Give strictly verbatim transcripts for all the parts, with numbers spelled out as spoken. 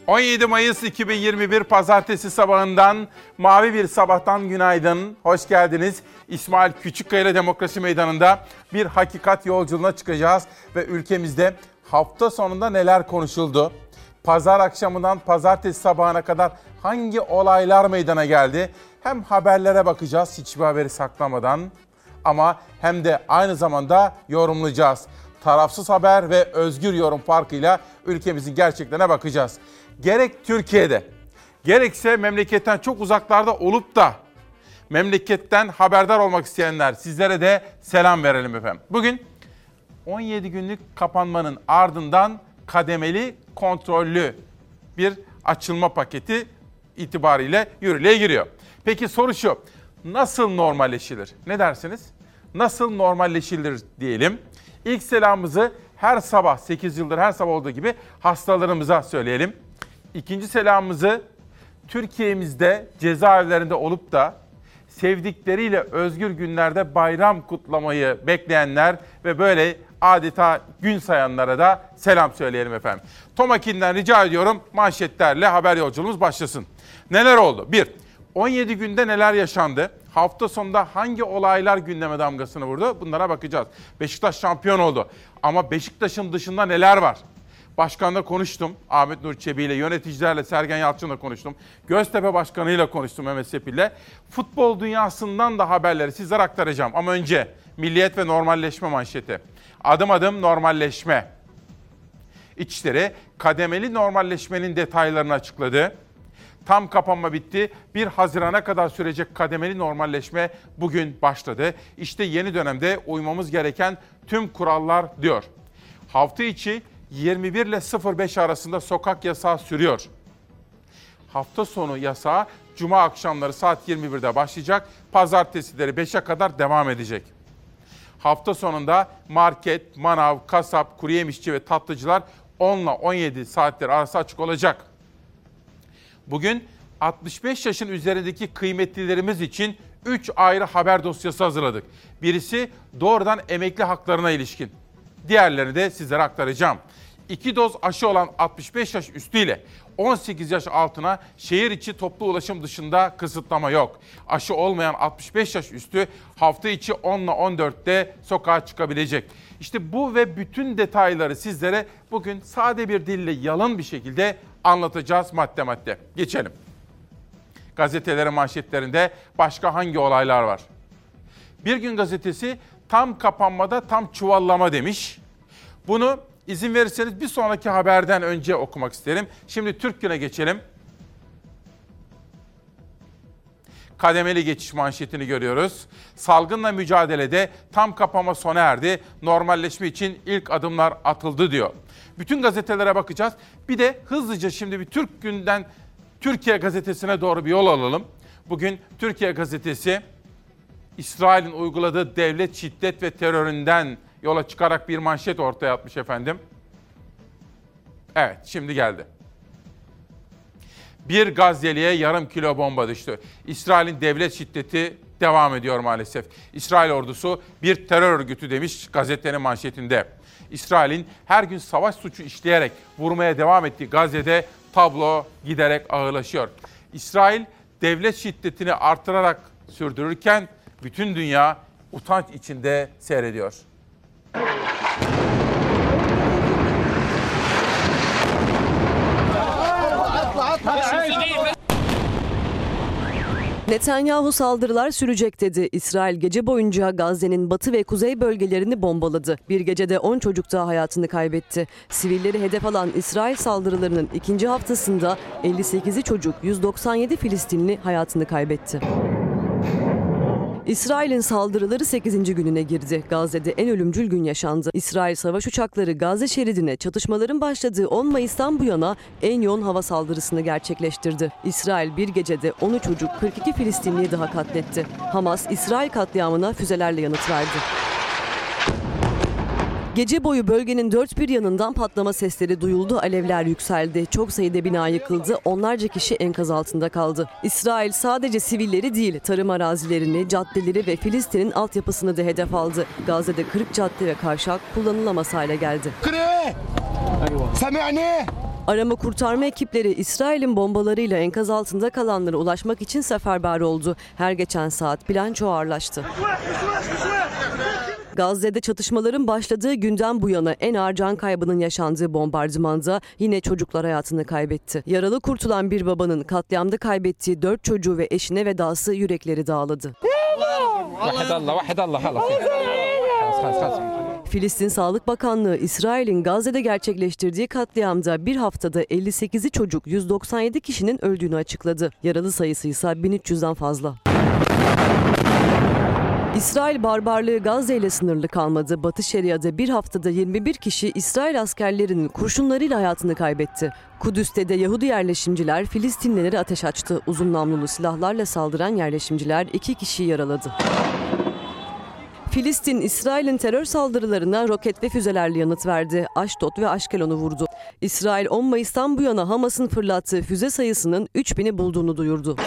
on yedi Mayıs iki bin yirmi bir Pazartesi sabahından, mavi bir sabahtan günaydın. Hoş geldiniz. İsmail Küçükkaya ile Demokrasi Meydanı'nda bir hakikat yolculuğuna çıkacağız. Ve ülkemizde hafta sonunda neler konuşuldu? Pazar akşamından pazartesi sabahına kadar hangi olaylar meydana geldi? Hem haberlere bakacağız hiçbir haberi saklamadan, ama hem de aynı zamanda yorumlayacağız. Tarafsız haber ve özgür yorum farkıyla ülkemizin gerçeklerine bakacağız. Gerek Türkiye'de, gerekse memleketten çok uzaklarda olup da memleketten haberdar olmak isteyenler, sizlere de selam verelim efendim. Bugün on yedi günlük kapanmanın ardından kademeli, kontrollü bir açılma paketi itibariyle yürürlüğe giriyor. Peki soru şu, nasıl normalleşilir? Ne dersiniz? Nasıl normalleşilir diyelim. İlk selamımızı her sabah, sekiz yıldır her sabah olduğu gibi hastalarımıza söyleyelim. İkinci selamımızı Türkiye'mizde cezaevlerinde olup da sevdikleriyle özgür günlerde bayram kutlamayı bekleyenler ve böyle adeta gün sayanlara da selam söyleyelim efendim. Tomakin'den rica ediyorum, manşetlerle haber yolculuğumuz başlasın. Neler oldu? bir. on yedi günde neler yaşandı? Hafta sonunda hangi olaylar gündeme damgasını vurdu? Bunlara bakacağız. Beşiktaş şampiyon oldu. Ama Beşiktaş'ın dışında neler var? Başkanla konuştum. Ahmet Nur Çebi ile, yöneticilerle, Sergen Yalçın'la konuştum. Göztepe Başkanı ile konuştum, Mehmet Sepil'le. Futbol dünyasından da haberleri sizlere aktaracağım. Ama önce milliyet ve normalleşme manşeti. Adım adım normalleşme. İçişleri kademeli normalleşmenin detaylarını açıkladı. Tam kapanma bitti. bir Haziran'a kadar sürecek kademeli normalleşme bugün başladı. İşte yeni dönemde uymamız gereken tüm kurallar diyor. Hafta içi yirmi bir ile beş arasında sokak yasağı sürüyor. Hafta sonu yasağı Cuma akşamları saat yirmi birde başlayacak. Pazartesileri beşe kadar devam edecek. Hafta sonunda market, manav, kasap, kuru yemişçi ve tatlıcılar on ile on yedi saatler arası açık olacak. Bugün altmış beş yaşın üzerindeki kıymetlilerimiz için üç ayrı haber dosyası hazırladık. Birisi doğrudan emekli haklarına ilişkin. Diğerlerini de sizlere aktaracağım. İki doz aşı olan altmış beş yaş üstüyle on sekiz yaş altına şehir içi toplu ulaşım dışında kısıtlama yok. Aşı olmayan altmış beş yaş üstü hafta içi on ile on dörtte sokağa çıkabilecek. İşte bu ve bütün detayları sizlere bugün sade bir dille, yalın bir şekilde anlatacağız madde madde. Geçelim. Gazetelerin manşetlerinde başka hangi olaylar var? Bir Gün Gazetesi tam kapanmada tam çuvallama demiş. Bunu izin verirseniz bir sonraki haberden önce okumak isterim. Şimdi Türk Günü'ne geçelim. Kademeli geçiş manşetini görüyoruz. Salgınla mücadelede tam kapanma sona erdi. Normalleşme için ilk adımlar atıldı diyor. Bütün gazetelere bakacağız. Bir de hızlıca şimdi bir Türk Günü'nden Türkiye Gazetesi'ne doğru bir yol alalım. Bugün Türkiye Gazetesi İsrail'in uyguladığı devlet şiddet ve teröründen yola çıkarak bir manşet ortaya atmış efendim. Evet, şimdi geldi. Bir Gazze'liye yarım kilo bomba düştü. İsrail'in devlet şiddeti devam ediyor maalesef. İsrail ordusu bir terör örgütü demiş gazetenin manşetinde. İsrail'in her gün savaş suçu işleyerek vurmaya devam ettiği Gazze'de tablo giderek ağırlaşıyor. İsrail devlet şiddetini artırarak sürdürürken bütün dünya utanç içinde seyrediyor. Netanyahu saldırılar sürecek dedi. İsrail gece boyunca Gazze'nin batı ve kuzey bölgelerini bombaladı. Bir gecede on çocuk daha hayatını kaybetti. Sivilleri hedef alan İsrail saldırılarının ikinci haftasında elli sekizi çocuk, yüz doksan yedi Filistinli hayatını kaybetti. İsrail'in saldırıları sekizinci gününe girdi. Gazze'de en ölümcül gün yaşandı. İsrail savaş uçakları Gazze şeridine çatışmaların başladığı on Mayıs'tan bu yana en yoğun hava saldırısını gerçekleştirdi. İsrail bir gecede on üç çocuk, kırk iki Filistinliyi daha katletti. Hamas, İsrail katliamına füzelerle yanıt verdi. Gece boyu bölgenin dört bir yanından patlama sesleri duyuldu, alevler yükseldi. Çok sayıda bina yıkıldı, onlarca kişi enkaz altında kaldı. İsrail sadece sivilleri değil, tarım arazilerini, caddeleri ve Filistin'in altyapısını da hedef aldı. Gazze'de kırk cadde ve kavşak kullanılamaz hale geldi. Arama kurtarma ekipleri İsrail'in bombalarıyla enkaz altında kalanlara ulaşmak için seferber oldu. Her geçen saat bilanço ağırlaştı. Gazze'de çatışmaların başladığı günden bu yana en ağır can kaybının yaşandığı bombardımanda yine çocuklar hayatını kaybetti. Yaralı kurtulan bir babanın katliamda kaybettiği dört çocuğu ve eşine vedası yürekleri dağladı. Filistin Sağlık Bakanlığı, İsrail'in Gazze'de gerçekleştirdiği katliamda bir haftada elli sekizi çocuk, yüz doksan yedi kişinin öldüğünü açıkladı. Yaralı sayısı ise bin üç yüzden fazla. İsrail barbarlığı Gazze ile sınırlı kalmadı. Batı Şeria'da bir haftada yirmi bir kişi İsrail askerlerinin kurşunlarıyla hayatını kaybetti. Kudüs'te de Yahudi yerleşimciler Filistinlilere ateş açtı. Uzun namlulu silahlarla saldıran yerleşimciler iki kişiyi yaraladı. Filistin, İsrail'in terör saldırılarına roket ve füzelerle yanıt verdi. Aşdod ve Aşkelon'u vurdu. İsrail on Mayıs'tan bu yana Hamas'ın fırlattığı füze sayısının üç bini bulduğunu duyurdu.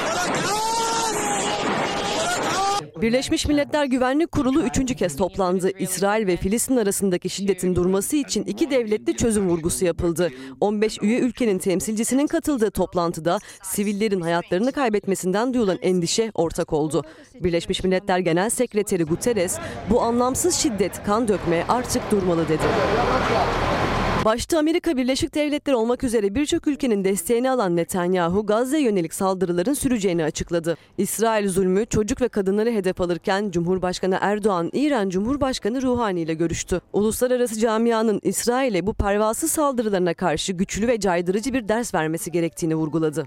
Birleşmiş Milletler Güvenlik Kurulu üçüncü kez toplandı. İsrail ve Filistin arasındaki şiddetin durması için iki devletli çözüm vurgusu yapıldı. on beş üye ülkenin temsilcisinin katıldığı toplantıda sivillerin hayatlarını kaybetmesinden duyulan endişe ortak oldu. Birleşmiş Milletler Genel Sekreteri Guterres, bu anlamsız şiddet, kan dökme artık durmalı dedi. Başta Amerika Birleşik Devletleri olmak üzere birçok ülkenin desteğini alan Netanyahu, Gazze'ye yönelik saldırıların süreceğini açıkladı. İsrail zulmü, çocuk ve kadınları hedef alırken Cumhurbaşkanı Erdoğan, İran Cumhurbaşkanı Ruhani ile görüştü. Uluslararası camianın İsrail'e bu pervasız saldırılarına karşı güçlü ve caydırıcı bir ders vermesi gerektiğini vurguladı.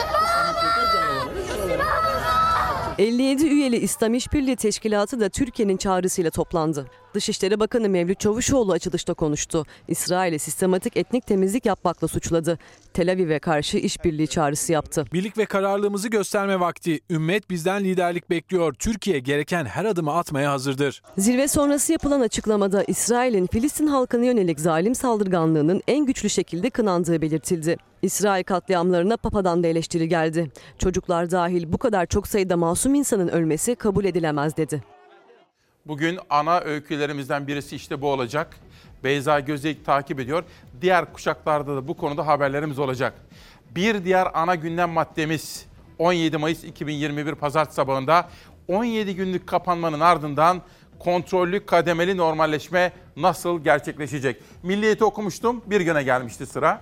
elli yedi üyeli İslam İşbirliği Teşkilatı da Türkiye'nin çağrısıyla toplandı. Dışişleri Bakanı Mevlüt Çavuşoğlu açılışta konuştu. İsrail'e sistematik etnik temizlik yapmakla suçladı. Tel Aviv'e karşı işbirliği çağrısı yaptı. Birlik ve kararlılığımızı gösterme vakti. Ümmet bizden liderlik bekliyor. Türkiye gereken her adımı atmaya hazırdır. Zirve sonrası yapılan açıklamada İsrail'in Filistin halkına yönelik zalim saldırganlığının en güçlü şekilde kınandığı belirtildi. İsrail katliamlarına Papa'dan da eleştiri geldi. Çocuklar dahil bu kadar çok sayıda masum insanın ölmesi kabul edilemez dedi. Bugün ana öykülerimizden birisi işte bu olacak. Beyza Gözeyik takip ediyor. Diğer kuşaklarda da bu konuda haberlerimiz olacak. Bir diğer ana gündem maddemiz on yedi Mayıs iki bin yirmi bir Pazartesi sabahında on yedi günlük kapanmanın ardından kontrollü kademeli normalleşme nasıl gerçekleşecek? Milliyet'i okumuştum, bir güne gelmişti sıra.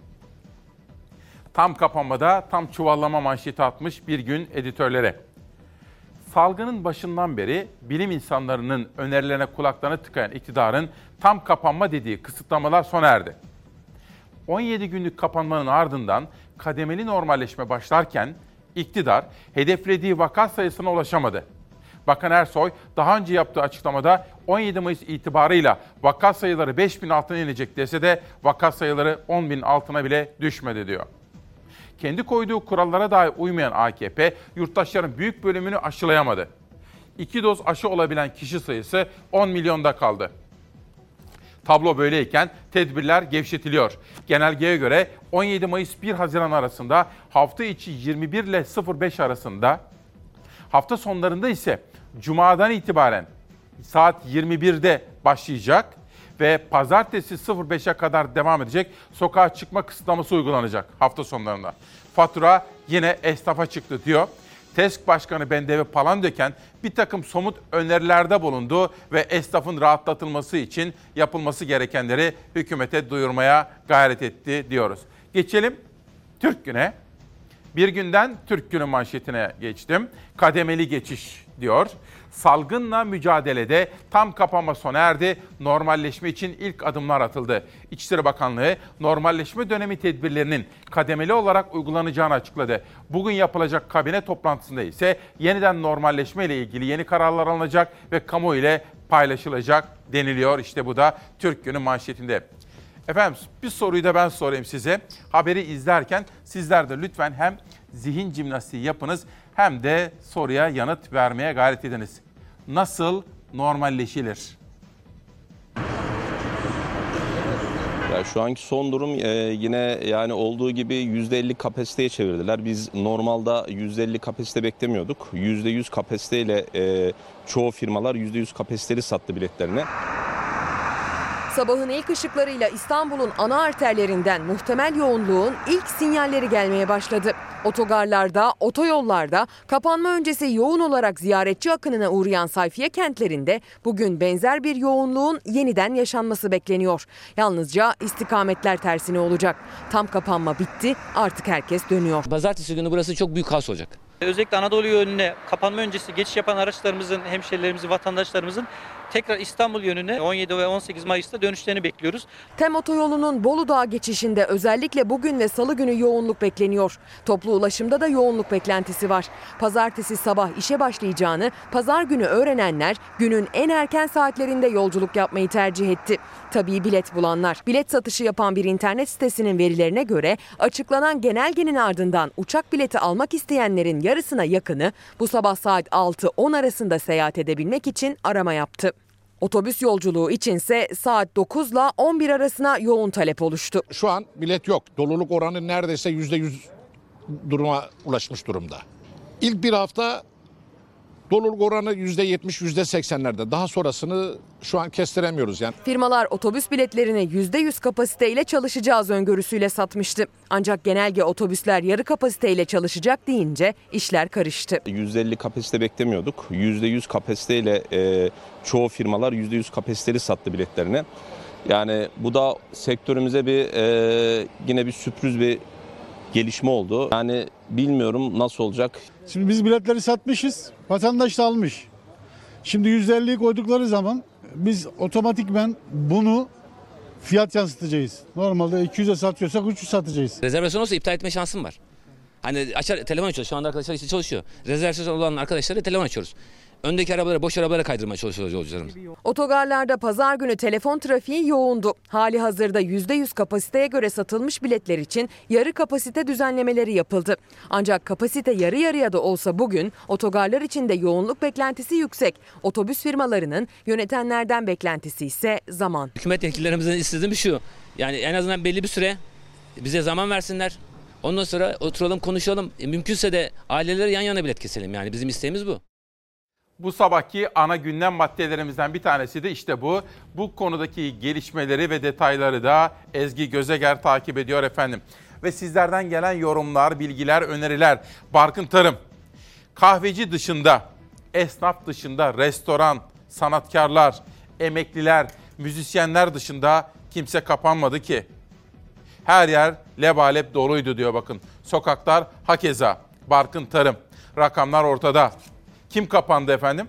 Tam kapanmada tam çuvallama manşeti atmış bir gün editörlere. Salgının başından beri bilim insanlarının önerilerine kulaklarını tıkayan iktidarın tam kapanma dediği kısıtlamalar sona erdi. on yedi günlük kapanmanın ardından kademeli normalleşme başlarken iktidar hedeflediği vaka sayısına ulaşamadı. Bakan Ersoy daha önce yaptığı açıklamada on yedi Mayıs itibarıyla vaka sayıları beş bin altına inecek dese de vaka sayıları on bin altına bile düşmedi diyor. Kendi koyduğu kurallara dahi uymayan A K P, yurttaşların büyük bölümünü aşılayamadı. İki doz aşı olabilen kişi sayısı on milyonda kaldı. Tablo böyleyken tedbirler gevşetiliyor. Genelgeye göre on yedi Mayıs bir Haziran arasında, hafta içi yirmi bir ile sıfır beş arasında, hafta sonlarında ise Cuma'dan itibaren saat yirmi birde başlayacak ve pazartesi sıfır beşe kadar devam edecek sokağa çıkma kısıtlaması uygulanacak hafta sonlarında. Fatura yine esnafa çıktı diyor. TESK Başkanı Bendevi Palandöken bir takım somut önerilerde bulundu ve esnafın rahatlatılması için yapılması gerekenleri hükümete duyurmaya gayret etti diyoruz. Geçelim Türk Günü'ne. Bir günden Türk Günü manşetine geçtim. Kademeli geçiş diyor. Salgınla mücadelede tam kapanma sona erdi. Normalleşme için ilk adımlar atıldı. İçişleri Bakanlığı normalleşme dönemi tedbirlerinin kademeli olarak uygulanacağını açıkladı. Bugün yapılacak kabine toplantısında ise yeniden normalleşme ile ilgili yeni kararlar alınacak ve kamu ile paylaşılacak deniliyor. İşte bu da Türk Günü manşetinde. Efendim bir soruyu da ben sorayım size. Haberi izlerken sizler de lütfen hem zihin jimnastiği yapınız hem de soruya yanıt vermeye gayret ediniz. Nasıl normalleşilir? Ya şu anki son durum e, yine yani olduğu gibi yüzde elli kapasiteye çevirdiler. Biz normalde yüzde elli kapasite beklemiyorduk. yüzde yüz kapasiteyle e, çoğu firmalar yüzde yüz kapasiteli sattı biletlerini. Sabahın ilk ışıklarıyla İstanbul'un ana arterlerinden muhtemel yoğunluğun ilk sinyalleri gelmeye başladı. Otogarlarda, otoyollarda kapanma öncesi yoğun olarak ziyaretçi akınına uğrayan sayfiye kentlerinde bugün benzer bir yoğunluğun yeniden yaşanması bekleniyor. Yalnızca istikametler tersine olacak. Tam kapanma bitti, artık herkes dönüyor. Pazartesi günü burası çok büyük kaos olacak. Özellikle Anadolu yönüne kapanma öncesi geçiş yapan araçlarımızın, hemşerilerimizin, vatandaşlarımızın tekrar İstanbul yönüne on yedi ve on sekiz Mayıs'ta dönüşlerini bekliyoruz. TEM otoyolunun Bolu Dağı geçişinde özellikle bugün ve salı günü yoğunluk bekleniyor. Toplu ulaşımda da yoğunluk beklentisi var. Pazartesi sabah işe başlayacağını pazar günü öğrenenler günün en erken saatlerinde yolculuk yapmayı tercih etti. Tabii bilet bulanlar. Bilet satışı yapan bir internet sitesinin verilerine göre açıklanan genelgenin ardından uçak bileti almak isteyenlerin yarısına yakını bu sabah saat altı on arasında seyahat edebilmek için arama yaptı. Otobüs yolculuğu içinse saat dokuz ile on bir arasına yoğun talep oluştu. Şu an bilet yok. Doluluk oranı neredeyse yüzde yüz duruma ulaşmış durumda. İlk bir hafta doluluk oranı yüzde yetmiş yüzde seksenlerde. Daha sonrasını şu an kestiremiyoruz yani. Firmalar otobüs biletlerini yüzde yüz kapasiteyle çalışacağız öngörüsüyle satmıştı. Ancak genelge otobüsler yarı kapasiteyle çalışacak deyince işler karıştı. yüzde elli kapasite beklemiyorduk. yüzde yüz kapasiteyle e, çoğu firmalar yüzde yüz kapasiteli sattı biletlerini. Yani bu da sektörümüze bir e, yine bir sürpriz bir gelişme oldu. Yani bilmiyorum nasıl olacak. Şimdi biz biletleri satmışız, vatandaş da almış. Şimdi yüzde elliyi koydukları zaman biz otomatikmen bunu fiyat yansıtacağız. Normalde iki yüze satıyorsak üç yüz satacağız. Rezervasyon olsa iptal etme şansım var. Hani açar telefon açıyoruz. Şu anda arkadaşlar işte çalışıyor. Rezervasyon olan arkadaşlara telefon açıyoruz. Öndeki arabalara, boş arabalara kaydırmaya çalışıyoruz yolcularımız. Otogarlarda pazar günü telefon trafiği yoğundu. Hali hazırda yüzde yüz kapasiteye göre satılmış biletler için yarı kapasite düzenlemeleri yapıldı. Ancak kapasite yarı yarıya da olsa bugün otogarlar için de yoğunluk beklentisi yüksek. Otobüs firmalarının yönetenlerden beklentisi ise zaman. Hükümet yetkililerimizin istediği şu. Yani en azından belli bir süre bize zaman versinler. Ondan sonra oturalım, konuşalım. E, mümkünse de aileleri yan yana bilet keselim. Yani bizim isteğimiz bu. Bu sabahki ana gündem maddelerimizden bir tanesi de işte bu. Bu konudaki gelişmeleri ve detayları da Ezgi Gözeger takip ediyor efendim. Ve sizlerden gelen yorumlar, bilgiler, öneriler. Barkın Tarım, kahveci dışında, esnaf dışında, restoran, sanatkarlar, emekliler, müzisyenler dışında kimse kapanmadı ki. Her yer lebalep doluydu diyor bakın. Sokaklar hakeza. Barkın Tarım. Rakamlar ortada. Kim kapandı efendim?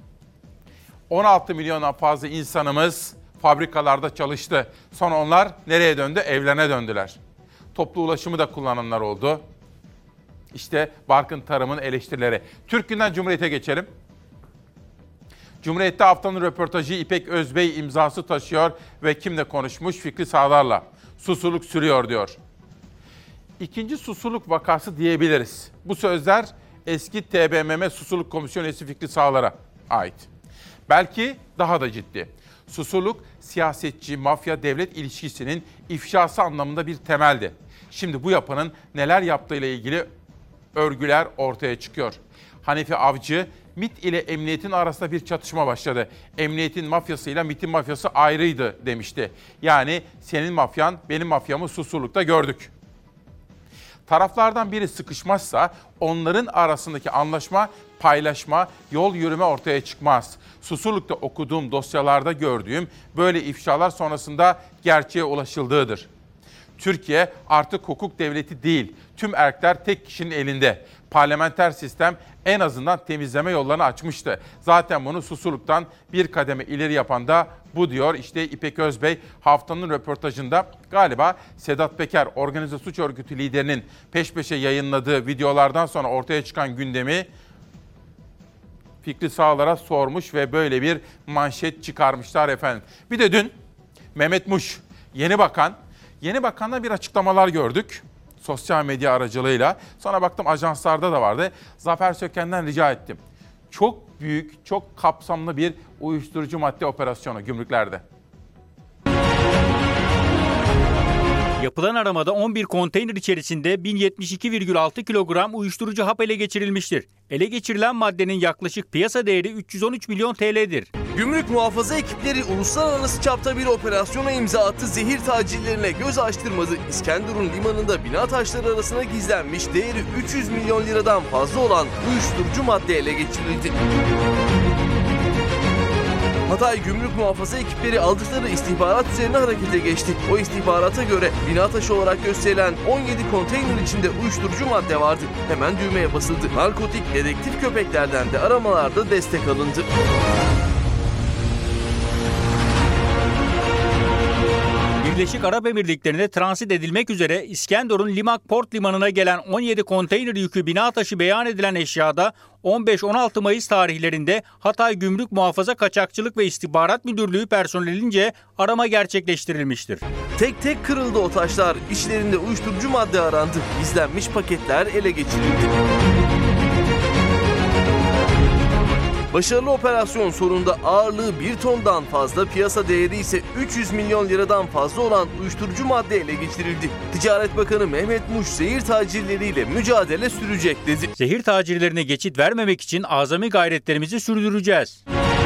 on altı milyondan fazla insanımız fabrikalarda çalıştı. Sonra onlar nereye döndü? Evlerine döndüler. Toplu ulaşımı da kullananlar oldu. İşte Barkın Tarım'ın eleştirileri. Türk Günden Cumhuriyet'e geçelim. Cumhuriyet'te haftanın röportajı İpek Özbey imzası taşıyor ve kimle konuşmuş? Fikri Sağlar'la. Susurluk sürüyor diyor. İkinci susurluk vakası diyebiliriz. Bu sözler eski T B M M Susurluk Komisyonu üyesi Fikri Sağlar'a ait. Belki daha da ciddi. Susurluk, siyasetçi, mafya, devlet ilişkisinin ifşası anlamında bir temeldi. Şimdi bu yapının neler yaptığıyla ilgili örgüler ortaya çıkıyor. Hanefi Avcı, MİT ile emniyetin arasında bir çatışma başladı. Emniyetin mafyasıyla MİT'in mafyası ayrıydı demişti. Yani senin mafyan, benim mafyamı Susurluk'ta gördük. Taraflardan biri sıkışmazsa onların arasındaki anlaşma, paylaşma, yol yürüme ortaya çıkmaz. Susurluk'ta okuduğum dosyalarda gördüğüm böyle ifşalar sonrasında gerçeğe ulaşıldığıdır. Türkiye artık hukuk devleti değil, tüm erkler tek kişinin elinde. Parlamenter sistem en azından temizleme yollarını açmıştı. Zaten bunu Susurluk'tan bir kademe ileri yapan da bu diyor. İşte İpek Özbey haftanın röportajında galiba Sedat Peker, organize suç örgütü liderinin peş peşe yayınladığı videolardan sonra ortaya çıkan gündemi Fikri Sağlar'a sormuş ve böyle bir manşet çıkarmışlar efendim. Bir de dün Mehmet Muş, yeni bakan, yeni bakandan bir açıklamalar gördük. Sosyal medya aracılığıyla. Sonra baktım ajanslarda da vardı. Zafer Söken'den rica ettim. Çok büyük, çok kapsamlı bir uyuşturucu madde operasyonu gümrüklerde. Yapılan aramada on bir konteyner içerisinde bin yetmiş iki virgül altı kilogram uyuşturucu hap ele geçirilmiştir. Ele geçirilen maddenin yaklaşık piyasa değeri üç yüz on üç milyon T L'dir. Gümrük muhafaza ekipleri uluslararası çapta bir operasyona imza attı. Zehir tacirlerine göz açtırmadı. İskenderun limanında bina taşları arasına gizlenmiş değeri üç yüz milyon liradan fazla olan uyuşturucu madde ele geçirildi. Hatay Gümrük Muhafaza ekipleri aldıkları istihbarat üzerine harekete geçti. O istihbarata göre bina taşı olarak gösterilen on yedi konteyner içinde uyuşturucu madde vardı. Hemen düğmeye basıldı. Narkotik dedektif köpeklerden de aramalarda destek alındı. Birleşik Arap Emirlikleri'ne transit edilmek üzere İskenderun Limak Port Limanı'na gelen on yedi konteyner yükü bina taşı beyan edilen eşyada on beş on altı Mayıs tarihlerinde Hatay Gümrük Muhafaza Kaçakçılık ve İstihbarat Müdürlüğü personelince arama gerçekleştirilmiştir. Tek tek kırıldı o taşlar. İçlerinde uyuşturucu madde arandı. Gizlenmiş paketler ele geçirildi. Başarılı operasyon sonunda ağırlığı bir tondan fazla, piyasa değeri ise üç yüz milyon liradan fazla olan uyuşturucu madde ele geçirildi. Ticaret Bakanı Mehmet Muş zehir tacirleriyle mücadele sürecek dedi. Zehir tacirlerine geçit vermemek için azami gayretlerimizi sürdüreceğiz.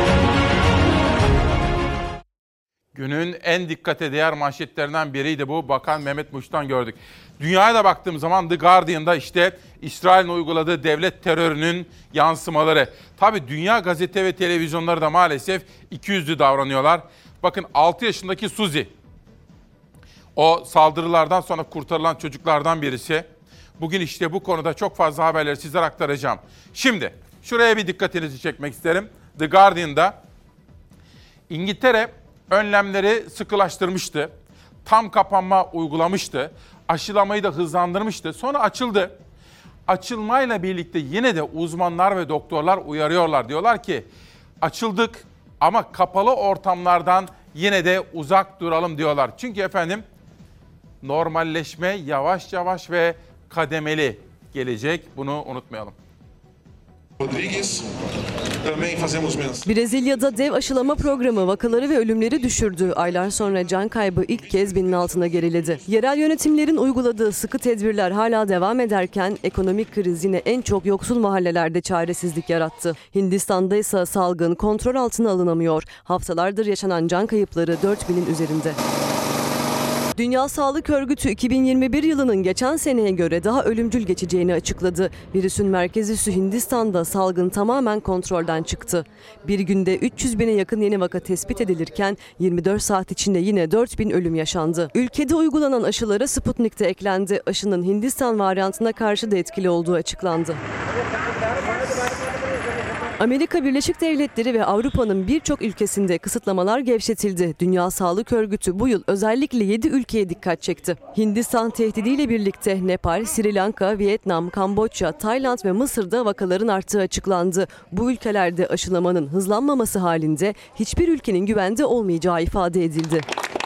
Günün en dikkate değer manşetlerinden biriydi bu. Bakan Mehmet Muş'tan gördük. Dünyaya da baktığım zaman The Guardian'da işte İsrail'in uyguladığı devlet terörünün yansımaları. Tabii dünya gazete ve televizyonları da maalesef ikiyüzlü davranıyorlar. Bakın altı yaşındaki Suzi, o saldırılardan sonra kurtarılan çocuklardan birisi. Bugün işte bu konuda çok fazla haberleri sizlere aktaracağım. Şimdi şuraya bir dikkatinizi çekmek isterim. The Guardian'da İngiltere önlemleri sıkılaştırmıştı. Tam kapanma uygulamıştı. Aşılamayı da hızlandırmıştı. Sonra açıldı. Açılmayla birlikte yine de uzmanlar ve doktorlar uyarıyorlar. Diyorlar ki açıldık ama kapalı ortamlardan yine de uzak duralım diyorlar. Çünkü efendim normalleşme yavaş yavaş ve kademeli gelecek. Bunu unutmayalım. Brezilya'da dev aşılama programı vakaları ve ölümleri düşürdü. Aylar sonra can kaybı ilk kez binin altına geriledi. Yerel yönetimlerin uyguladığı sıkı tedbirler hala devam ederken ekonomik kriz yine en çok yoksul mahallelerde çaresizlik yarattı. Hindistan'da ise salgın kontrol altına alınamıyor. Haftalardır yaşanan can kayıpları dört binin üzerinde. Dünya Sağlık Örgütü iki bin yirmi bir yılının geçen seneye göre daha ölümcül geçeceğini açıkladı. Virüsün merkez üssü Hindistan'da salgın tamamen kontrolden çıktı. Bir günde üç yüz bine yakın yeni vaka tespit edilirken yirmi dört saat içinde yine dört bin ölüm yaşandı. Ülkede uygulanan aşılara Sputnik de eklendi. Aşının Hindistan varyantına karşı da etkili olduğu açıklandı. Amerika Birleşik Devletleri ve Avrupa'nın birçok ülkesinde kısıtlamalar gevşetildi. Dünya Sağlık Örgütü bu yıl özellikle yedi ülkeye dikkat çekti. Hindistan tehdidiyle birlikte Nepal, Sri Lanka, Vietnam, Kamboçya, Tayland ve Mısır'da vakaların arttığı açıklandı. Bu ülkelerde aşılamanın hızlanmaması halinde hiçbir ülkenin güvende olmayacağı ifade edildi.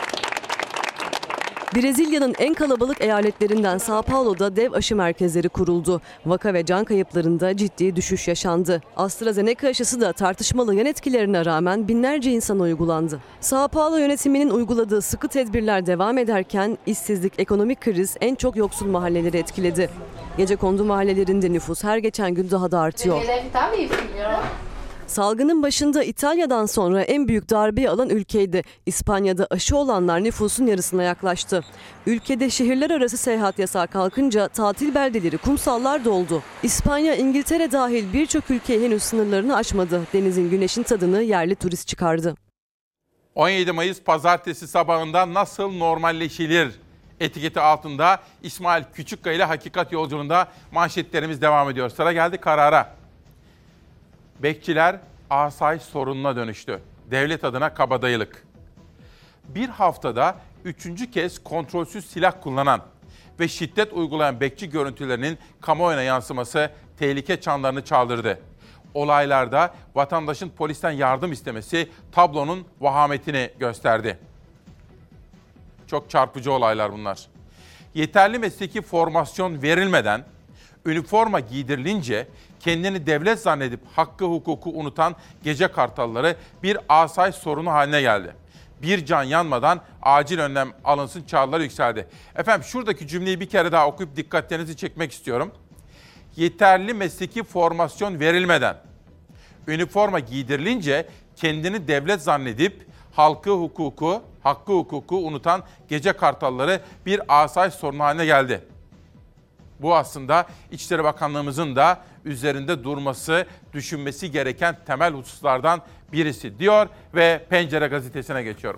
Brezilya'nın en kalabalık eyaletlerinden São Paulo'da dev aşı merkezleri kuruldu. Vaka ve can kayıplarında ciddi düşüş yaşandı. AstraZeneca aşısı da tartışmalı yan etkilerine rağmen binlerce insana uygulandı. São Paulo yönetiminin uyguladığı sıkı tedbirler devam ederken işsizlik, ekonomik kriz en çok yoksul mahalleleri etkiledi. Gecekondu mahallelerinde nüfus her geçen gün daha da artıyor. Salgının başında İtalya'dan sonra en büyük darbeyi alan ülkeydi. İspanya'da aşı olanlar nüfusun yarısına yaklaştı. Ülkede şehirler arası seyahat yasağı kalkınca tatil beldeleri, kumsallar doldu. İspanya, İngiltere dahil birçok ülke henüz sınırlarını aşmadı. Denizin, güneşin tadını yerli turist çıkardı. on yedi Mayıs pazartesi sabahında nasıl normalleşilir etiketi altında İsmail Küçükkaya ile Hakikat Yolculuğunda manşetlerimiz devam ediyor. Sıra geldi karara. Bekçiler asayiş sorununa dönüştü. Devlet adına kabadayılık. Bir haftada üçüncü kez kontrolsüz silah kullanan ve şiddet uygulayan bekçi görüntülerinin kamuoyuna yansıması tehlike çanlarını çaldırdı. Olaylarda vatandaşın polisten yardım istemesi tablonun vahametini gösterdi. Çok çarpıcı olaylar bunlar. Yeterli mesleki formasyon verilmeden, üniforma giydirilince kendini devlet zannedip hakkı hukuku unutan gece kartalları bir asayiş sorunu haline geldi. Bir can yanmadan acil önlem alınsın çağrıları yükseldi. Efendim şuradaki cümleyi bir kere daha okuyup dikkatlerinizi çekmek istiyorum. Yeterli mesleki formasyon verilmeden üniforma giydirilince kendini devlet zannedip halkı hukuku, hakkı hukuku unutan gece kartalları bir asayiş sorunu haline geldi. Bu aslında İçişleri Bakanlığımızın da üzerinde durması, düşünmesi gereken temel hususlardan birisi diyor ve Pencere gazetesine geçiyorum.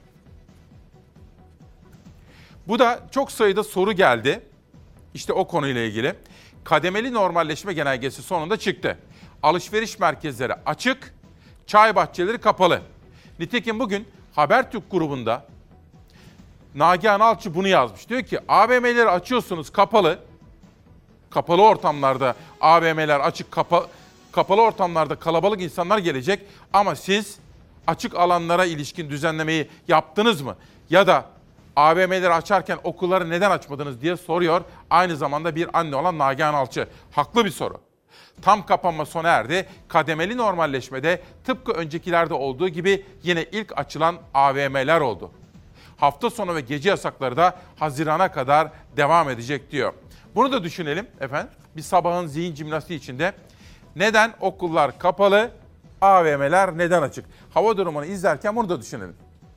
Bu da çok sayıda soru geldi. İşte o konuyla ilgili. Kademeli normalleşme genelgesi sonunda çıktı. Alışveriş merkezleri açık, çay bahçeleri kapalı. Nitekim bugün Habertürk grubunda Nagihan Alçı bunu yazmış. Diyor ki A V M'leri açıyorsunuz kapalı. Kapalı ortamlarda A V M'ler açık, kapa, kapalı ortamlarda kalabalık insanlar gelecek. Ama siz açık alanlara ilişkin düzenlemeyi yaptınız mı? Ya da A V M'leri açarken okulları neden açmadınız diye soruyor. Aynı zamanda bir anne olan Nagihan Alçı. Haklı bir soru. Tam kapanma sona erdi. Kademeli normalleşmede tıpkı öncekilerde olduğu gibi yine ilk açılan A V M'ler oldu. Hafta sonu ve gece yasakları da Haziran'a kadar devam edecek diyor. Bunu da düşünelim efendim. Bir sabahın zihin jimnastiği içinde. Neden okullar kapalı, A V M'ler neden açık? Hava durumunu izlerken bunu da düşünelim.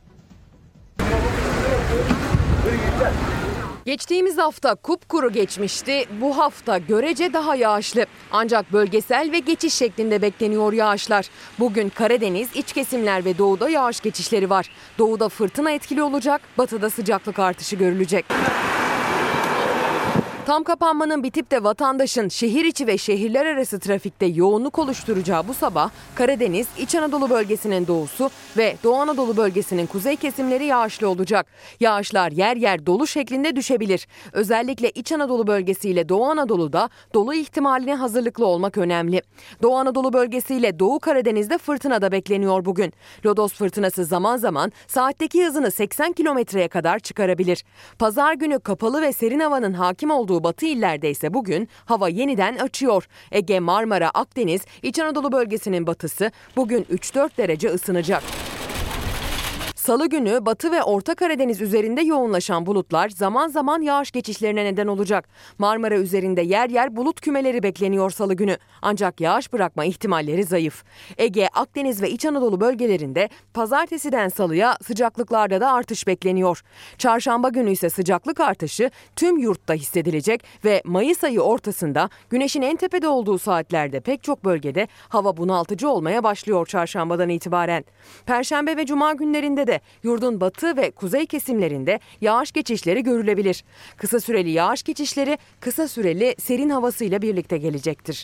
Geçtiğimiz hafta kupkuru geçmişti. Bu hafta görece daha yağışlı. Ancak bölgesel ve geçiş şeklinde bekleniyor yağışlar. Bugün Karadeniz, iç kesimler ve doğuda yağış geçişleri var. Doğuda fırtına etkili olacak, batıda sıcaklık artışı görülecek. Tam kapanmanın bitip de vatandaşın şehir içi ve şehirler arası trafikte yoğunluk oluşturacağı bu sabah Karadeniz, İç Anadolu bölgesinin doğusu ve Doğu Anadolu bölgesinin kuzey kesimleri yağışlı olacak. Yağışlar yer yer dolu şeklinde düşebilir. Özellikle İç Anadolu bölgesiyle Doğu Anadolu'da dolu ihtimaline hazırlıklı olmak önemli. Doğu Anadolu bölgesiyle Doğu Karadeniz'de fırtına da bekleniyor bugün. Lodos fırtınası zaman zaman saatteki hızını seksen kilometreye kadar çıkarabilir. Pazar günü kapalı ve serin havanın hakim olduğu batı illerde ise bugün hava yeniden açıyor. Ege, Marmara, Akdeniz, İç Anadolu bölgesinin batısı bugün üç dört derece ısınacak. Salı günü Batı ve Orta Karadeniz üzerinde yoğunlaşan bulutlar zaman zaman yağış geçişlerine neden olacak. Marmara üzerinde yer yer bulut kümeleri bekleniyor Salı günü. Ancak yağış bırakma ihtimalleri zayıf. Ege, Akdeniz ve İç Anadolu bölgelerinde Pazartesiden Salı'ya sıcaklıklarda da artış bekleniyor. Çarşamba günü ise sıcaklık artışı tüm yurtta hissedilecek ve Mayıs ayı ortasında güneşin en tepede olduğu saatlerde pek çok bölgede hava bunaltıcı olmaya başlıyor çarşambadan itibaren. Perşembe ve Cuma günlerinde de yurdun batı ve kuzey kesimlerinde yağış geçişleri görülebilir. Kısa süreli yağış geçişleri kısa süreli serin havasıyla birlikte gelecektir.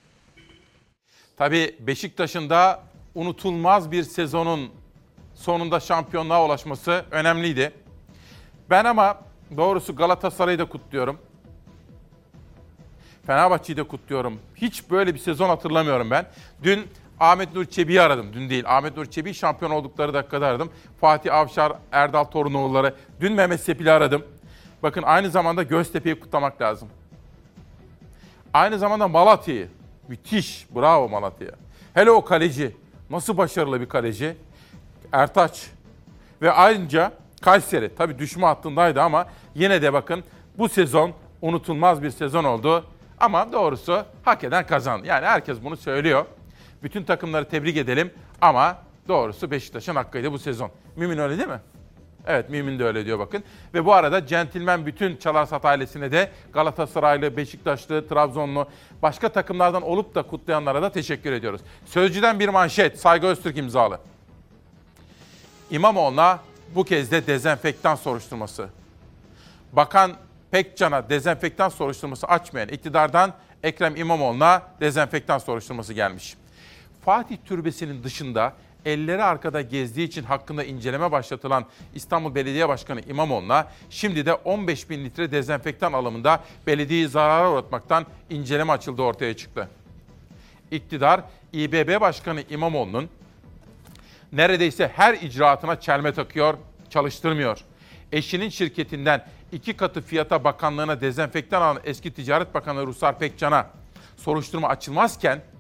Tabii Beşiktaş'ın da unutulmaz bir sezonun sonunda şampiyonluğa ulaşması önemliydi. Ben ama doğrusu Galatasaray'ı da kutluyorum. Fenerbahçe'yi de kutluyorum. Hiç böyle bir sezon hatırlamıyorum ben. Dün Ahmet Nur Çebi'yi aradım. Dün değil. Ahmet Nur Çebi'yi şampiyon oldukları dakikada aradım. Fatih Avşar, Erdal Torunoğulları. Dün Mehmet Sepil'i aradım. Bakın aynı zamanda Göztepe'yi kutlamak lazım. Aynı zamanda Malatya'yı. Müthiş. Bravo Malatya'ya. Hele o kaleci. Nasıl başarılı bir kaleci. Ertaç. Ve ayrıca Kayseri. Tabii düşme hattındaydı ama yine de bakın bu sezon unutulmaz bir sezon oldu. Ama doğrusu hak eden kazandı. Yani herkes bunu söylüyor. Bütün takımları tebrik edelim ama doğrusu Beşiktaş'ın hakkıydı bu sezon. Mümin öyle değil mi? Evet, Mümin de öyle diyor bakın. Ve bu arada centilmen bütün Çalarsat ailesine de Galatasaraylı, Beşiktaşlı, Trabzonlu başka takımlardan olup da kutlayanlara da teşekkür ediyoruz. Sözcüden bir manşet, Saygı Öztürk imzalı. İmamoğlu'na bu kez de dezenfektan soruşturması. Bakan Pekcan'a dezenfektan soruşturması açmayan iktidardan Ekrem İmamoğlu'na dezenfektan soruşturması gelmiş. Fatih Türbesi'nin dışında elleri arkada gezdiği için hakkında inceleme başlatılan İstanbul Belediye Başkanı İmamoğlu'na şimdi de on beş bin litre dezenfektan alımında belediyeyi zarara uğratmaktan inceleme açıldığı ortaya çıktı. İktidar, İBB Başkanı İmamoğlu'nun neredeyse her icraatına çelme takıyor, çalıştırmıyor. Eşinin şirketinden iki katı fiyata bakanlığına dezenfektan alan eski Ticaret Bakanı Ruslar Pekcan'a soruşturma açılmazken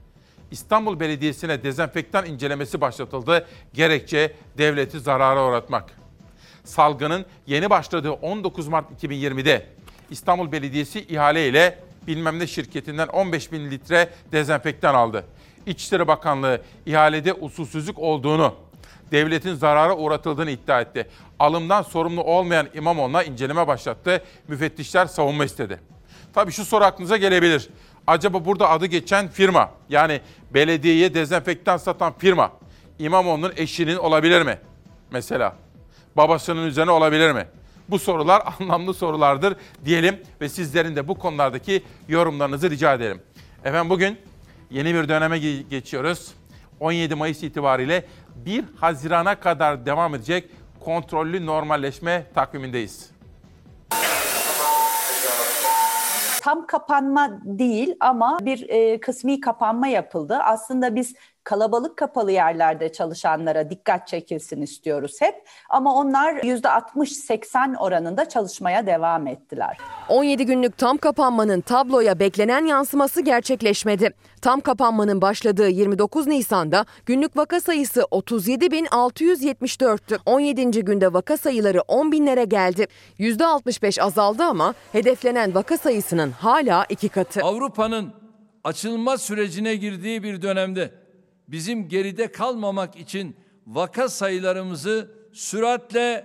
İstanbul Belediyesi'ne dezenfektan incelemesi başlatıldı. Gerekçe devleti zarara uğratmak. Salgının yeni başladığı on dokuz Mart iki bin yirmide İstanbul Belediyesi ihale ile bilmem ne şirketinden on beş bin litre dezenfektan aldı. İçişleri Bakanlığı ihalede usulsüzlük olduğunu, devletin zarara uğratıldığını iddia etti. Alımdan sorumlu olmayan İmamoğlu'na inceleme başlattı. Müfettişler savunma istedi. Tabii şu soru aklınıza gelebilir. Acaba burada adı geçen firma, yani belediyeye dezenfektan satan firma İmamoğlu'nun eşinin olabilir mi? Mesela babasının üzerine olabilir mi? Bu sorular anlamlı sorulardır diyelim ve sizlerin de bu konulardaki yorumlarınızı rica edelim. Efendim bugün yeni bir döneme geçiyoruz. on yedi Mayıs itibariyle bir Haziran'a kadar devam edecek kontrollü normalleşme takvimindeyiz. Tam kapanma değil ama bir e, kısmi kapanma yapıldı. Aslında biz kalabalık kapalı yerlerde çalışanlara dikkat çekilsin istiyoruz hep. Ama onlar yüzde altmış seksen oranında çalışmaya devam ettiler. on yedi günlük tam kapanmanın tabloya beklenen yansıması gerçekleşmedi. Tam kapanmanın başladığı yirmi dokuz Nisan'da günlük vaka sayısı otuz yedi bin altı yüz yetmiş dörttü. on yedinci günde vaka sayıları on binlere geldi. yüzde altmış beş azaldı ama hedeflenen vaka sayısının hala iki katı. Avrupa'nın açılma sürecine girdiği bir dönemde bizim geride kalmamak için vaka sayılarımızı süratle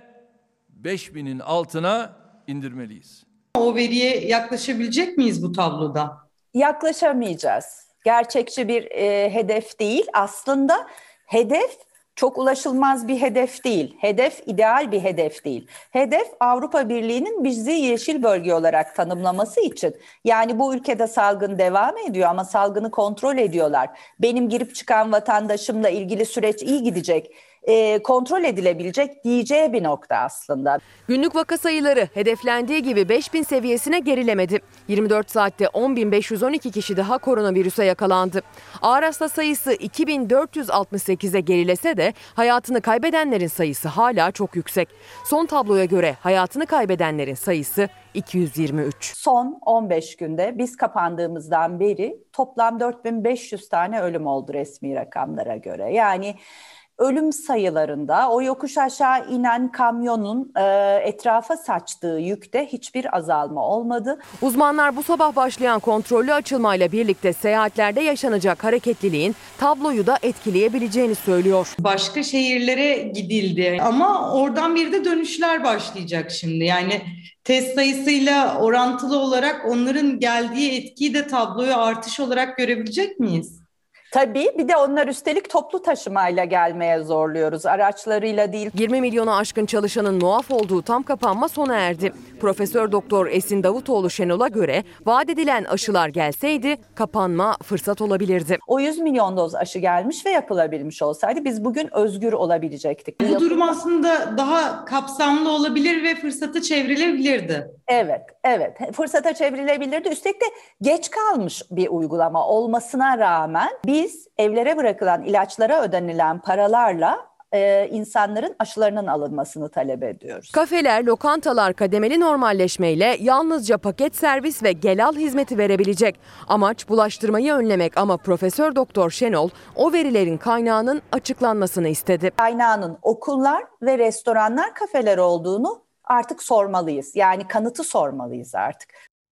beş binin altına indirmeliyiz. O veriye yaklaşabilecek miyiz bu tabloda? Yaklaşamayacağız. Gerçekçi bir e, hedef değil. Aslında hedef çok ulaşılmaz bir hedef değil. Hedef ideal bir hedef değil. Hedef Avrupa Birliği'nin bizi yeşil bölge olarak tanımlaması için. Yani bu ülkede salgın devam ediyor ama salgını kontrol ediyorlar. Benim girip çıkan vatandaşımla ilgili süreç iyi gidecek, e, kontrol edilebilecek diyeceği bir nokta aslında. Günlük vaka sayıları hedeflendiği gibi beş bin seviyesine gerilemedi. yirmi dört saatte on bin beş yüz on iki kişi daha koronavirüse yakalandı. Ağır hasta sayısı iki bin dört yüz altmış sekize gerilese de hayatını kaybedenlerin sayısı hala çok yüksek. Son tabloya göre hayatını kaybedenlerin sayısı iki yüz yirmi üç. Son on beş günde biz kapandığımızdan beri toplam dört bin beş yüz tane ölüm oldu resmi rakamlara göre. Yani ölüm sayılarında o yokuş aşağı inen kamyonun e, etrafa saçtığı yükte hiçbir azalma olmadı. Uzmanlar bu sabah başlayan kontrollü açılmayla birlikte seyahatlerde yaşanacak hareketliliğin tabloyu da etkileyebileceğini söylüyor. Başka şehirlere gidildi ama oradan bir de dönüşler başlayacak şimdi. Yani test sayısıyla orantılı olarak onların geldiği etkiyi de tabloya artış olarak görebilecek miyiz? Tabii bir de onlar üstelik toplu taşımayla gelmeye zorluyoruz, araçlarıyla değil. yirmi milyona aşkın çalışanın muaf olduğu tam kapanma sona erdi. Profesör Doktor Esin Davutoğlu Şenol'a göre vaat edilen aşılar gelseydi kapanma fırsat olabilirdi. O yüz milyon doz aşı gelmiş ve yapılabilmiş olsaydı biz bugün özgür olabilecektik. Bu durum aslında daha kapsamlı olabilir ve fırsata çevrilebilirdi. Evet, evet. Fırsata çevrilebilirdi. Üstelik de geç kalmış bir uygulama olmasına rağmen biz evlere bırakılan ilaçlara ödenilen paralarla e, insanların aşılarının alınmasını talep ediyoruz. Kafeler, lokantalar kademeli normalleşmeyle yalnızca paket servis ve gel al hizmeti verebilecek. Amaç bulaştırmayı önlemek ama Profesör Doktor Şenol o verilerin kaynağının açıklanmasını istedi. Kaynağının okullar ve restoranlar, kafeler olduğunu artık sormalıyız. Yani kanıtı sormalıyız artık.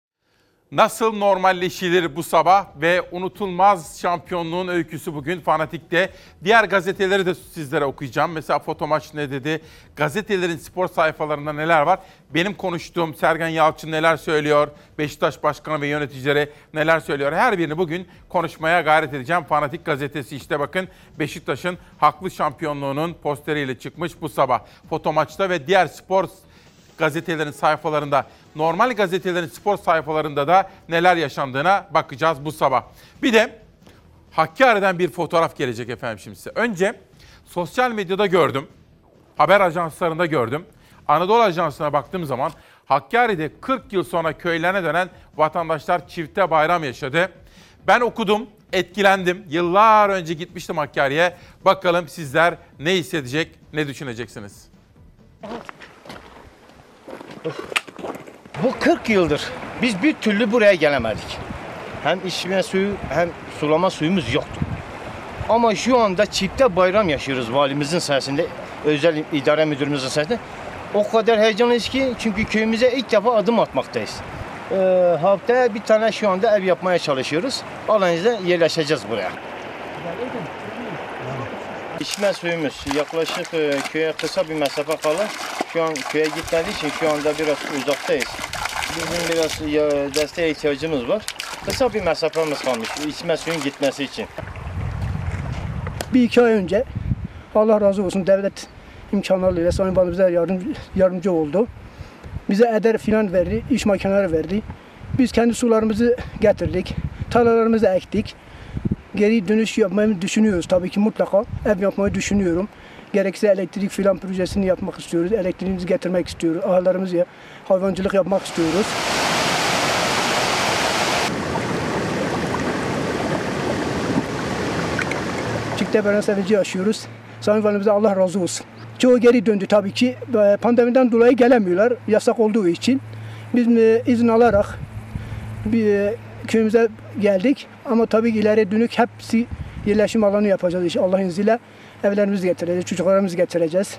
Nasıl normalleşilir bu sabah ve unutulmaz şampiyonluğun öyküsü bugün Fanatik'te. Diğer gazeteleri de sizlere okuyacağım. Mesela Fotomaç ne dedi? Gazetelerin spor sayfalarında neler var? Benim konuştuğum Sergen Yalçın neler söylüyor? Beşiktaş Başkanı ve yöneticileri neler söylüyor? Her birini bugün konuşmaya gayret edeceğim. Fanatik gazetesi işte bakın Beşiktaş'ın haklı şampiyonluğunun posteriyle çıkmış bu sabah. Fotomaç'ta ve diğer spor gazetelerin sayfalarında, normal gazetelerin spor sayfalarında da neler yaşandığına bakacağız bu sabah. Bir de Hakkari'den bir fotoğraf gelecek efendim şimdi size. Önce sosyal medyada gördüm, haber ajanslarında gördüm. Anadolu Ajansı'na baktığım zaman Hakkari'de kırk yıl sonra köylerine dönen vatandaşlar çifte bayram yaşadı. Ben okudum, etkilendim. Yıllar önce gitmiştim Hakkari'ye. Bakalım sizler ne hissedecek, ne düşüneceksiniz? Bu kırk yıldır biz bir türlü buraya gelemedik. Hem içme suyu hem sulama suyumuz yoktu. Ama şu anda çifte bayram yaşıyoruz valimizin sayesinde, özel idare müdürümüzün sayesinde. O kadar heyecanlıyız ki çünkü köyümüze ilk defa adım atmaktayız. Ee, haftaya bir tane şu anda ev yapmaya çalışıyoruz. Alanımızda yerleşeceğiz buraya. İçme suyumuz yaklaşık e, köye kısa bir mesafe kalır. Şu an köye gitmediği için şu anda biraz uzaktayız. Bizim biraz ya, desteğe ihtiyacımız var. Kısa bir mesafemiz kalmış içme suyun gitmesi için. Bir iki ay önce Allah razı olsun devlet imkanlarıyla Sayın Valim bize yardım, yardımcı oldu. Bize eder filan verdi, iş makineleri verdi. Biz kendi sularımızı getirdik, tarlalarımızı ektik. Geri dönüş yapmayı düşünüyoruz tabii ki mutlaka. Ev yapmayı düşünüyorum. Gerekirse elektrik filan projesini yapmak istiyoruz. Elektriğimizi getirmek istiyoruz. Ahırlarımızı, hayvancılık yapmak istiyoruz. Çifte bayram sevinci yaşıyoruz. Sayın Valimize Allah razı olsun. Çoğu geri döndü tabii ki. Pandemiden dolayı gelemiyorlar. Yasak olduğu için. Biz izin alarak bir köyümüze geldik. Ama tabii ki ileriye dönük hepsi yerleşim alanı yapacağız işte Allah'ın izniyle. Evlerimizi getireceğiz, çocuklarımızı getireceğiz.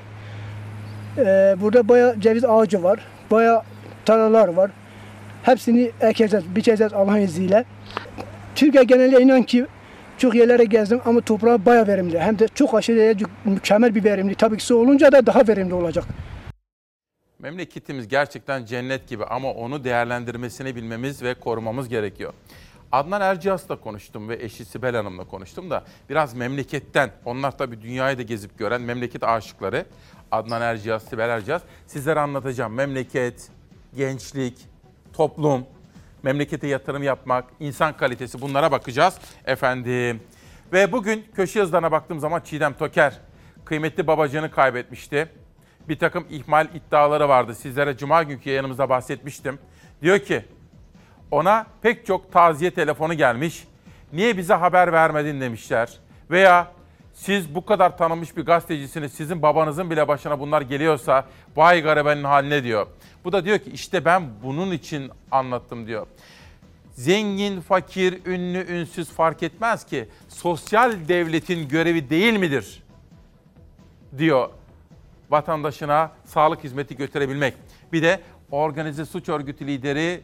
Ee, burada bayağı ceviz ağacı var. Bayağı tarlalar var. Hepsini ekeceğiz, biçeceğiz Allah'ın izniyle. Türkiye genelinde inan ki çok yerlere gezdim ama toprağı bayağı verimli. Hem de çok aşırı mükemmel bir verimli. Tabii ki su olunca da daha verimli olacak. Memleketimiz gerçekten cennet gibi ama onu değerlendirmesini bilmemiz ve korumamız gerekiyor. Adnan Erciyes'le konuştum ve eşi Sibel Hanım'la konuştum da biraz memleketten, onlar tabii dünyayı da gezip gören memleket aşıkları. Adnan Erciyes, Sibel Erciyes sizlere anlatacağım. Memleket, gençlik, toplum, memlekete yatırım yapmak, insan kalitesi bunlara bakacağız efendim. Ve bugün köşe yazılarına baktığım zaman Çiğdem Toker kıymetli babacığını kaybetmişti. Bir takım ihmal iddiaları vardı. Sizlere Cuma günkü yayınımızda bahsetmiştim. Diyor ki ona pek çok taziye telefonu gelmiş. Niye bize haber vermedin demişler. Veya siz bu kadar tanınmış bir gazetecisiniz. Sizin babanızın bile başına bunlar geliyorsa vay garibenin haline diyor. Bu da diyor ki işte ben bunun için anlattım diyor. Zengin, fakir, ünlü, ünsüz fark etmez ki. Sosyal devletin görevi değil midir? Diyor. Vatandaşına sağlık hizmeti götürebilmek. Bir de organize suç örgütü lideri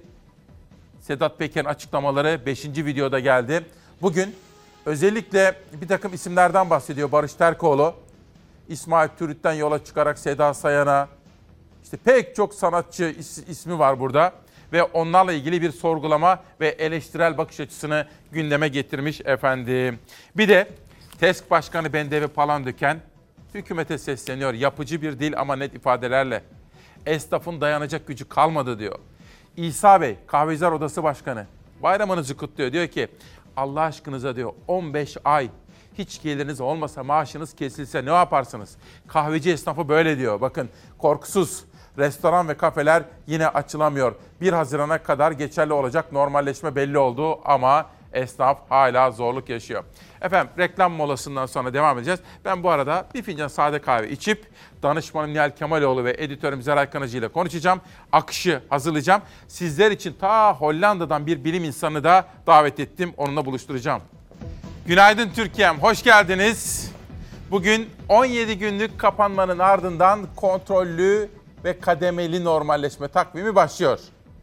Sedat Peker'in açıklamaları beşinci videoda geldi. Bugün özellikle bir takım isimlerden bahsediyor Barış Terkoğlu. İsmail Türüt'ten yola çıkarak Seda Sayan'a, işte pek çok sanatçı is- ismi var burada. Ve onlarla ilgili bir sorgulama ve eleştirel bakış açısını gündeme getirmiş efendim. Bir de TESK Başkanı Bendevi Palandöken hükümete sesleniyor. Yapıcı bir dil ama net ifadelerle. Esnafın dayanacak gücü kalmadı diyor. İsa Bey, Kahveciler Odası Başkanı, bayramınızı kutluyor. Diyor ki Allah aşkınıza diyor on beş ay hiç geliriniz olmasa, maaşınız kesilse ne yaparsınız? Kahveci esnafı böyle diyor. Bakın korkusuz. Restoran ve kafeler yine açılamıyor. bir Haziran'a kadar geçerli olacak normalleşme belli oldu ama esnaf hala zorluk yaşıyor. Efendim reklam molasından sonra devam edeceğiz. Ben bu arada bir fincan sade kahve içip danışmanım Nihal Kemaloğlu ve editörüm Zeray Kanıcı ile konuşacağım. Akışı hazırlayacağım. Sizler için ta Hollanda'dan bir bilim insanı da davet ettim. Onunla buluşturacağım. Günaydın Türkiye'm, hoş geldiniz. Bugün on yedi günlük kapanmanın ardından kontrollü ve kademeli normalleşme takvimi başlıyor.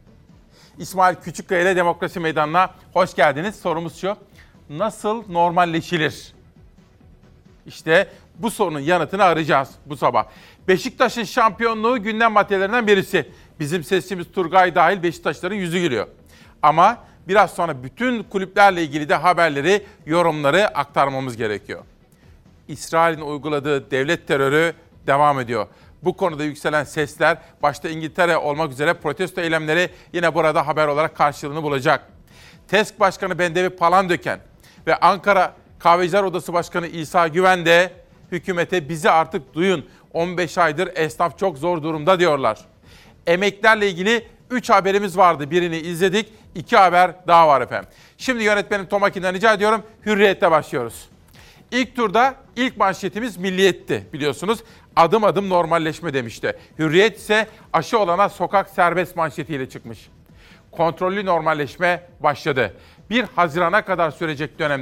İsmail Küçükkaya ile Demokrasi Meydanı'na hoş geldiniz. Sorumuz şu, nasıl normalleşilir? İşte bu sorunun yanıtını arayacağız bu sabah. Beşiktaş'ın şampiyonluğu gündem maddelerinden birisi. Bizim sesimiz Turgay dahil Beşiktaşların yüzü gülüyor. Ama biraz sonra bütün kulüplerle ilgili de haberleri, yorumları aktarmamız gerekiyor. İsrail'in uyguladığı devlet terörü devam ediyor. Bu konuda yükselen sesler, başta İngiltere olmak üzere protesto eylemleri yine burada haber olarak karşılığını bulacak. TESK Başkanı Bendevi Palandöken ve Ankara Kahveciler Odası Başkanı İsa Güven de hükümete bizi artık duyun, on beş aydır esnaf çok zor durumda diyorlar. Emeklilerle ilgili üç haberimiz vardı, birini izledik, iki haber daha var efendim. Şimdi yönetmenim Tomakin'den rica ediyorum, Hürriyet'te başlıyoruz. İlk turda ilk manşetimiz Milliyet'ti biliyorsunuz. Adım adım normalleşme demişti. Hürriyet ise aşı olana sokak serbest manşetiyle çıkmış. Kontrollü normalleşme başladı. bir Haziran'a kadar sürecek dönemde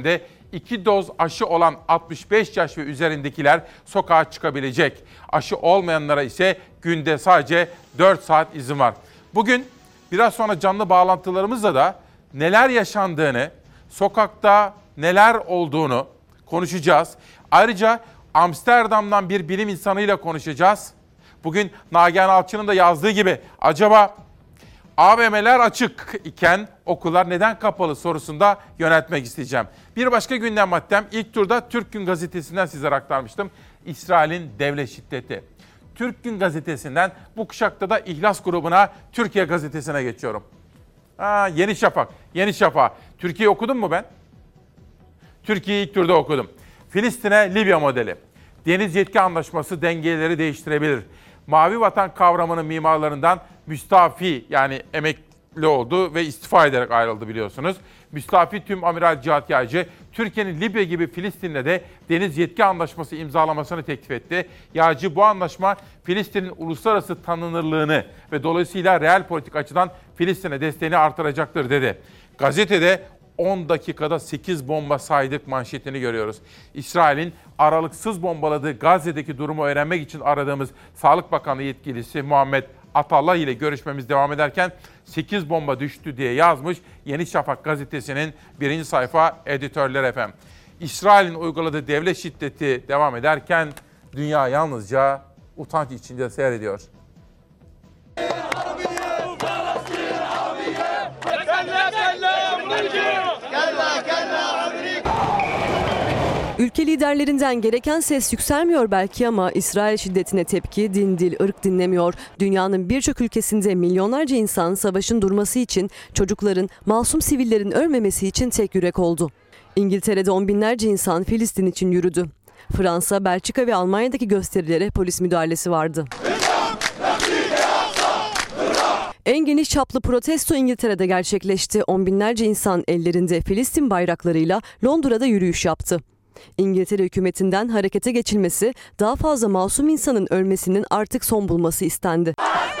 İki doz aşı olan altmış beş yaş ve üzerindekiler sokağa çıkabilecek. Aşı olmayanlara ise günde sadece dört saat izin var. Bugün biraz sonra canlı bağlantılarımızla da neler yaşandığını, sokakta neler olduğunu konuşacağız. Ayrıca Amsterdam'dan bir bilim insanıyla konuşacağız. Bugün Nagihan Alçı'nın da yazdığı gibi acaba A V M'ler açık iken okullar neden kapalı sorusunda yöneltmek isteyeceğim. Bir başka gündem maddem ilk turda Türk Gün Gazetesi'nden sizlere aktarmıştım. İsrail'in devlet şiddeti. Türk Gün Gazetesi'nden bu kuşakta da İhlas grubuna Türkiye Gazetesi'ne geçiyorum. Ha, Yeni Şafak, Yeni Şafak. Türkiye'yi okudum mu ben? Türkiye'yi ilk turda okudum. Filistin'e Libya modeli. Deniz yetki anlaşması dengeleri değiştirebilir. Mavi vatan kavramının mimarlarından Müstafi yani emekli oldu ve istifa ederek ayrıldı biliyorsunuz. Müstafi Tüm Amiral Cihat Yaycı, Türkiye'nin Libya gibi Filistin'le de deniz yetki anlaşması imzalamasını teklif etti. Yaycı bu anlaşma Filistin'in uluslararası tanınırlığını ve dolayısıyla real politik açıdan Filistin'e desteğini artıracaktır dedi. Gazetede on dakikada sekiz bomba saydık manşetini görüyoruz. İsrail'in aralıksız bombaladığı Gazze'deki durumu öğrenmek için aradığımız Sağlık Bakanlığı yetkilisi Muhammed Atallah ile görüşmemiz devam ederken sekiz bomba düştü diye yazmış Yeni Şafak gazetesinin birinci sayfa editörleri efendim. İsrail'in uyguladığı devlet şiddeti devam ederken dünya yalnızca utanç içinde seyrediyor. Ülke liderlerinden gereken ses yükselmiyor belki ama İsrail şiddetine tepki din, dil, ırk dinlemiyor. Dünyanın birçok ülkesinde milyonlarca insan savaşın durması için, çocukların, masum sivillerin ölmemesi için tek yürek oldu. İngiltere'de on binlerce insan Filistin için yürüdü. Fransa, Belçika ve Almanya'daki gösterilere polis müdahalesi vardı. En geniş çaplı protesto İngiltere'de gerçekleşti. On binlerce insan ellerinde Filistin bayraklarıyla Londra'da yürüyüş yaptı. İngiltere hükümetinden harekete geçilmesi, daha fazla masum insanın ölmesinin artık son bulması istendi.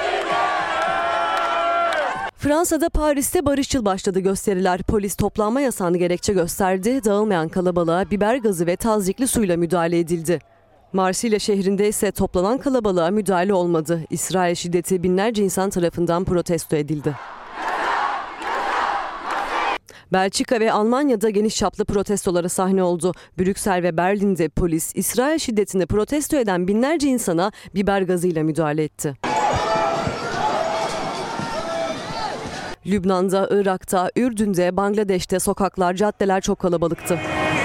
Fransa'da Paris'te barışçıl başladı gösteriler. Polis toplanma yasağını gerekçe gösterdi. Dağılmayan kalabalığa biber gazı ve tazyikli suyla müdahale edildi. Marsilya şehrinde ise toplanan kalabalığa müdahale olmadı. İsrail şiddeti binlerce insan tarafından protesto edildi. Belçika ve Almanya'da geniş çaplı protestolara sahne oldu. Brüksel ve Berlin'de polis İsrail şiddetini protesto eden binlerce insana biber gazıyla müdahale etti. Lübnan'da, Irak'ta, Ürdün'de, Bangladeş'te sokaklar, caddeler çok kalabalıktı.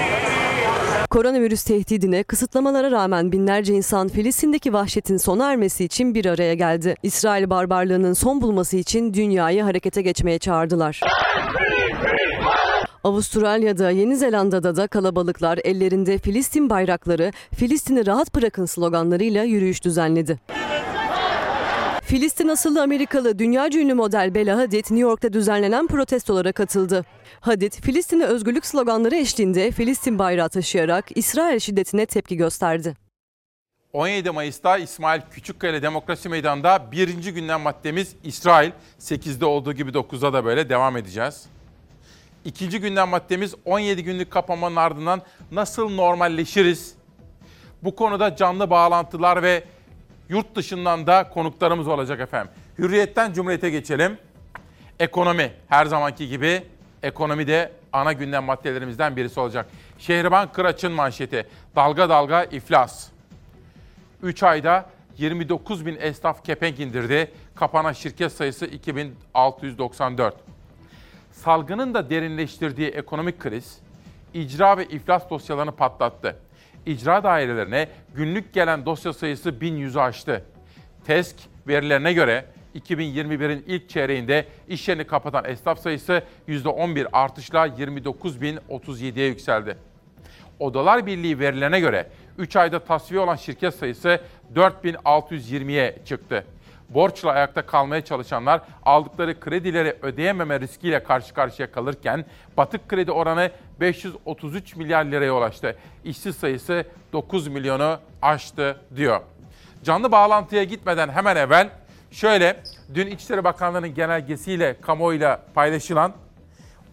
Koronavirüs tehdidine, kısıtlamalara rağmen binlerce insan Filistin'deki vahşetin sona ermesi için bir araya geldi. İsrail barbarlığının son bulması için dünyayı harekete geçmeye çağırdılar. Avustralya'da, Yeni Zelanda'da da kalabalıklar ellerinde Filistin bayrakları, Filistin'i rahat bırakın sloganlarıyla yürüyüş düzenledi. Filistin asıllı Amerikalı dünyaca ünlü model Bella Hadid New York'ta düzenlenen protestolara katıldı. Hadid, Filistin'e özgürlük sloganları eşliğinde Filistin bayrağı taşıyarak İsrail şiddetine tepki gösterdi. on yedi Mayıs'ta İsmail Küçükkaya Demokrasi Meydanı'nda birinci gündem maddemiz İsrail. sekizde olduğu gibi dokuzda da böyle devam edeceğiz. İkinci gündem maddemiz on yedi günlük kapanmanın ardından nasıl normalleşiriz? Bu konuda canlı bağlantılar ve yurt dışından da konuklarımız olacak efendim. Hürriyetten Cumhuriyet'e geçelim. Ekonomi her zamanki gibi ekonomi de ana gündem maddelerimizden birisi olacak. Şehriban Kıraç'ın manşeti dalga dalga iflas. üç ayda yirmi dokuz bin esnaf kepenk indirdi. Kapanan şirket sayısı iki bin altı yüz doksan dört. Salgının da derinleştirdiği ekonomik kriz, icra ve iflas dosyalarını patlattı. İcra dairelerine günlük gelen dosya sayısı bin yüzü aştı. TESK verilerine göre iki bin yirmi birin ilk çeyreğinde iş yerini kapatan esnaf sayısı yüzde on bir artışla yirmi dokuz bin otuz yediye yükseldi. Odalar Birliği verilerine göre üç ayda tasfiye olan şirket sayısı dört bin altı yüz yirmiye çıktı. Borçla ayakta kalmaya çalışanlar aldıkları kredileri ödeyememe riskiyle karşı karşıya kalırken batık kredi oranı beş yüz otuz üç milyar liraya ulaştı. İşsiz sayısı dokuz milyonu aştı diyor. Canlı bağlantıya gitmeden hemen evvel şöyle dün İçişleri Bakanlığı'nın genelgesiyle kamuoyuyla paylaşılan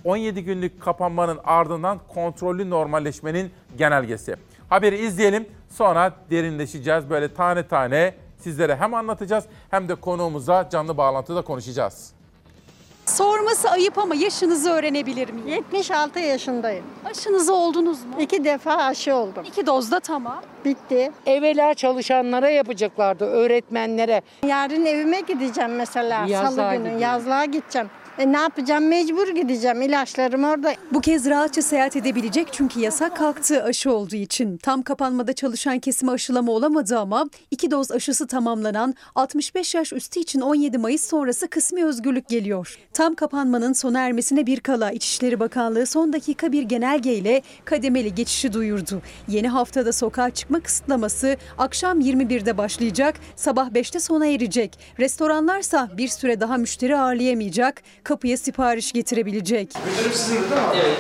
on yedi günlük kapanmanın ardından kontrollü normalleşmenin genelgesi. Haberi izleyelim, sonra derinleşeceğiz. Böyle tane tane sizlere hem anlatacağız hem de konuğumuza canlı bağlantıda konuşacağız. Sorması ayıp ama yaşınızı öğrenebilir miyim? yetmiş altı yaşındayım. Aşınızı oldunuz mu? İki defa aşı oldum. İki dozda tamam. Bitti. Evvela çalışanlara yapacaklardı, öğretmenlere. Yarın evime gideceğim mesela. Yazlığa Salı günü gidiyor. yazlığa gideceğim. E ne yapacağım? Mecbur gideceğim. İlaçlarım orada. Bu kez rahatça seyahat edebilecek çünkü yasak kalktı aşı olduğu için. Tam kapanmada çalışan kesime aşılama olamadı ama iki doz aşısı tamamlanan altmış beş yaş üstü için on yedi Mayıs sonrası kısmi özgürlük geliyor. Tam kapanmanın sona ermesine bir kala İçişleri Bakanlığı son dakika bir genelgeyle kademeli geçişi duyurdu. Yeni haftada sokağa çıkma kısıtlaması akşam yirmi birde başlayacak, sabah beşte sona erecek. Restoranlarsa bir süre daha müşteri ağırlayamayacak, kapıya sipariş getirebilecek. Müdürüm sizin değil mi? Evet.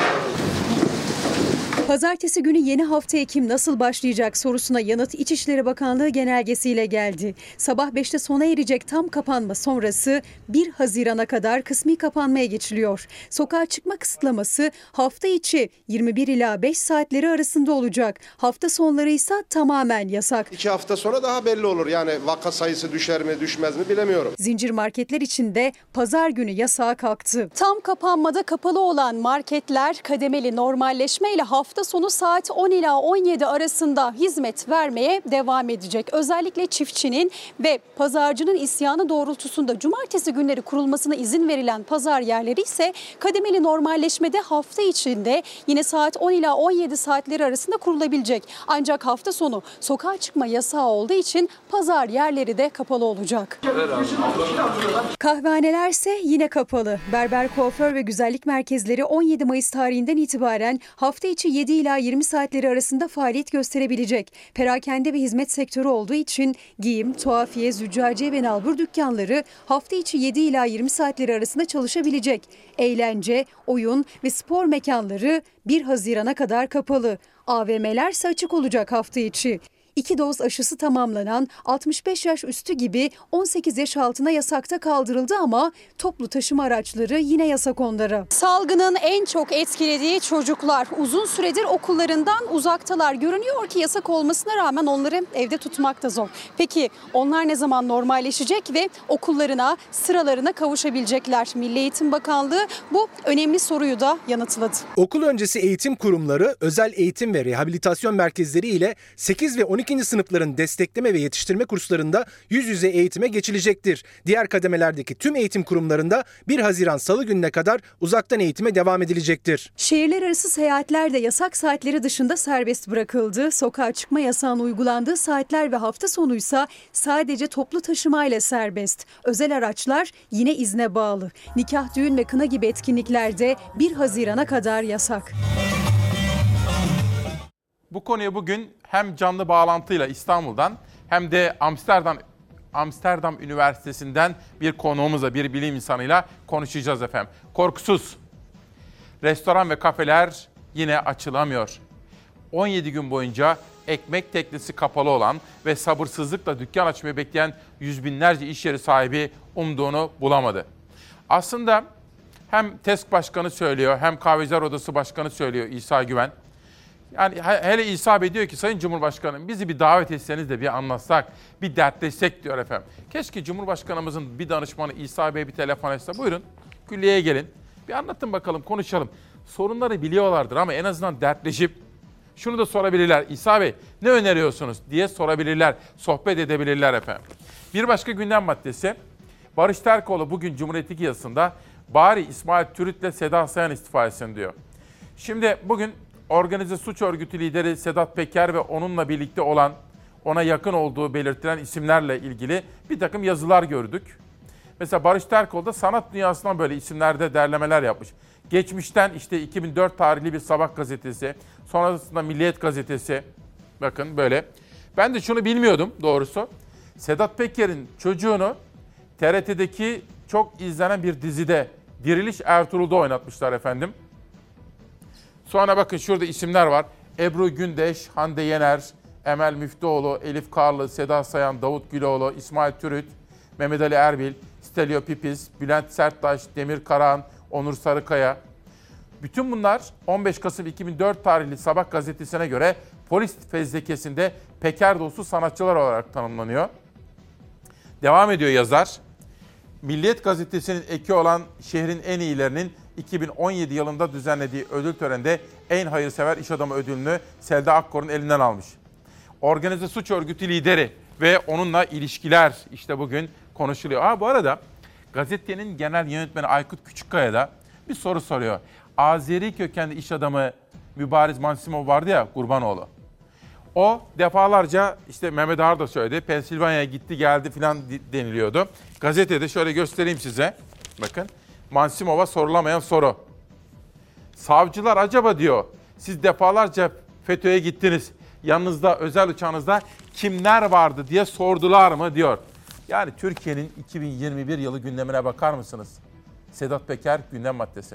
Pazartesi günü yeni haftaya kim nasıl başlayacak sorusuna yanıt İçişleri Bakanlığı genelgesiyle geldi. Sabah beşte sona erecek tam kapanma sonrası bir Haziran'a kadar kısmi kapanmaya geçiliyor. Sokağa çıkma kısıtlaması hafta içi yirmi bir ila beş saatleri arasında olacak. Hafta sonları ise tamamen yasak. İki hafta sonra daha belli olur. Yani vaka sayısı düşer mi düşmez mi bilemiyorum. Zincir marketler için de pazar günü yasağa kalktı. Tam kapanmada kapalı olan marketler kademeli normalleşmeyle hafta sonu saat on ila on yedi arasında hizmet vermeye devam edecek. Özellikle çiftçinin ve pazarcının isyanı doğrultusunda cumartesi günleri kurulmasına izin verilen pazar yerleri ise kademeli normalleşmede hafta içinde yine saat on ila on yedi saatleri arasında kurulabilecek. Ancak hafta sonu sokağa çıkma yasağı olduğu için pazar yerleri de kapalı olacak. Kahvehanelerse yine kapalı. Berber, kuaför ve güzellik merkezleri on yedi Mayıs tarihinden itibaren hafta içi yedi ila yirmi saatleri arasında faaliyet gösterebilecek. Perakende ve hizmet sektörü olduğu için giyim, tuhafiye, züccaciye ve nalbur dükkanları hafta içi yedi ila yirmi saatleri arasında çalışabilecek. Eğlence, oyun ve spor mekanları bir Haziran'a kadar kapalı. A V M'ler ise açık olacak hafta içi. İki doz aşısı tamamlanan altmış beş yaş üstü gibi on sekiz yaş altına yasakta kaldırıldı ama toplu taşıma araçları yine yasak onlara. Salgının en çok etkilediği çocuklar uzun süredir okullarından uzaktalar. Görünüyor ki yasak olmasına rağmen onları evde tutmak da zor. Peki onlar ne zaman normalleşecek ve okullarına, sıralarına kavuşabilecekler? Milli Eğitim Bakanlığı bu önemli soruyu da yanıtladı. Okul öncesi eğitim kurumları, özel eğitim ve rehabilitasyon merkezleri ile sekiz ve on ikinci sınıfların destekleme ve yetiştirme kurslarında yüz yüze eğitime geçilecektir. Diğer kademelerdeki tüm eğitim kurumlarında bir Haziran Salı gününe kadar uzaktan eğitime devam edilecektir. Şehirler arası seyahatler de yasak saatleri dışında serbest bırakıldı. Sokağa çıkma yasağının uygulandığı saatler ve hafta sonuysa sadece toplu taşımayla serbest. Özel araçlar yine izne bağlı. Nikah, düğün ve kına gibi etkinliklerde bir Haziran'a kadar yasak. Bu konuya bugün hem canlı bağlantıyla İstanbul'dan hem de Amsterdam Amsterdam Üniversitesi'nden bir konuğumuzla, bir bilim insanıyla konuşacağız efendim. Korkusuz. Restoran ve kafeler yine açılamıyor. on yedi gün boyunca ekmek teknesi kapalı olan ve sabırsızlıkla dükkan açmayı bekleyen yüz binlerce iş yeri sahibi umduğunu bulamadı. Aslında hem TESK Başkanı söylüyor hem Kahveciler Odası Başkanı söylüyor İsa Güven. Yani hele İsa Bey diyor ki Sayın Cumhurbaşkanım bizi bir davet etseniz de bir anlatsak, bir dertleşsek diyor efendim. Keşke Cumhurbaşkanımızın bir danışmanı İsa Bey bir telefon etse. Buyurun külliyeye gelin. Bir anlatın bakalım, konuşalım. Sorunları biliyorlardır ama en azından dertleşip şunu da sorabilirler. İsa Bey ne öneriyorsunuz diye sorabilirler, sohbet edebilirler efendim. Bir başka gündem maddesi. Barış Terkoğlu bugün Cumhuriyet iki yazısında bari İsmail Türüt'le Seda Sayan istifa etsin diyor. Şimdi bugün organize suç örgütü lideri Sedat Peker ve onunla birlikte olan, ona yakın olduğu belirtilen isimlerle ilgili bir takım yazılar gördük. Mesela Barış Terkoğlu da sanat dünyasından böyle isimlerde derlemeler yapmış. Geçmişten işte iki bin dört tarihli bir Sabah gazetesi, sonrasında Milliyet gazetesi. Bakın böyle. Ben de şunu bilmiyordum doğrusu. Sedat Peker'in çocuğunu T R T'deki çok izlenen bir dizide Diriliş Ertuğrul'da oynatmışlar efendim. Sonra bakın şurada isimler var. Ebru Gündeş, Hande Yener, Emel Müftüoğlu, Elif Karlı, Seda Sayan, Davut Güloğlu, İsmail Türüt, Mehmet Ali Erbil, Stelio Pipis, Bülent Serttaş, Demir Karahan, Onur Sarıkaya. Bütün bunlar on beş Kasım iki bin dört tarihli Sabah gazetesine göre polis fezlekesinde Peker dostu sanatçılar olarak tanımlanıyor. Devam ediyor yazar. Milliyet gazetesinin eki olan şehrin en iyilerinin iki bin on yedi yılında düzenlediği ödül töreninde en hayırsever iş adamı ödülünü Selda Akkor'un elinden almış. Organize suç örgütü lideri ve onunla ilişkiler işte bugün konuşuluyor. Aa, bu arada gazetenin genel yönetmeni Aykut Küçükkaya da bir soru soruyor. Azeri kökenli iş adamı Mübariz Mansimov vardı ya, Kurbanoğlu. O defalarca işte Mehmet Ağar da söyledi. Pensilvanya'ya gitti geldi filan deniliyordu. Gazetede şöyle göstereyim size. Bakın, Mansimov'a sorulamayan soru. Savcılar acaba diyor, siz defalarca FETÖ'ye gittiniz. Yanınızda, özel uçağınızda kimler vardı diye sordular mı diyor. Yani Türkiye'nin iki bin yirmi bir yılı gündemine bakar mısınız? Sedat Peker gündem maddesi.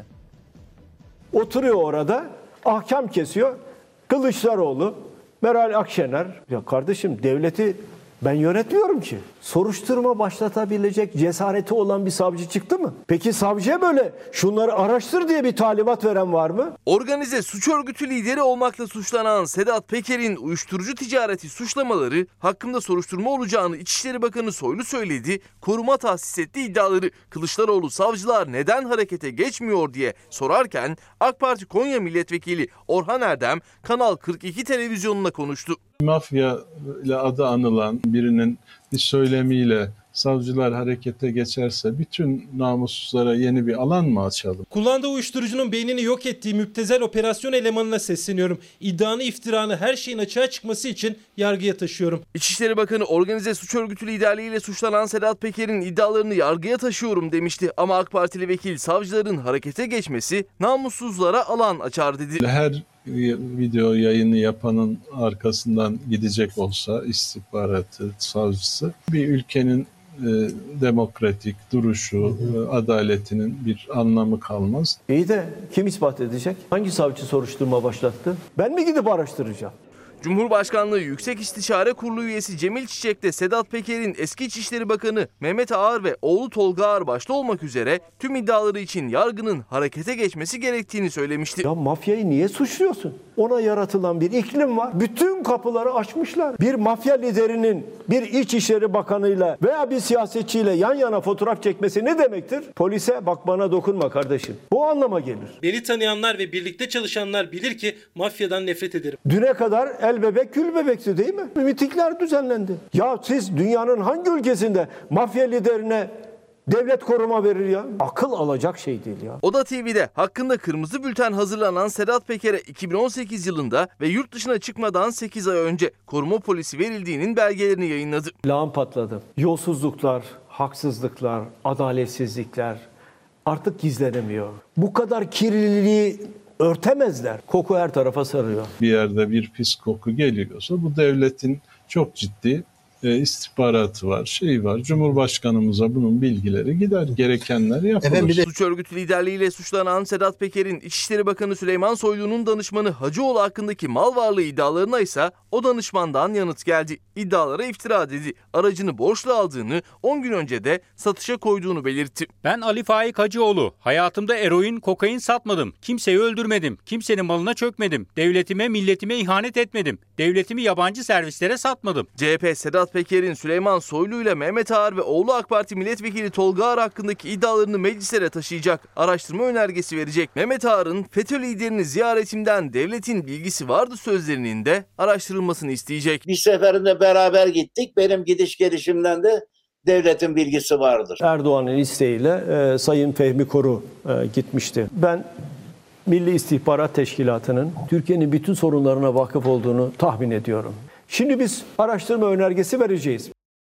Oturuyor orada, ahkam kesiyor. Kılıçdaroğlu, Meral Akşener. Ya kardeşim, devleti ben yönetmiyorum ki. Soruşturma başlatabilecek cesareti olan bir savcı çıktı mı? Peki savcıya böyle şunları araştır diye bir talimat veren var mı? Organize suç örgütü lideri olmakla suçlanan Sedat Peker'in uyuşturucu ticareti suçlamaları, hakkında soruşturma olacağını İçişleri Bakanı Soylu söyledi, koruma tahsis etti iddiaları. Kılıçdaroğlu savcılar neden harekete geçmiyor diye sorarken AK Parti Konya Milletvekili Orhan Erdem Kanal kırk iki televizyonuna konuştu. Mafya ile adı anılan birinin bir söylemiyle savcılar harekete geçerse bütün namussuzlara yeni bir alan mı açalım? Kullandığı uyuşturucunun beynini yok ettiği müptezel operasyon elemanına sesleniyorum. İddianı, iftiranı, her şeyin açığa çıkması için yargıya taşıyorum. İçişleri Bakanı organize suç örgütü liderliğiyle suçlanan Sedat Peker'in iddialarını yargıya taşıyorum demişti. Ama AK Partili vekil savcıların harekete geçmesi namussuzlara alan açar dedi. Her video yayını yapanın arkasından gidecek olsa istihbaratı, savcısı, bir ülkenin e, demokratik duruşu, e, adaletinin bir anlamı kalmaz. İyi de kim ispat edecek? Hangi savcı soruşturma başlattı? Ben mi gidip araştıracağım? Cumhurbaşkanlığı Yüksek İstişare Kurulu üyesi Cemil Çiçek de Sedat Peker'in eski İçişleri Bakanı Mehmet Ağar ve oğlu Tolga Ağar başta olmak üzere tüm iddiaları için yargının harekete geçmesi gerektiğini söylemişti. Ya mafyayı niye suçluyorsun? Ona yaratılan bir iklim var. Bütün kapıları açmışlar. Bir mafya liderinin bir İçişleri Bakanı'yla veya bir siyasetçiyle yan yana fotoğraf çekmesi ne demektir? Polise bak bana dokunma kardeşim. Bu anlama gelir. Beni tanıyanlar ve birlikte çalışanlar bilir ki mafyadan nefret ederim. Düne kadar el bebek gül bebekti değil mi? Mitingler düzenlendi. Ya siz dünyanın hangi ülkesinde mafya liderine devlet koruma verir ya? Akıl alacak şey değil ya. Oda T V'de hakkında kırmızı bülten hazırlanan Sedat Peker'e iki bin on sekiz yılında ve yurt dışına çıkmadan sekiz ay önce koruma polisi verildiğinin belgelerini yayınladı. Lağım patladı. Yolsuzluklar, haksızlıklar, adaletsizlikler artık gizlenemiyor. Bu kadar kirliliği örtemezler. Koku her tarafa sarıyor. Bir yerde bir pis koku geliyorsa bu devletin çok ciddi e, istihbaratı var, şey var. Cumhurbaşkanımıza bunun bilgileri gider, gerekenler yapılır. De... Suç örgütü liderliğiyle suçlanan Sedat Peker'in İçişleri Bakanı Süleyman Soylu'nun danışmanı Hacıoğlu hakkındaki mal varlığı iddialarına ise o danışmandan yanıt geldi. İddialara iftira dedi. Aracını borçlu aldığını, on gün önce de satışa koyduğunu belirtti. Ben Ali Faik Hacıoğlu. Hayatımda eroin, kokain satmadım. Kimseyi öldürmedim. Kimsenin malına çökmedim. Devletime, milletime ihanet etmedim. Devletimi yabancı servislere satmadım. C H P Sedat Peker'in Süleyman Soylu ile Mehmet Ağar ve oğlu AK Parti milletvekili Tolga Ağar hakkındaki iddialarını meclislere taşıyacak. Araştırma önergesi verecek. Mehmet Ağar'ın FETÖ liderini ziyaretimden devletin bilgisi vardı sözlerinin de araştırılmasını isteyecek. Bir seferinde beraber gittik. Benim gidiş gelişimden de devletin bilgisi vardır. Erdoğan'ın isteğiyle e, Sayın Fehmi Koru e, gitmişti. Ben Milli İstihbarat Teşkilatı'nın Türkiye'nin bütün sorunlarına vakıf olduğunu tahmin ediyorum. Şimdi biz araştırma önergesi vereceğiz.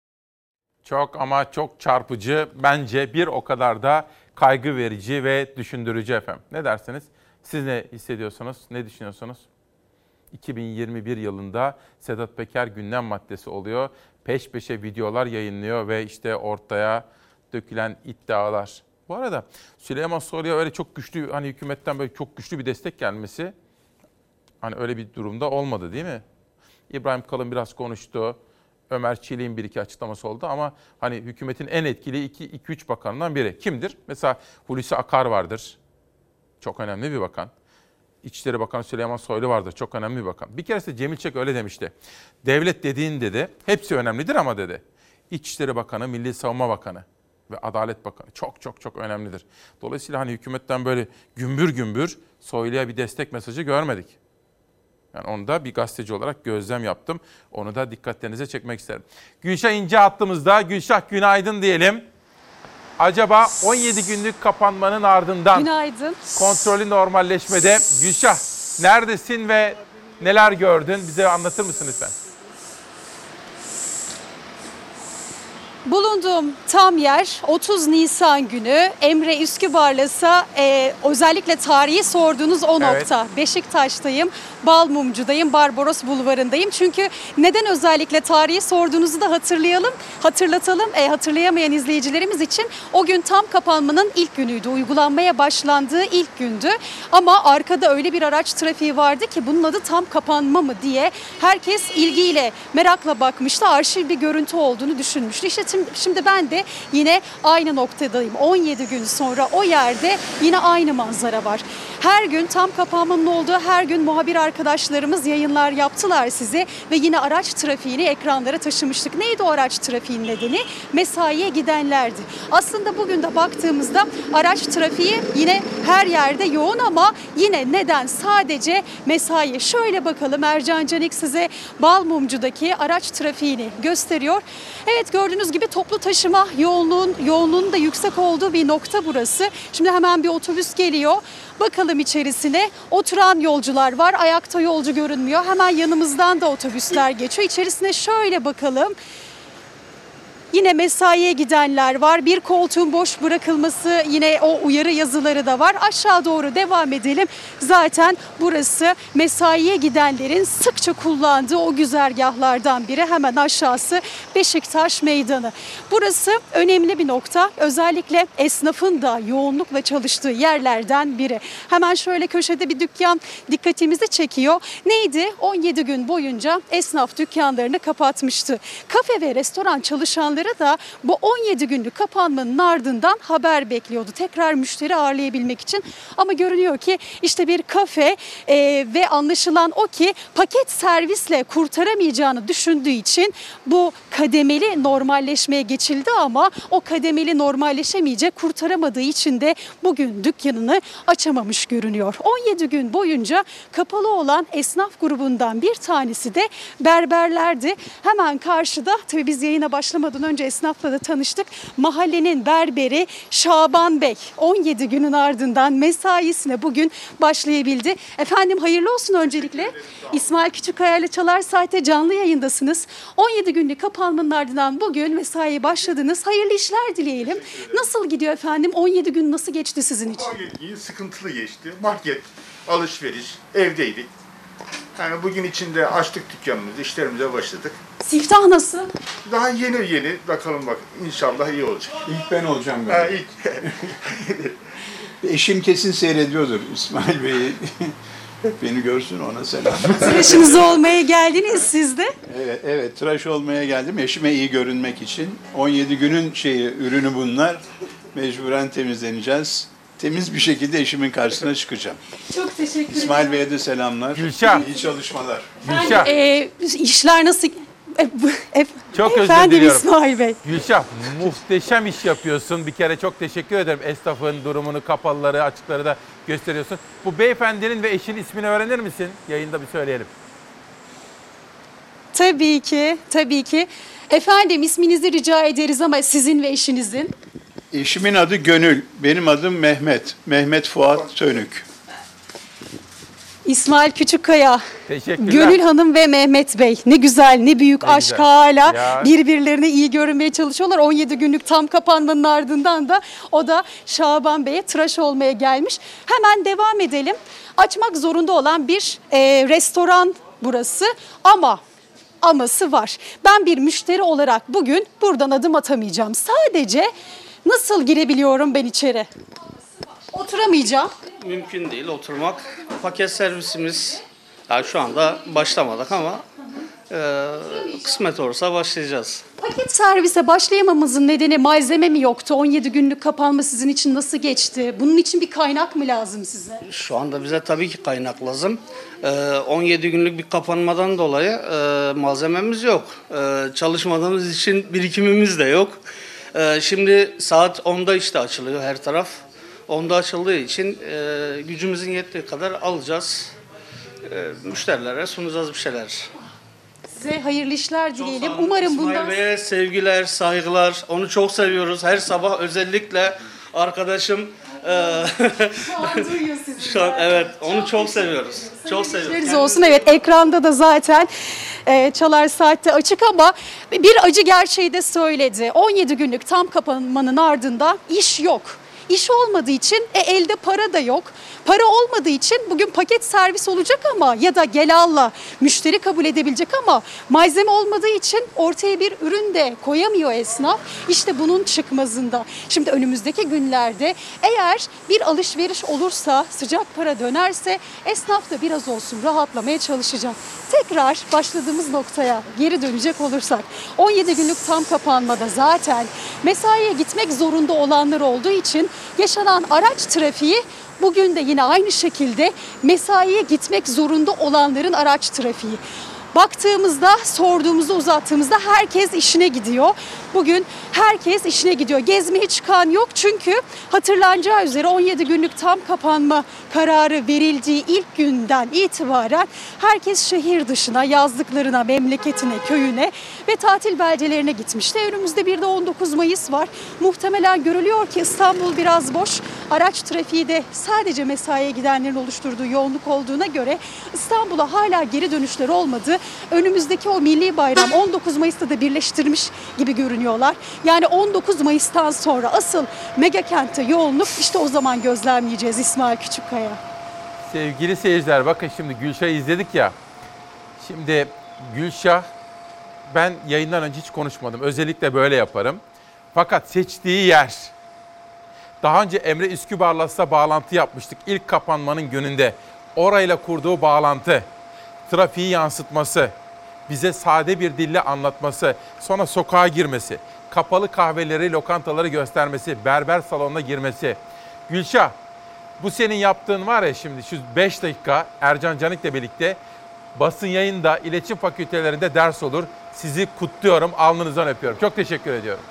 Çok ama çok çarpıcı, bence bir o kadar da kaygı verici ve düşündürücü efendim. Ne dersiniz? Siz ne hissediyorsunuz? Ne düşünüyorsunuz? iki bin yirmi bir yılında Sedat Peker gündem maddesi oluyor. Peş peşe videolar yayınlıyor ve işte ortaya dökülen iddialar. Bu arada Süleyman Soylu'ya öyle çok güçlü, hani hükümetten böyle çok güçlü bir destek gelmesi, hani öyle bir durumda olmadı değil mi? İbrahim Kalın biraz konuştu. Ömer Çelik'in bir iki açıklaması oldu ama hani hükümetin en etkili iki üç bakanından biri. Kimdir? Mesela Hulusi Akar vardır. Çok önemli bir bakan. İçişleri Bakanı Süleyman Soylu vardı. Çok önemli bir bakan. Bir keresinde Cemil Çek öyle demişti. Devlet dediğin dedi, hepsi önemlidir ama dedi. İçişleri Bakanı, Milli Savunma Bakanı ve Adalet Bakanı çok çok çok önemlidir. Dolayısıyla hani hükümetten böyle gümbür gümbür Soylu'ya bir destek mesajı görmedik. Yani onu da bir gazeteci olarak gözlem yaptım. Onu da dikkatlerinize çekmek isterim. Gülşah İnce hattımızda. Gülşah günaydın diyelim. Acaba on yedi günlük kapanmanın ardından günaydın. Kontrollü normalleşmede Gülşah neredesin ve neler gördün? Bize anlatır mısın lütfen? Bulunduğum tam yer otuz Nisan günü. Emre Üskübar'lasa e, özellikle tarihi sorduğunuz o Evet. nokta. Beşiktaş'tayım, Balmumcu'dayım, Barbaros Bulvarı'ndayım. Çünkü neden özellikle tarihi sorduğunuzu da hatırlayalım, hatırlatalım. E, hatırlayamayan izleyicilerimiz için o gün tam kapanmanın ilk günüydü. Uygulanmaya başlandığı ilk gündü. Ama arkada öyle bir araç trafiği vardı ki bunun adı tam kapanma mı diye herkes ilgiyle, merakla bakmıştı. Arşiv bir görüntü olduğunu düşünmüştü. İşte şimdi ben de yine aynı noktadayım. on yedi gün sonra o yerde yine aynı manzara var. Her gün tam kapanmanın olduğu her gün muhabir arkadaşlarımız yayınlar yaptılar size ve yine araç trafiğini ekranlara taşımıştık. Neydi o araç trafiğinin nedeni? Mesaiye gidenlerdi. Aslında bugün de baktığımızda araç trafiği yine her yerde yoğun ama yine neden? Sadece mesai. Şöyle bakalım, Ercan Canik size Balmumcu'daki araç trafiğini gösteriyor. Evet, gördüğünüz gibi toplu taşıma yoğunluğun yoğunluğunun da yüksek olduğu bir nokta burası. Şimdi hemen bir otobüs geliyor. Bakalım içerisine. Oturan yolcular var. Ayakta yolcu görünmüyor. Hemen yanımızdan da otobüsler geçiyor. İçerisine şöyle bakalım. Yine mesaiye gidenler var. Bir koltuğun boş bırakılması, yine o uyarı yazıları da var. Aşağı doğru devam edelim. Zaten burası mesaiye gidenlerin sıkça kullandığı o güzergahlardan biri. Hemen aşağısı Beşiktaş Meydanı. Burası önemli bir nokta. Özellikle esnafın da yoğunlukla çalıştığı yerlerden biri. Hemen şöyle köşede bir dükkan dikkatimizi çekiyor. Neydi? on yedi gün boyunca esnaf dükkanlarını kapatmıştı. Kafe ve restoran çalışanları da bu on yedi günlük kapanmanın ardından haber bekliyordu. Tekrar müşteri ağırlayabilmek için. Ama görünüyor ki işte bir kafe e, ve anlaşılan o ki paket servisle kurtaramayacağını düşündüğü için bu kademeli normalleşmeye geçildi ama o kademeli normalleşemeyecek, kurtaramadığı için de bugün dükkanını açamamış görünüyor. on yedi gün boyunca kapalı olan esnaf grubundan bir tanesi de berberlerdi. Hemen karşıda, tabii biz yayına başlamadan önce esnafla da tanıştık. Mahallenin berberi Şaban Bey on yedi günün ardından mesaisine bugün başlayabildi. Efendim hayırlı olsun öncelikle. İsmail Küçükkaya ile Çalar Saat'te canlı yayındasınız. on yedi günlük kapanmanın ardından bugün mesaiye başladınız. Hayırlı işler dileyelim. Nasıl gidiyor efendim? on yedi gün nasıl geçti sizin için? on yedi gün sıkıntılı geçti. Market, alışveriş, evdeydik. Yani bugün içinde açtık dükkanımızı, işlerimize başladık. Siftah nasıl? Daha yeni yeni, bakalım bak inşallah iyi olacak. İlk ben olacağım Ha, galiba. ilk. Eşim kesin seyrediyordur İsmail Bey'i. Beni görsün, ona selam. Tıraşınız olmaya geldiniz siz de. Evet, evet, tıraş olmaya geldim. Eşime iyi görünmek için. on yedi günün şeyi, ürünü bunlar. Mecburen temizleneceğiz. Temiz bir şekilde eşimin karşısına çıkacağım. Çok teşekkür ederim. İsmail Bey'e de selamlar. Gülşah. İyi çalışmalar. Gülşah. Ee, işler nasıl? E, bu- e, Çok özür Efendim diliyorum. İsmail Bey. Gülşah, muhteşem iş yapıyorsun. Bir kere çok teşekkür ederim. Esnafın durumunu, kapalıları, açıkları da gösteriyorsun. Bu beyefendinin ve eşinin ismini öğrenir misin? Yayında bir söyleyelim. Tabii ki, tabii ki. Efendim isminizi rica ederiz ama sizin ve eşinizin. Eşimin adı Gönül. Benim adım Mehmet. Mehmet Fuat Sönük. İsmail Küçükkaya, Teşekkürler. Gönül Hanım ve Mehmet Bey. Ne güzel, ne büyük Ne aşk güzel. hala Ya. birbirlerine iyi görünmeye çalışıyorlar. on yedi günlük tam kapanmanın ardından da o da Şaban Bey'e tıraş olmaya gelmiş. Hemen devam edelim. Açmak zorunda olan bir e, restoran burası ama aması var. Ben bir müşteri olarak bugün buradan adım atamayacağım. Sadece nasıl girebiliyorum ben içeri? Oturamayacağım. Mümkün değil oturmak. Paket servisimiz yani şu anda başlamadık ama Ee, kısmet olursa başlayacağız. Paket servise başlayamamızın nedeni malzeme mi yoktu? on yedi günlük kapanma sizin için nasıl geçti? Bunun için bir kaynak mı lazım size? Şu anda bize tabii ki kaynak lazım. Ee, on yedi günlük bir kapanmadan dolayı e, malzememiz yok. E, çalışmadığımız için birikimimiz de yok. E, şimdi saat onda işte açılıyor her taraf. onda açıldığı için e, gücümüzün yettiği kadar alacağız. E, müşterilere sunacağız bir şeyler. Size hayırlı işler dileyelim. Umarım İsmail bundan... Bey'e sevgiler, saygılar. Onu çok seviyoruz. Her sabah özellikle arkadaşım e, Şu an duyuyor sizi. Şu an, evet, onu çok seviyoruz. Çok seviyoruz. İşleriniz olsun. Evet, ekranda da zaten e, Çalar Saat'te açık ama bir acı gerçeği de söyledi. on yedi günlük tam kapanmanın ardından iş yok. İş olmadığı için e, elde para da yok. Para olmadığı için bugün paket servis olacak ama ya da gel alla müşteri kabul edebilecek ama malzeme olmadığı için ortaya bir ürün de koyamıyor esnaf. İşte bunun çıkmazında. Şimdi önümüzdeki günlerde eğer bir alışveriş olursa, sıcak para dönerse esnaf da biraz olsun rahatlamaya çalışacak. Tekrar başladığımız noktaya geri dönecek olursak on yedi günlük tam kapanmada zaten mesaiye gitmek zorunda olanlar olduğu için yaşanan araç trafiği bugün de yine aynı şekilde mesaiye gitmek zorunda olanların araç trafiği. Baktığımızda, sorduğumuzda, uzattığımızda herkes işine gidiyor. Bugün herkes işine gidiyor. Gezmeye çıkan yok çünkü hatırlanacağı üzere on yedi günlük tam kapanma kararı verildiği ilk günden itibaren herkes şehir dışına, yazlıklarına, memleketine, köyüne ve tatil beldelerine gitmişti. Önümüzde bir de on dokuz Mayıs var. Muhtemelen görülüyor ki İstanbul biraz boş. Araç trafiği de sadece mesaiye gidenlerin oluşturduğu yoğunluk olduğuna göre İstanbul'a hala geri dönüşler olmadı. Önümüzdeki o milli bayram on dokuz Mayıs'ta da birleştirmiş gibi görünüyorlar. Yani on dokuz Mayıs'tan sonra asıl mega kentte yoğunluk işte o zaman gözlemleyeceğiz İsmail Küçükkaya. Sevgili seyirciler, bakın şimdi Gülşah'ı izledik ya. Şimdi Gülşah, ben yayından önce hiç konuşmadım. Özellikle böyle yaparım. Fakat seçtiği yer. Daha önce Emre Üskübar'la bağlantı yapmıştık ilk kapanmanın gününde. Orayla kurduğu bağlantı, trafiği yansıtması, bize sade bir dille anlatması, sonra sokağa girmesi, kapalı kahveleri, lokantaları göstermesi, berber salonuna girmesi. Gülşah, bu senin yaptığın var ya şimdi şu beş dakika Ercan Canik'le birlikte basın yayında, iletişim fakültelerinde ders olur. Sizi kutluyorum, alnınızdan öpüyorum. Çok teşekkür ediyorum.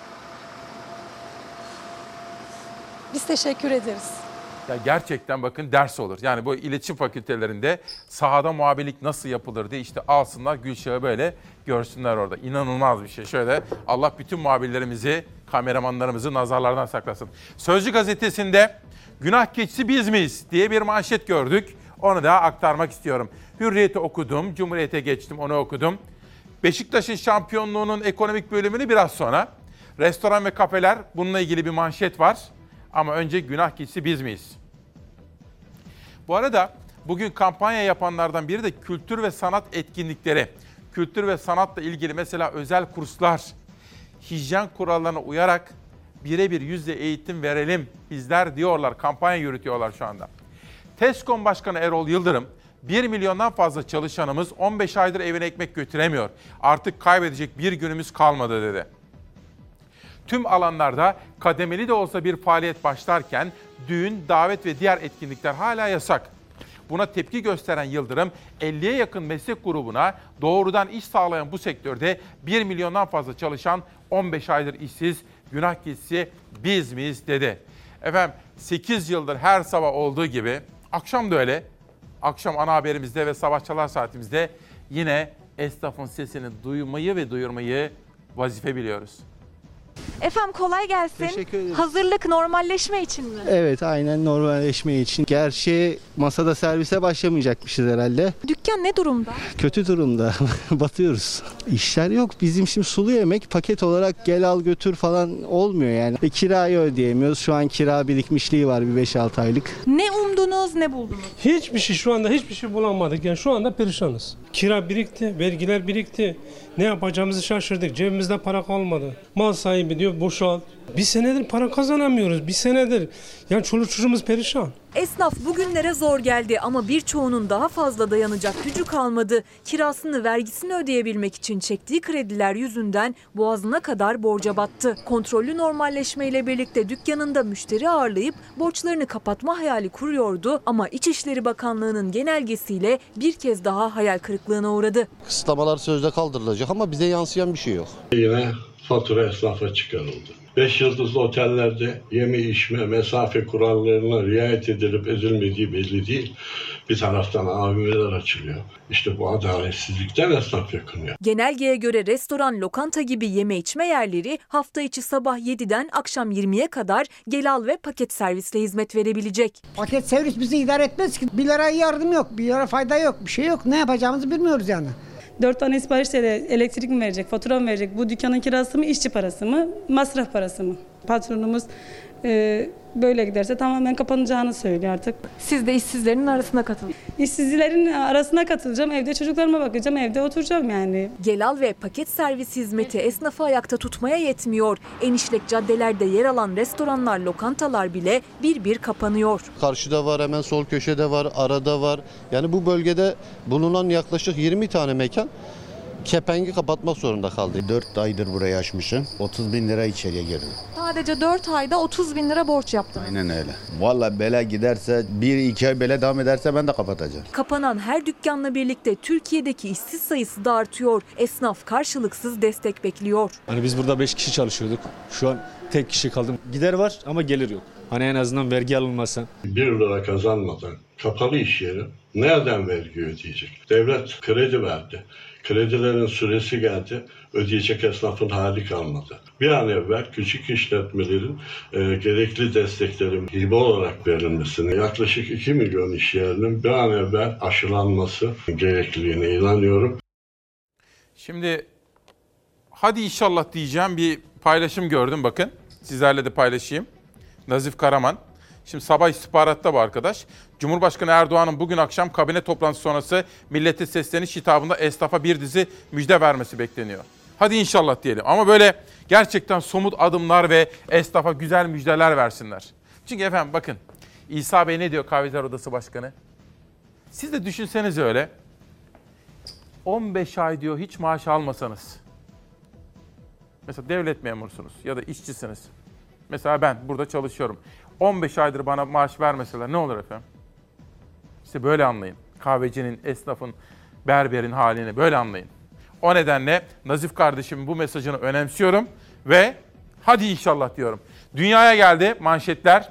Biz teşekkür ederiz. Ya gerçekten bakın ders olur. Yani bu iletişim fakültelerinde sahada muhabirlik nasıl yapılır diye işte alsınlar Gülşah'ı böyle görsünler orada. İnanılmaz bir şey. Şöyle Allah bütün muhabirlerimizi, kameramanlarımızı nazarlardan saklasın. Sözcü gazetesinde günah keçisi biz miyiz diye bir manşet gördük. Onu da aktarmak istiyorum. Hürriyet'i okudum, Cumhuriyet'e geçtim, onu okudum. Beşiktaş'ın şampiyonluğunun ekonomik bölümünü biraz sonra. Restoran ve kafeler, bununla ilgili bir manşet var. Ama önce günah keçisi biz miyiz? Bu arada bugün kampanya yapanlardan biri de kültür ve sanat etkinlikleri. Kültür ve sanatla ilgili mesela özel kurslar, hijyen kurallarına uyarak birebir yüzde eğitim verelim bizler diyorlar. Kampanya yürütüyorlar şu anda. TESKOM Başkanı Erol Yıldırım, bir milyondan fazla çalışanımız on beş aydır evine ekmek götüremiyor. Artık kaybedecek bir günümüz kalmadı dedi. Tüm alanlarda kademeli de olsa bir faaliyet başlarken düğün, davet ve diğer etkinlikler hala yasak. Buna tepki gösteren Yıldırım, elliye yakın meslek grubuna doğrudan iş sağlayan bu sektörde bir milyondan fazla çalışan on beş aydır işsiz, günah keçisi biz miyiz dedi. Efendim sekiz yıldır her sabah olduğu gibi, akşam da öyle, akşam ana haberimizde ve sabahçalar saatimizde yine esnafın sesini duymayı ve duyurmayı vazife biliyoruz. Efendim kolay gelsin. Teşekkür ederim. Hazırlık normalleşme için mi? Evet, aynen normalleşme için. Gerçi masada servise başlamayacakmışız herhalde. Dükkan ne durumda? Kötü durumda. Batıyoruz. İşler yok. Bizim şimdi sulu yemek paket olarak gel al götür falan olmuyor yani. E, kirayı ödeyemiyoruz. Şu an kira birikmişliği var bir beş altı aylık. Ne umdunuz, ne buldunuz? Hiçbir şey şu anda hiçbir şey bulamadık. Yani şu anda perişanız. Kira birikti, vergiler birikti. Ne yapacağımızı şaşırdık. Cebimizde para kalmadı. Mal sahibi ediyor, boşalt. Bir senedir para kazanamıyoruz, bir senedir. Yani çoluk çocuğumuz perişan. Esnaf bugünlere zor geldi ama birçoğunun daha fazla dayanacak gücü kalmadı. Kirasını, vergisini ödeyebilmek için çektiği krediler yüzünden boğazına kadar borca battı. Kontrollü normalleşmeyle birlikte dükkanında müşteri ağırlayıp borçlarını kapatma hayali kuruyordu ama İçişleri Bakanlığı'nın genelgesiyle bir kez daha hayal kırıklığına uğradı. Kısıtlamalar sözde kaldırılacak ama bize yansıyan bir şey yok. Yine fatura esnafa çıkarıldı. Beş yıldızlı otellerde yeme içme mesafe kurallarına riayet edilip edilmediği belli değil. Bir taraftan A V M'ler açılıyor. İşte bu adaletsizlikten esnaf yakınıyor. Genelgeye göre restoran, lokanta gibi yeme içme yerleri hafta içi sabah yediden akşam yirmiye kadar gel al ve paket servisle hizmet verebilecek. Paket servis bizi idare etmez ki. Bir lira yardım yok, bir lira fayda yok, bir şey yok. Ne yapacağımızı bilmiyoruz yani. Dört tane siparişle de elektrik mi verecek, fatura mı verecek, bu dükkanın kirası mı, işçi parası mı, masraf parası mı? Patronumuz e, böyle giderse tamamen kapanacağını söylüyor artık. Siz de işsizlerin arasına katılın. İşsizlerin arasına katılacağım, evde çocuklarıma bakacağım, evde oturacağım yani. Gel al ve paket servis hizmeti esnafı ayakta tutmaya yetmiyor. En işlek caddelerde yer alan restoranlar, lokantalar bile bir bir kapanıyor. Karşıda var, hemen sol köşede var, arada var. Yani bu bölgede bulunan yaklaşık yirmi tane mekan kepengi kapatmak zorunda kaldı. dört aydır burayı açmışım. otuz bin lira içeriye girdim. Sadece dört ayda otuz bin lira borç yaptım. Aynen öyle. Vallahi bela giderse bir iki ay böyle devam ederse ben de kapatacağım. Kapanan her dükkanla birlikte Türkiye'deki işsiz sayısı da artıyor. Esnaf karşılıksız destek bekliyor. Hani biz burada beş kişi çalışıyorduk. Şu an tek kişi kaldım. Gider var ama gelir yok. Hani en azından vergi alınmasa. Bir lira kazanmadan kapalı iş yeri nereden vergi ödeyecek? Devlet kredi verdi. Kredilerin süresi geldi. Ödeyecek esnafın hali kalmadı. Bir an evvel küçük işletmelerin e, gerekli desteklerin hibe olarak verilmesini, yaklaşık iki milyon iş yerinin bir an evvel aşılanması gerekliliğine inanıyorum. Şimdi hadi inşallah diyeceğim, bir paylaşım gördüm, bakın. Sizlerle de paylaşayım. Nazif Karaman. Şimdi sabah istihbaratta bu arkadaş. Cumhurbaşkanı Erdoğan'ın bugün akşam kabine toplantısı sonrası millete sesleniş hitabında esnafa bir dizi müjde vermesi bekleniyor. Hadi inşallah diyelim ama böyle gerçekten somut adımlar ve esnafa güzel müjdeler versinler. Çünkü efendim bakın, İsa Bey ne diyor, Kahveciler Odası Başkanı? Siz de düşünseniz öyle. on beş ay diyor hiç maaş almasanız. Mesela devlet memursunuz ya da işçisiniz. Mesela ben burada çalışıyorum. on beş aydır bana maaş vermeseler ne olur efendim? İşte böyle anlayın. Kahvecinin, esnafın, berberin halini böyle anlayın. O nedenle Nazif kardeşimin bu mesajını önemsiyorum ve hadi inşallah diyorum. Dünyaya geldi manşetler.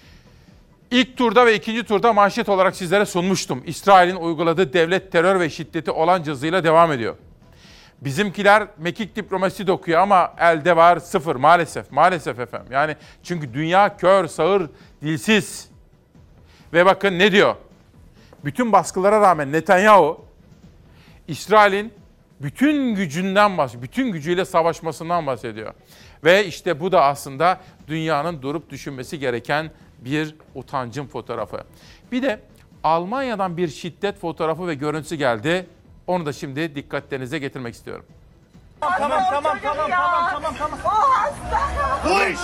İlk turda ve ikinci turda manşet olarak sizlere sunmuştum. İsrail'in uyguladığı devlet terör ve şiddeti olan hızıyla devam ediyor. Bizimkiler mekik diplomasi dokuyor ama elde var sıfır maalesef. Maalesef efendim. Yani çünkü dünya kör, sağır, dilsiz. Ve bakın ne diyor? Bütün baskılara rağmen Netanyahu, İsrail'in bütün gücünden bahsediyor. Bütün gücüyle savaşmasından bahsediyor. Ve işte bu da aslında dünyanın durup düşünmesi gereken bir utancın fotoğrafı. Bir de Almanya'dan bir şiddet fotoğrafı ve görüntüsü geldi. Onu da şimdi dikkatlerinize getirmek istiyorum. Tamam tamam tamam tamam tamam tamam. O hasta.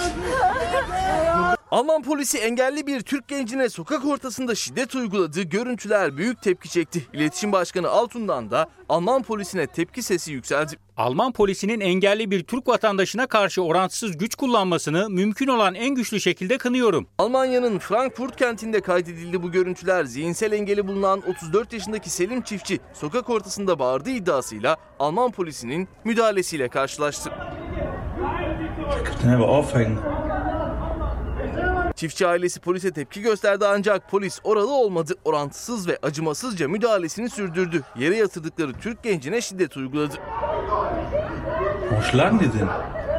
Alman polisi engelli bir Türk gencine sokak ortasında şiddet uyguladığı görüntüler büyük tepki çekti. İletişim Başkanı Altun'dan da Alman polisine tepki sesi yükseldi. Alman polisinin engelli bir Türk vatandaşına karşı orantısız güç kullanmasını mümkün olan en güçlü şekilde kınıyorum. Almanya'nın Frankfurt kentinde kaydedildi bu görüntüler. Zihinsel engeli bulunan otuz dört yaşındaki Selim çiftçi sokak ortasında bağırdığı iddiasıyla Alman polisinin müdahalesiyle karşılaştı. Çiftçi ailesi polise tepki gösterdi ancak polis oralı olmadı. Orantısız ve acımasızca müdahalesini sürdürdü. Yere yatırdıkları Türk gencine şiddet uyguladı. Hoşlar dedin.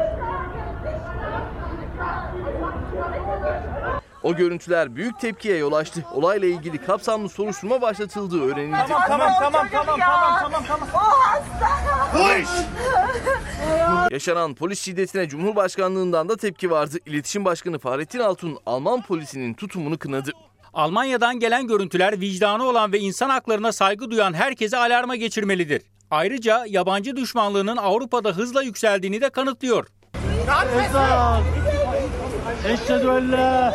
O görüntüler büyük tepkiye yol açtı. Olayla ilgili kapsamlı soruşturma başlatıldığı öğrenildi. Tamam tamam tamam tamam tamam tamam tamam. O hasta. Yaşanan polis şiddetine Cumhurbaşkanlığından da tepki vardı. İletişim Başkanı Fahrettin Altun Alman polisinin tutumunu kınadı. Almanya'dan gelen görüntüler vicdanı olan ve insan haklarına saygı duyan herkese alarma geçirmelidir. Ayrıca yabancı düşmanlığının Avrupa'da hızla yükseldiğini de kanıtlıyor. Ezan. Eşhedü en la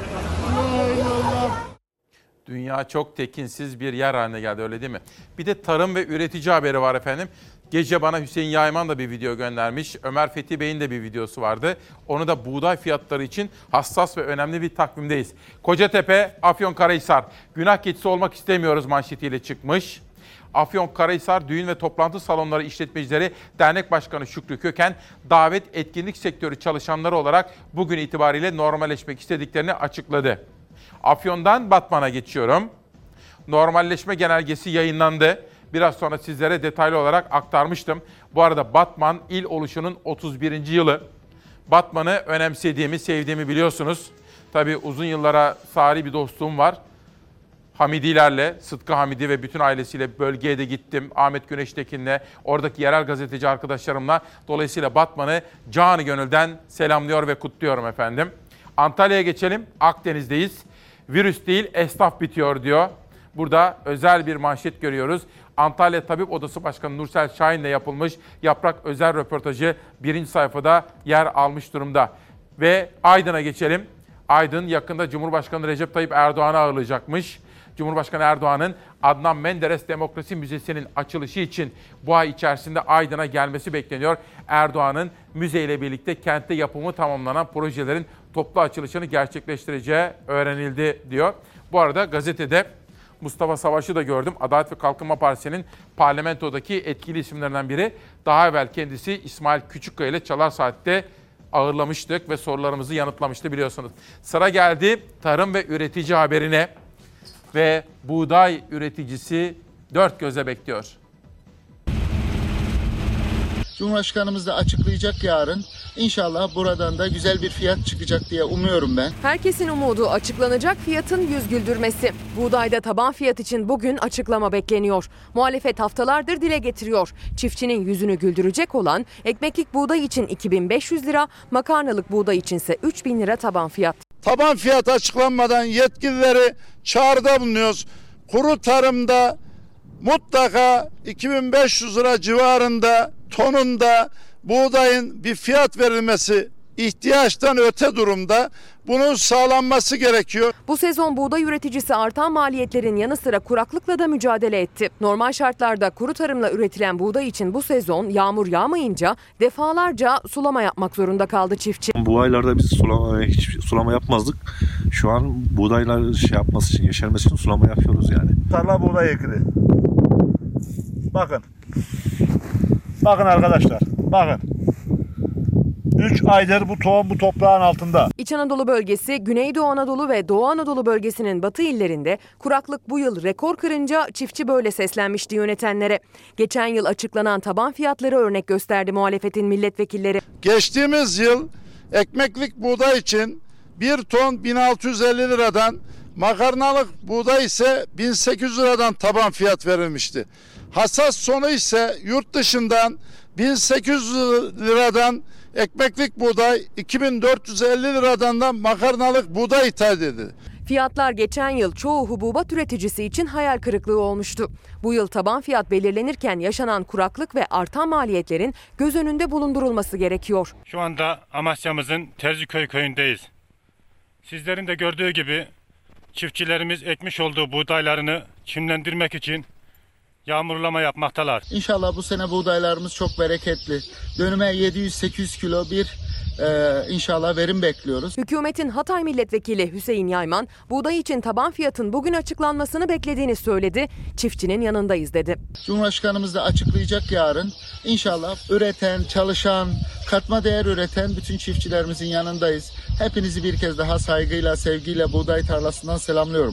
Dünya çok tekinsiz bir yer haline geldi, öyle değil mi? Bir de tarım ve üretici haberi var efendim. Gece bana Hüseyin Yayman da bir video göndermiş. Ömer Fethi Bey'in de bir videosu vardı. Onu da buğday fiyatları için hassas ve önemli bir takvimdeyiz. Kocatepe, Afyonkarahisar. Günah keçisi olmak istemiyoruz manşetiyle çıkmış. Afyonkarahisar Düğün ve Toplantı Salonları İşletmecileri Dernek Başkanı Şükrü Köken, davet etkinlik sektörü çalışanları olarak bugün itibariyle normalleşmek istediklerini açıkladı. Afyon'dan Batman'a geçiyorum. Normalleşme genelgesi yayınlandı. Biraz sonra sizlere detaylı olarak aktarmıştım. Bu arada Batman il oluşunun otuz birinci yılı. Batman'ı önemsediğimi, sevdiğimi biliyorsunuz. Tabii uzun yıllara sari bir dostluğum var. Hamidilerle, Sıtkı Hamidi ve bütün ailesiyle bölgeye de gittim. Ahmet Güneştekin'le, oradaki yerel gazeteci arkadaşlarımla. Dolayısıyla Batman'ı canı gönülden selamlıyor ve kutluyorum efendim. Antalya'ya geçelim. Akdeniz'deyiz. Virüs değil, esnaf bitiyor diyor. Burada özel bir manşet görüyoruz. Antalya Tabip Odası Başkanı Nursel Şahin'le yapılmış yaprak özel röportajı birinci sayfada yer almış durumda. Ve Aydın'a geçelim. Aydın yakında Cumhurbaşkanı Recep Tayyip Erdoğan'ı ağırlayacakmış. Cumhurbaşkanı Erdoğan'ın Adnan Menderes Demokrasi Müzesi'nin açılışı için bu ay içerisinde Aydın'a gelmesi bekleniyor. Erdoğan'ın müzeyle birlikte kentte yapımı tamamlanan projelerin toplu açılışını gerçekleştireceği öğrenildi diyor. Bu arada gazetede Mustafa Savaş'ı da gördüm. Adalet ve Kalkınma Partisi'nin parlamentodaki etkili isimlerinden biri. Daha evvel kendisi İsmail Küçükkaya ile Çalar Saat'te ağırlamıştık ve sorularımızı yanıtlamıştı biliyorsunuz. Sıra geldi tarım ve üretici haberine ve buğday üreticisi dört göze bekliyor. Cumhurbaşkanımız da açıklayacak yarın. İnşallah buradan da güzel bir fiyat çıkacak diye umuyorum ben. Herkesin umudu açıklanacak fiyatın yüz güldürmesi. Buğdayda taban fiyat için bugün açıklama bekleniyor. Muhalefet haftalardır dile getiriyor. Çiftçinin yüzünü güldürecek olan ekmeklik buğday için iki bin beş yüz lira, makarnalık buğday içinse üç bin lira taban fiyat. Taban fiyat açıklanmadan yetkilileri çağrıda bulunuyoruz. Kuru tarımda mutlaka iki bin beş yüz lira civarında tonunda buğdayın bir fiyat verilmesi ihtiyaçtan öte durumda. Bunun sağlanması gerekiyor. Bu sezon buğday üreticisi artan maliyetlerin yanı sıra kuraklıkla da mücadele etti. Normal şartlarda kuru tarımla üretilen buğday için bu sezon yağmur yağmayınca defalarca sulama yapmak zorunda kaldı çiftçi. Bu aylarda biz sulama, hiç sulama yapmazdık. Şu an buğdaylar şey yapması için, yeşermesi için sulama yapıyoruz yani. Tarla buğday ekili. Bakın. Bakın arkadaşlar. Bakın. üç aydır bu tohum bu toprağın altında. İç Anadolu bölgesi, Güneydoğu Anadolu ve Doğu Anadolu bölgesinin batı illerinde kuraklık bu yıl rekor kırınca çiftçi böyle seslenmişti yönetenlere. Geçen yıl açıklanan taban fiyatları örnek gösterdi muhalefetin milletvekilleri. Geçtiğimiz yıl ekmeklik buğday için bir ton bin altı yüz elli liradan, makarnalık buğday ise bin sekiz yüz liradan taban fiyat verilmişti. Hasat sonu ise yurt dışından bin sekiz yüz liradan ekmeklik buğday, iki bin dört yüz elli liradan da makarnalık buğday ithal edildi. Fiyatlar geçen yıl çoğu hububat üreticisi için hayal kırıklığı olmuştu. Bu yıl taban fiyat belirlenirken yaşanan kuraklık ve artan maliyetlerin göz önünde bulundurulması gerekiyor. Şu anda Amasya'mızın Terziköy köyündeyiz. Sizlerin de gördüğü gibi çiftçilerimiz ekmiş olduğu buğdaylarını çimlendirmek için yağmurlama yapmaktalar. İnşallah bu sene buğdaylarımız çok bereketli. Dönüme yedi yüz sekiz yüz kilo bir e, inşallah verim bekliyoruz. Hükümetin Hatay Milletvekili Hüseyin Yayman, buğday için taban fiyatın bugün açıklanmasını beklediğini söyledi. Çiftçinin yanındayız dedi. Cumhurbaşkanımız da açıklayacak yarın. İnşallah üreten, çalışan, katma değer üreten bütün çiftçilerimizin yanındayız. Hepinizi bir kez daha saygıyla, sevgiyle buğday tarlasından selamlıyorum.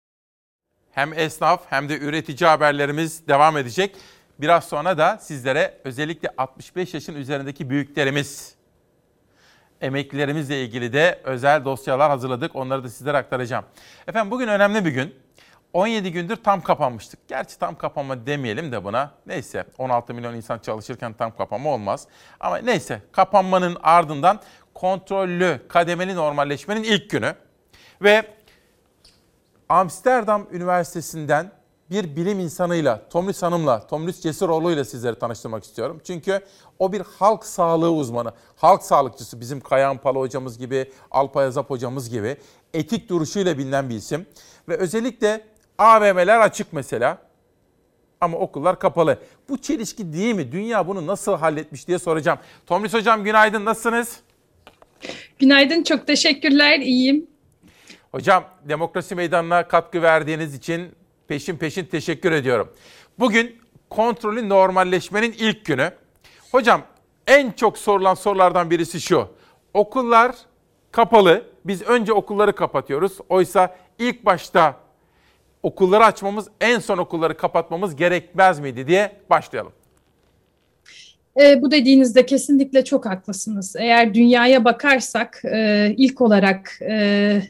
Hem esnaf hem de üretici haberlerimiz devam edecek. Biraz sonra da sizlere özellikle altmış beş yaşın üzerindeki büyüklerimiz, emeklilerimizle ilgili de özel dosyalar hazırladık. Onları da sizlere aktaracağım. Efendim bugün önemli bir gün. on yedi gündür tam kapanmıştık. Gerçi tam kapanma demeyelim de buna. Neyse on altı milyon insan çalışırken tam kapanma olmaz. Ama neyse kapanmanın ardından kontrollü, kademeli normalleşmenin ilk günü. Ve Amsterdam Üniversitesi'nden bir bilim insanıyla, Tomris Hanım'la, Tomris Cesuroğlu'yla sizleri tanıştırmak istiyorum. Çünkü o bir halk sağlığı uzmanı, halk sağlıkçısı, bizim Kayahan Pala hocamız gibi, Alpay Azap hocamız gibi etik duruşuyla bilinen bir isim. Ve özellikle A V M'ler açık mesela ama okullar kapalı. Bu çelişki değil mi? Dünya bunu nasıl halletmiş diye soracağım. Tomris hocam günaydın, nasılsınız? Günaydın, çok teşekkürler, iyiyim. Hocam, Demokrasi Meydanı'na katkı verdiğiniz için peşin peşin teşekkür ediyorum. Bugün kontrollü normalleşmenin ilk günü. Hocam, en çok sorulan sorulardan birisi şu. Okullar kapalı. Biz önce okulları kapatıyoruz. Oysa ilk başta okulları açmamız, en son okulları kapatmamız gerekmez miydi diye başlayalım. E, bu dediğinizde kesinlikle çok haklısınız. Eğer dünyaya bakarsak e, ilk olarak... E,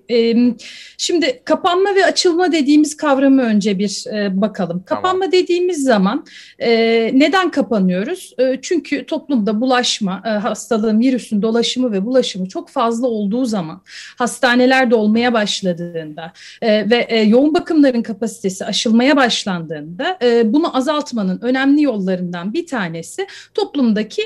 Şimdi kapanma ve açılma dediğimiz kavramı önce bir bakalım. Kapanma tamam. dediğimiz zaman neden kapanıyoruz? Çünkü toplumda bulaşma, hastalığın, virüsün dolaşımı ve bulaşımı çok fazla olduğu zaman, hastaneler dolmaya başladığında ve yoğun bakımların kapasitesi aşılmaya başlandığında bunu azaltmanın önemli yollarından bir tanesi toplumdaki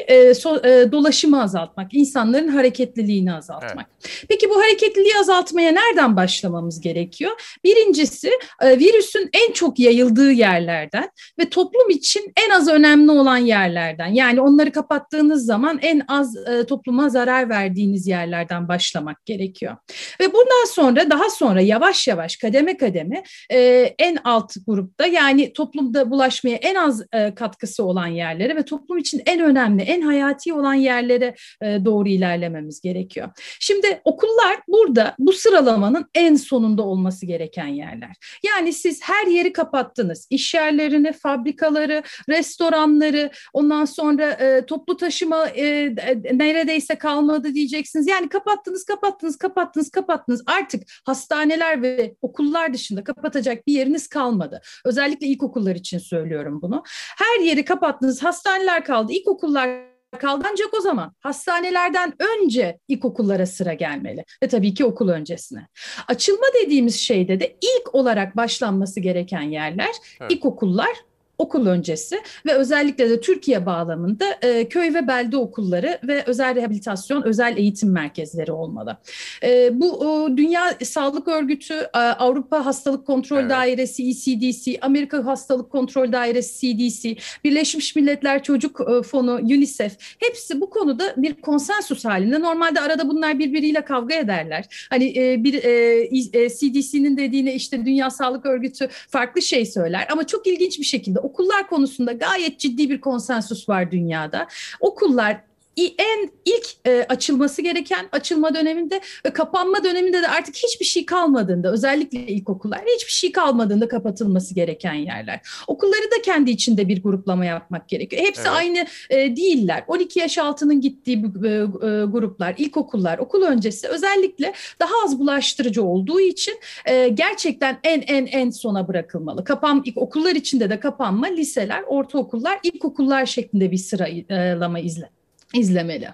dolaşımı azaltmak, insanların hareketliliğini azaltmak. Evet. Peki bu hareketliliği azaltmak azaltmaya nereden başlamamız gerekiyor? Birincisi virüsün en çok yayıldığı yerlerden ve toplum için en az önemli olan yerlerden. Yani onları kapattığınız zaman en az topluma zarar verdiğiniz yerlerden başlamak gerekiyor. Ve bundan sonra daha sonra yavaş yavaş kademe kademe en alt grupta, yani toplumda bulaşmaya en az katkısı olan yerlere ve toplum için en önemli, en hayati olan yerlere doğru ilerlememiz gerekiyor. Şimdi okullar burada bu sıralamanın en sonunda olması gereken yerler. Yani siz her yeri kapattınız. İş yerlerini, fabrikaları, restoranları, ondan sonra e, toplu taşıma e, neredeyse kalmadı diyeceksiniz. Yani kapattınız, kapattınız, kapattınız, kapattınız. Artık hastaneler ve okullar dışında kapatacak bir yeriniz kalmadı. Özellikle ilkokullar için söylüyorum bunu. Her yeri kapattınız, hastaneler kaldı, ilkokullar kaldı, ancak o zaman hastanelerden önce ilkokullara sıra gelmeli ve tabii ki okul öncesine. Açılma dediğimiz şeyde de ilk olarak başlanması gereken yerler evet. ilkokullar, okul öncesi ve özellikle de Türkiye bağlamında e, köy ve belde okulları ve özel rehabilitasyon, özel eğitim merkezleri olmalı. E, bu o, Dünya Sağlık Örgütü, e, Avrupa Hastalık Kontrol evet. Dairesi E C D C, Amerika Hastalık Kontrol Dairesi C D C, Birleşmiş Milletler Çocuk e, Fonu, UNICEF, hepsi bu konuda bir konsensus halinde. Normalde arada bunlar birbiriyle kavga ederler. Hani e, bir e, C D C'nin dediğine işte Dünya Sağlık Örgütü farklı şey söyler ama çok ilginç bir şekilde okullar konusunda gayet ciddi bir konsensus var dünyada. Okullar en ilk e, açılması gereken, açılma döneminde ve kapanma döneminde de artık hiçbir şey kalmadığında, özellikle ilkokullar hiçbir şey kalmadığında kapatılması gereken yerler. Okulları da kendi içinde bir gruplama yapmak gerekiyor. Hepsi evet. aynı e, değiller. on iki yaş altının gittiği e, e, gruplar, ilkokullar, okul öncesi özellikle daha az bulaştırıcı olduğu için e, gerçekten en en en sona bırakılmalı. Kapan, okullar içinde de kapanma, liseler, ortaokullar, ilkokullar şeklinde bir sıralama izle. izlemeli.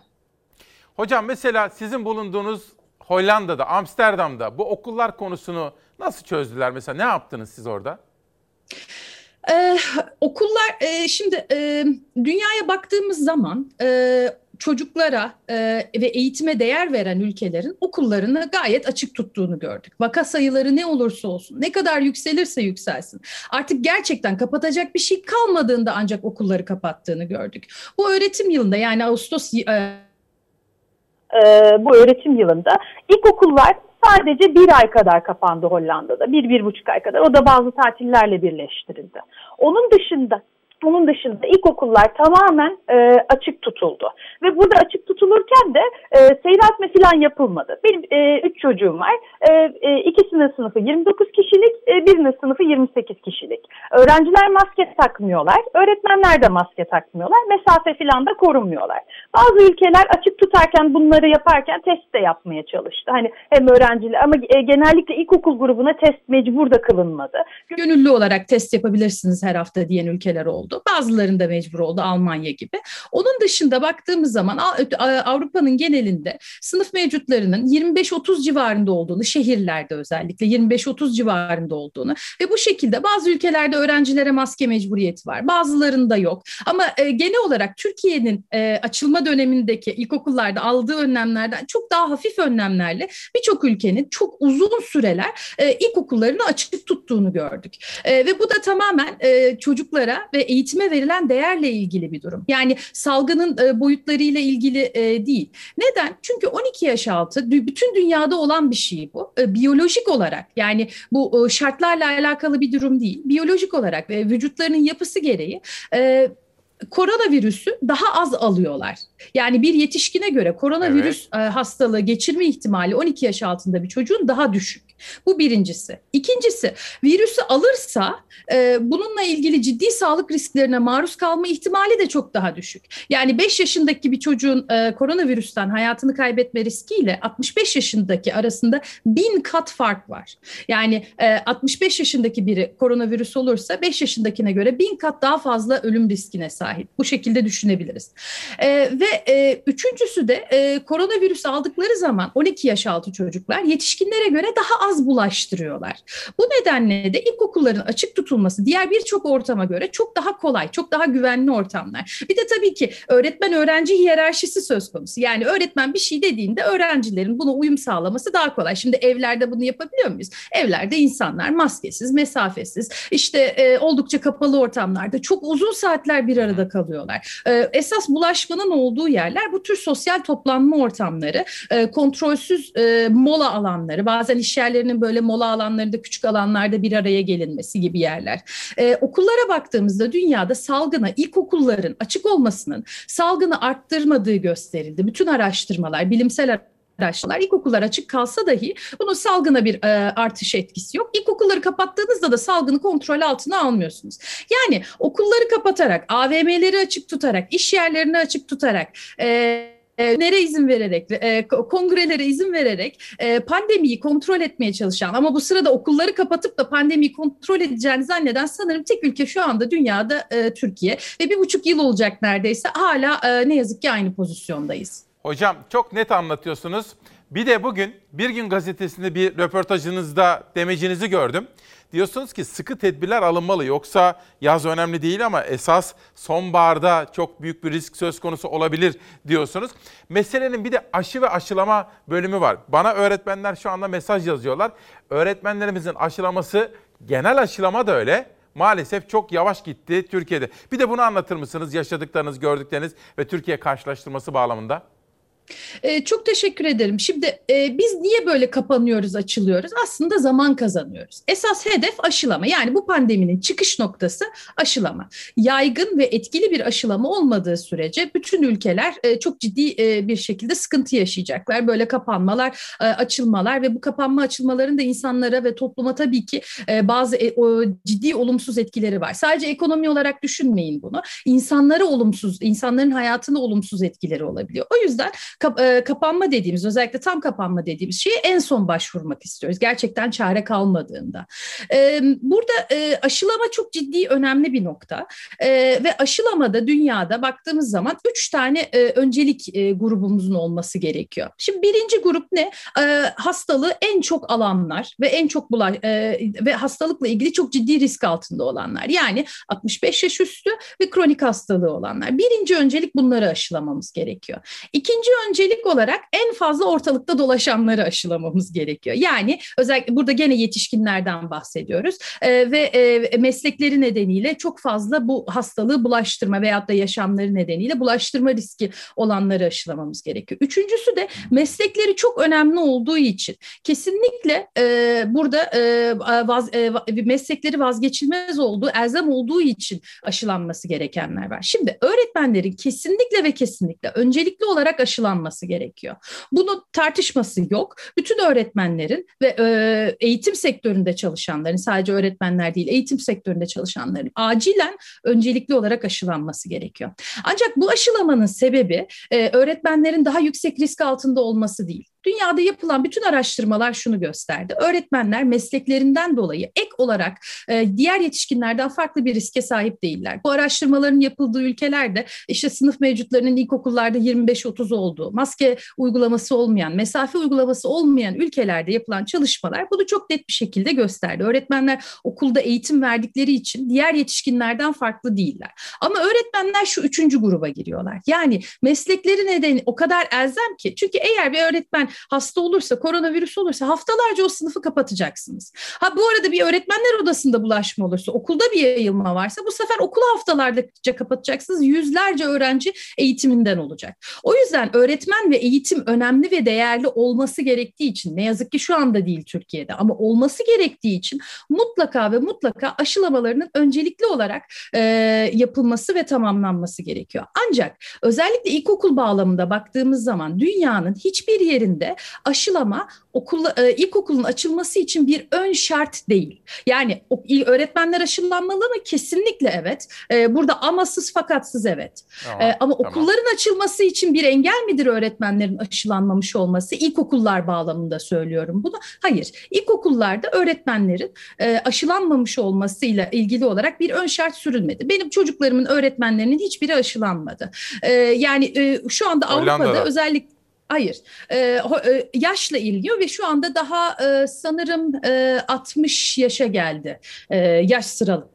Hocam mesela sizin bulunduğunuz Hollanda'da, Amsterdam'da bu okullar konusunu nasıl çözdüler? Mesela ne yaptınız siz orada? Ee, okullar e, şimdi e, dünyaya baktığımız zaman e, çocuklara e, ve eğitime değer veren ülkelerin okullarını gayet açık tuttuğunu gördük. Vaka sayıları ne olursa olsun, ne kadar yükselirse yükselsin, artık gerçekten kapatacak bir şey kalmadığında ancak okulları kapattığını gördük. Bu öğretim yılında, yani Ağustos... E, ee, bu öğretim yılında ilkokullar sadece bir ay kadar kapandı Hollanda'da. Bir, bir buçuk ay kadar. O da bazı tatillerle birleştirildi. Onun dışında Onun dışında ilkokullar tamamen e, açık tutuldu. Ve burada açık tutulurken de e, seyretme falan yapılmadı. Benim e, üç çocuğum var. E, e, ikisinin sınıfı yirmi dokuz kişilik, e, birinin sınıfı yirmi sekiz kişilik. Öğrenciler maske takmıyorlar. Öğretmenler de maske takmıyorlar. Mesafe falan da korunmuyorlar. Bazı ülkeler açık tutarken, bunları yaparken test de yapmaya çalıştı. Hani hem öğrenciler ama e, genellikle ilkokul grubuna test mecbur da kılınmadı. Gönüllü olarak test yapabilirsiniz her hafta diyen ülkeler oldu. oldu. Bazılarında mecbur oldu, Almanya gibi. Onun dışında baktığımız zaman Avrupa'nın genelinde sınıf mevcutlarının yirmi beş otuz civarında olduğunu, şehirlerde özellikle yirmi beş otuz civarında olduğunu ve bu şekilde bazı ülkelerde öğrencilere maske mecburiyeti var. Bazılarında yok. Ama e, genel olarak Türkiye'nin e, açılma dönemindeki ilkokullarda aldığı önlemlerden çok daha hafif önlemlerle birçok ülkenin çok uzun süreler e, ilkokullarını açık tuttuğunu gördük. E, ve bu da tamamen e, çocuklara ve eğitime verilen değerle ilgili bir durum. Yani salgının e, boyutlarıyla ilgili e, değil. Neden? Çünkü on iki yaş altı bütün dünyada olan bir şey bu. E, biyolojik olarak, yani bu e, şartlarla alakalı bir durum değil. Biyolojik olarak ve vücutlarının yapısı gereği e, koronavirüsü daha az alıyorlar. Yani bir yetişkine göre koronavirüs evet. hastalığı geçirme ihtimali on iki yaş altında bir çocuğun daha düşük. Bu birincisi. İkincisi, virüsü alırsa e, bununla ilgili ciddi sağlık risklerine maruz kalma ihtimali de çok daha düşük. Yani beş yaşındaki bir çocuğun e, koronavirüsten hayatını kaybetme riskiyle altmış beş yaşındaki arasında bin kat fark var. Yani e, altmış beş yaşındaki biri koronavirüs olursa beş yaşındakine göre bin kat daha fazla ölüm riskine sahip. Bu şekilde düşünebiliriz. E, ve e, üçüncüsü de e, koronavirüs aldıkları zaman on iki yaş altı çocuklar yetişkinlere göre daha az bulaştırıyorlar. Bu nedenle de ilkokulların açık tutulması diğer birçok ortama göre çok daha kolay, çok daha güvenli ortamlar. Bir de tabii ki öğretmen-öğrenci hiyerarşisi söz konusu. Yani öğretmen bir şey dediğinde öğrencilerin buna uyum sağlaması daha kolay. Şimdi evlerde bunu yapabiliyor muyuz? Evlerde insanlar maskesiz, mesafesiz, işte e, oldukça kapalı ortamlarda çok uzun saatler bir arada kalıyorlar. E, esas bulaşmanın olduğu yerler bu tür sosyal toplanma ortamları, e, kontrolsüz e, mola alanları, bazen iş yerlerinin böyle mola alanlarında, küçük alanlarda bir araya gelinmesi gibi yerler. Ee, okullara baktığımızda dünyada salgına, ilkokulların açık olmasının salgını arttırmadığı gösterildi. Bütün araştırmalar, bilimsel araştırmalar, ilkokullar açık kalsa dahi bunun salgına bir e, artış etkisi yok. İlkokulları kapattığınızda da salgını kontrol altına almıyorsunuz. Yani okulları kapatarak, A V M'leri açık tutarak, iş yerlerini açık tutarak, e, nere izin vererek, e, kongrelere izin vererek e, pandemiyi kontrol etmeye çalışan ama bu sırada okulları kapatıp da pandemiyi kontrol edeceğini zanneden sanırım tek ülke şu anda dünyada e, Türkiye ve bir buçuk yıl olacak neredeyse hala e, ne yazık ki aynı pozisyondayız. Hocam çok net anlatıyorsunuz. Bir de bugün Bir Gün Gazetesi'nde bir röportajınızda demecinizi gördüm. Diyorsunuz ki sıkı tedbirler alınmalı, yoksa yaz önemli değil ama esas sonbaharda çok büyük bir risk söz konusu olabilir diyorsunuz. Meselenin bir de aşı ve aşılama bölümü var. Bana öğretmenler şu anda mesaj yazıyorlar. Öğretmenlerimizin aşılaması, genel aşılama da öyle, maalesef çok yavaş gitti Türkiye'de. Bir de bunu anlatır mısınız, yaşadıklarınız, gördükleriniz ve Türkiye karşılaştırması bağlamında? Ee, çok teşekkür ederim. Şimdi e, biz niye böyle kapanıyoruz, açılıyoruz? Aslında zaman kazanıyoruz. Esas hedef aşılama. Yani bu pandeminin çıkış noktası aşılama. Yaygın ve etkili bir aşılama olmadığı sürece bütün ülkeler e, çok ciddi e, bir şekilde sıkıntı yaşayacaklar. Böyle kapanmalar, e, açılmalar ve bu kapanma açılmaların da insanlara ve topluma tabii ki e, bazı e, o, ciddi olumsuz etkileri var. Sadece ekonomi olarak düşünmeyin bunu. İnsanlara olumsuz, insanların hayatına olumsuz etkileri olabiliyor. O yüzden Kap, e, kapanma dediğimiz, özellikle tam kapanma dediğimiz şeye en son başvurmak istiyoruz. Gerçekten çare kalmadığında. E, burada e, aşılama çok ciddi, önemli bir nokta. E, ve aşılamada dünyada baktığımız zaman üç tane e, öncelik e, grubumuzun olması gerekiyor. Şimdi birinci grup ne? E, hastalığı en çok alanlar ve en çok bulaş e, ve hastalıkla ilgili çok ciddi risk altında olanlar. Yani altmış beş yaş üstü ve kronik hastalığı olanlar. Birinci öncelik bunları aşılamamız gerekiyor. İkinci öncelik olarak en fazla ortalıkta dolaşanları aşılamamız gerekiyor. Yani özellikle burada gene yetişkinlerden bahsediyoruz ee, ve e, meslekleri nedeniyle çok fazla bu hastalığı bulaştırma veyahut da yaşamları nedeniyle bulaştırma riski olanları aşılamamız gerekiyor. Üçüncüsü de meslekleri çok önemli olduğu için kesinlikle e, burada e, vaz, e, meslekleri vazgeçilmez olduğu, elzem olduğu için aşılanması gerekenler var. Şimdi öğretmenlerin kesinlikle ve kesinlikle öncelikli olarak aşılanması aşılanması gerekiyor. Bunun tartışması yok. Bütün öğretmenlerin ve e, eğitim sektöründe çalışanların, sadece öğretmenler değil, eğitim sektöründe çalışanların acilen öncelikli olarak aşılanması gerekiyor. Ancak bu aşılamanın sebebi e, öğretmenlerin daha yüksek risk altında olması değil. Dünyada yapılan bütün araştırmalar şunu gösterdi. Öğretmenler mesleklerinden dolayı ek olarak e, diğer yetişkinlerden farklı bir riske sahip değiller. Bu araştırmaların yapıldığı ülkelerde işte sınıf mevcutlarının ilkokullarda yirmi beş otuz olduğu, maske uygulaması olmayan, mesafe uygulaması olmayan ülkelerde yapılan çalışmalar bunu çok net bir şekilde gösterdi. Öğretmenler okulda eğitim verdikleri için diğer yetişkinlerden farklı değiller. Ama öğretmenler şu üçüncü gruba giriyorlar. Yani meslekleri nedeni o kadar elzem ki. Çünkü eğer bir öğretmen hasta olursa, koronavirüs olursa haftalarca o sınıfı kapatacaksınız. Ha bu arada bir öğretmenler odasında bulaşma olursa, okulda bir yayılma varsa bu sefer okulu haftalarca kapatacaksınız. Yüzlerce öğrenci eğitiminden olacak. O yüzden öğretmen ve eğitim önemli ve değerli olması gerektiği için, ne yazık ki şu anda değil Türkiye'de ama olması gerektiği için mutlaka ve mutlaka aşılamalarının öncelikli olarak e, yapılması ve tamamlanması gerekiyor. Ancak özellikle ilkokul bağlamında baktığımız zaman dünyanın hiçbir yerinde aşılama okul, e, ilkokulun açılması için bir ön şart değil. Yani o, öğretmenler aşılanmalı mı? Kesinlikle evet. E, burada amasız fakatsız evet. Tamam, e, ama tamam. Okulların açılması için bir engel midir öğretmenlerin aşılanmamış olması? İlkokullar bağlamında söylüyorum bunu. Hayır. İlkokullarda öğretmenlerin e, aşılanmamış olmasıyla ilgili olarak bir ön şart sürülmedi. Benim çocuklarımın öğretmenlerinin hiçbiri aşılanmadı. E, yani e, şu anda Hollanda'da. Avrupa'da özellikle Hayır, e, yaşla ilgili ve şu anda daha e, sanırım e, altmış yaşa geldi e, yaş sıralı.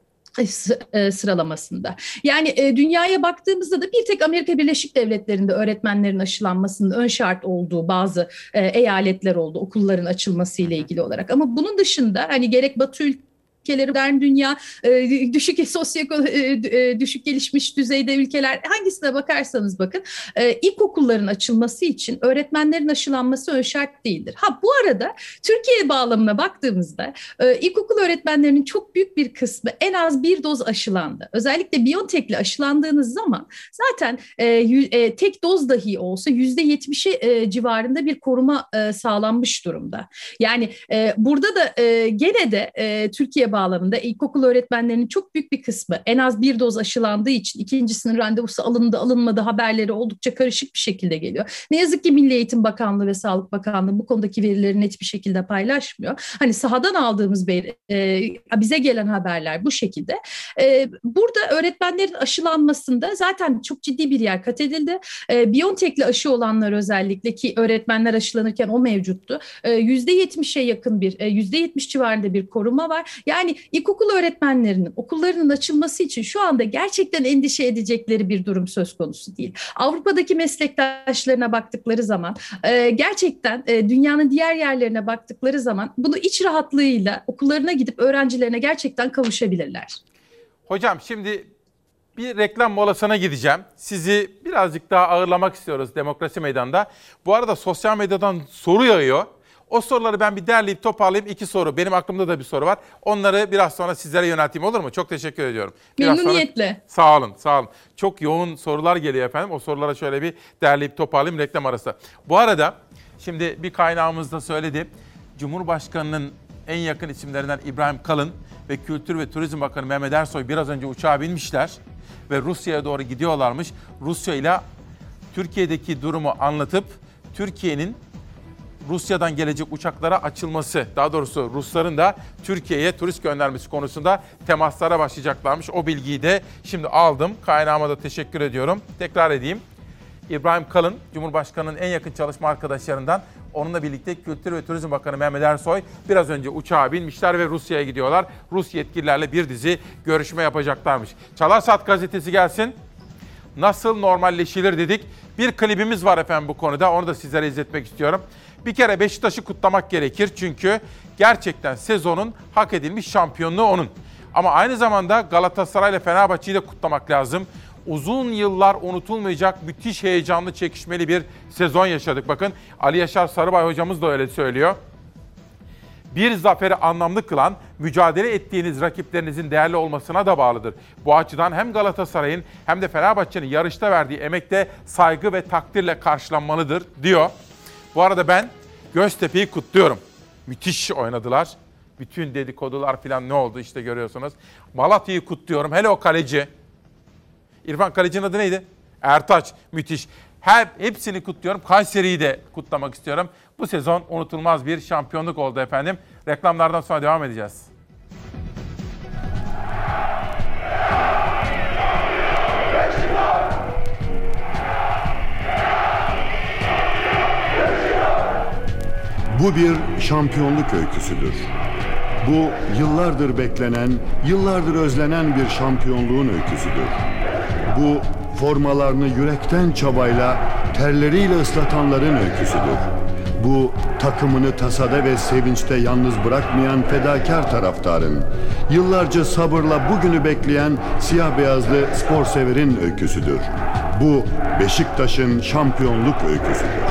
sıralamasında. Yani e, dünyaya baktığımızda da bir tek Amerika Birleşik Devletleri'nde öğretmenlerin aşılanmasının ön şart olduğu bazı e, eyaletler oldu okulların açılması ile ilgili olarak. Ama bunun dışında hani gerek Batı ülkeleri, ülkeleri, dünya, düşük sosyo düşük gelişmiş düzeyde ülkeler hangisine bakarsanız bakın ilkokulların açılması için öğretmenlerin aşılanması ön şart değildir. Ha bu arada Türkiye bağlamına baktığımızda ilkokul öğretmenlerinin çok büyük bir kısmı en az bir doz aşılandı. Özellikle BioNTech'le aşılandığınız zaman zaten tek doz dahi olsa yüzde yetmişi civarında bir koruma sağlanmış durumda. Yani burada da gene de Türkiye bağlamında ilkokul öğretmenlerinin çok büyük bir kısmı en az bir doz aşılandığı için ikincisinin randevusu alındı alınmadı haberleri oldukça karışık bir şekilde geliyor. Ne yazık ki Milli Eğitim Bakanlığı ve Sağlık Bakanlığı bu konudaki verileri net bir şekilde paylaşmıyor. Hani sahadan aldığımız veri, e, bize gelen haberler bu şekilde. E, burada öğretmenlerin aşılanmasında zaten çok ciddi bir yer kat edildi. E, BioNTech'le aşı olanlar özellikle ki öğretmenler aşılanırken o mevcuttu. E, yüzde yetmişe yakın bir, e, yüzde yetmiş civarında bir koruma var. Yani Yani ilkokul öğretmenlerinin okullarının açılması için şu anda gerçekten endişe edecekleri bir durum söz konusu değil. Avrupa'daki meslektaşlarına baktıkları zaman, gerçekten dünyanın diğer yerlerine baktıkları zaman bunu iç rahatlığıyla okullarına gidip öğrencilerine gerçekten kavuşabilirler. Hocam şimdi bir reklam molasına gideceğim. Sizi birazcık daha ağırlamak istiyoruz Demokrasi Meydanı'nda. Bu arada sosyal medyadan soru yağıyor. O soruları ben bir derleyip toparlayayım. İki soru. Benim aklımda da bir soru var. Onları biraz sonra sizlere yönelteyim olur mu? Çok teşekkür ediyorum. Biraz Memnuniyetle. Sonra... Sağ olun, sağ olun. Çok yoğun sorular geliyor efendim. O sorulara şöyle bir derleyip toparlayayım reklam arası. Bu arada şimdi bir kaynağımız da söyledi. Cumhurbaşkanı'nın en yakın isimlerinden İbrahim Kalın ve Kültür ve Turizm Bakanı Mehmet Ersoy biraz önce uçağa binmişler ve Rusya'ya doğru gidiyorlarmış. Rusya ile Türkiye'deki durumu anlatıp Türkiye'nin Rusya'dan gelecek uçaklara açılması, daha doğrusu Rusların da Türkiye'ye turist göndermesi konusunda temaslara başlayacaklarmış. O bilgiyi de şimdi aldım. Kaynağıma da teşekkür ediyorum. Tekrar edeyim. İbrahim Kalın, Cumhurbaşkanı'nın en yakın çalışma arkadaşlarından. Onunla birlikte Kültür ve Turizm Bakanı Mehmet Ersoy biraz önce uçağa binmişler ve Rusya'ya gidiyorlar. Rus yetkililerle bir dizi görüşme yapacaklarmış. Çalar Saat gazetesi gelsin. Nasıl normalleşilir dedik. Bir klibimiz var efendim bu konuda. Onu da sizlere izletmek istiyorum. Bir kere Beşiktaş'ı kutlamak gerekir çünkü gerçekten sezonun hak edilmiş şampiyonluğu onun. Ama aynı zamanda Galatasaray ile Fenerbahçe'yi de kutlamak lazım. Uzun yıllar unutulmayacak müthiş heyecanlı çekişmeli bir sezon yaşadık. Bakın Ali Yaşar Sarıbay hocamız da öyle söylüyor. Bir zaferi anlamlı kılan mücadele ettiğiniz rakiplerinizin değerli olmasına da bağlıdır. Bu açıdan hem Galatasaray'ın hem de Fenerbahçe'nin yarışta verdiği emekte saygı ve takdirle karşılanmalıdır diyor. Bu arada ben Göztepe'yi kutluyorum. Müthiş oynadılar. Bütün dedikodular falan ne oldu işte görüyorsunuz. Malatya'yı kutluyorum. Hele o kaleci. İrfan kalecinin adı neydi? Ertaç. Müthiş. Her hepsini kutluyorum. Kayseri'yi de kutlamak istiyorum. Bu sezon unutulmaz bir şampiyonluk oldu efendim. Reklamlardan sonra devam edeceğiz. Bu bir şampiyonluk öyküsüdür. Bu yıllardır beklenen, yıllardır özlenen bir şampiyonluğun öyküsüdür. Bu formalarını yürekten çabayla, terleriyle ıslatanların öyküsüdür. Bu takımını tasada ve sevinçte yalnız bırakmayan fedakar taraftarın, yıllarca sabırla bugünü bekleyen siyah beyazlı spor severin öyküsüdür. Bu Beşiktaş'ın şampiyonluk öyküsüdür.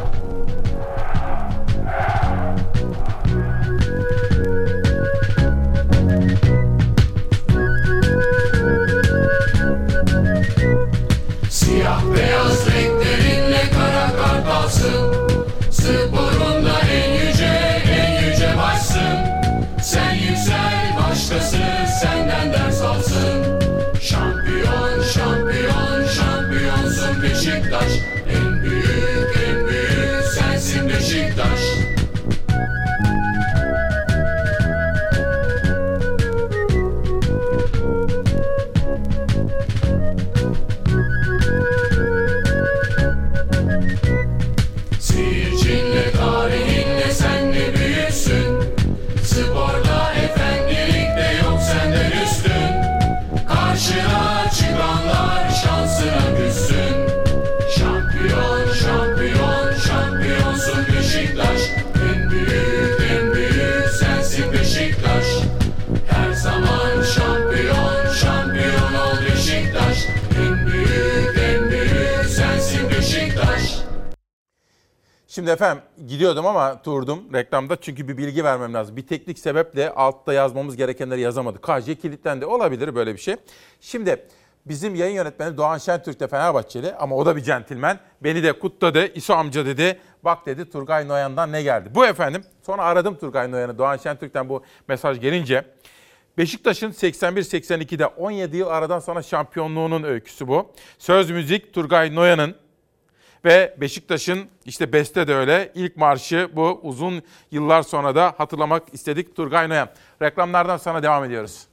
Siyah beyaz renklerinle kara kartalsın, sporunda en yüce, en yüce başsın. Sen yüksel, başkası senden ders alsın. Şampiyon, şampiyon, şampiyonsun Beşiktaş. En büyük, en büyük sensin Beşiktaş. Seyircinle, tarihinle sen de büyüksün. Sporda efendilikte yok senden üstün. Karşına çıkanlar şansına küssün. Şampiyon, şampiyon, şampiyonsun Beşiktaş. En büyük, en büyük sensin Beşiktaş. Her zaman şampiyon, şampiyon ol Beşiktaş. En büyük, en büyük sensin Beşiktaş. Şimdi efendim gidiyordum ama durdum reklamda çünkü bir bilgi vermem lazım. Bir teknik sebeple altta yazmamız gerekenleri yazamadık. K J kilitlendi. Olabilir böyle bir şey. Şimdi bizim yayın yönetmeni Doğan Şentürk de Fenerbahçeli ama o da bir centilmen. Beni de kutladı. İso amca dedi. Bak dedi Turgay Noyan'dan ne geldi? Bu efendim. Sonra aradım Turgay Noyan'ı. Doğan Şentürk'ten bu mesaj gelince. Beşiktaş'ın seksen bir seksen ikide on yedi yıl aradan sonra şampiyonluğunun öyküsü bu. Söz müzik Turgay Noyan'ın. Ve Beşiktaş'ın işte beste de öyle ilk marşı bu uzun yıllar sonra da hatırlamak istedik Turgay Noyan. Reklamlardan sonra devam ediyoruz.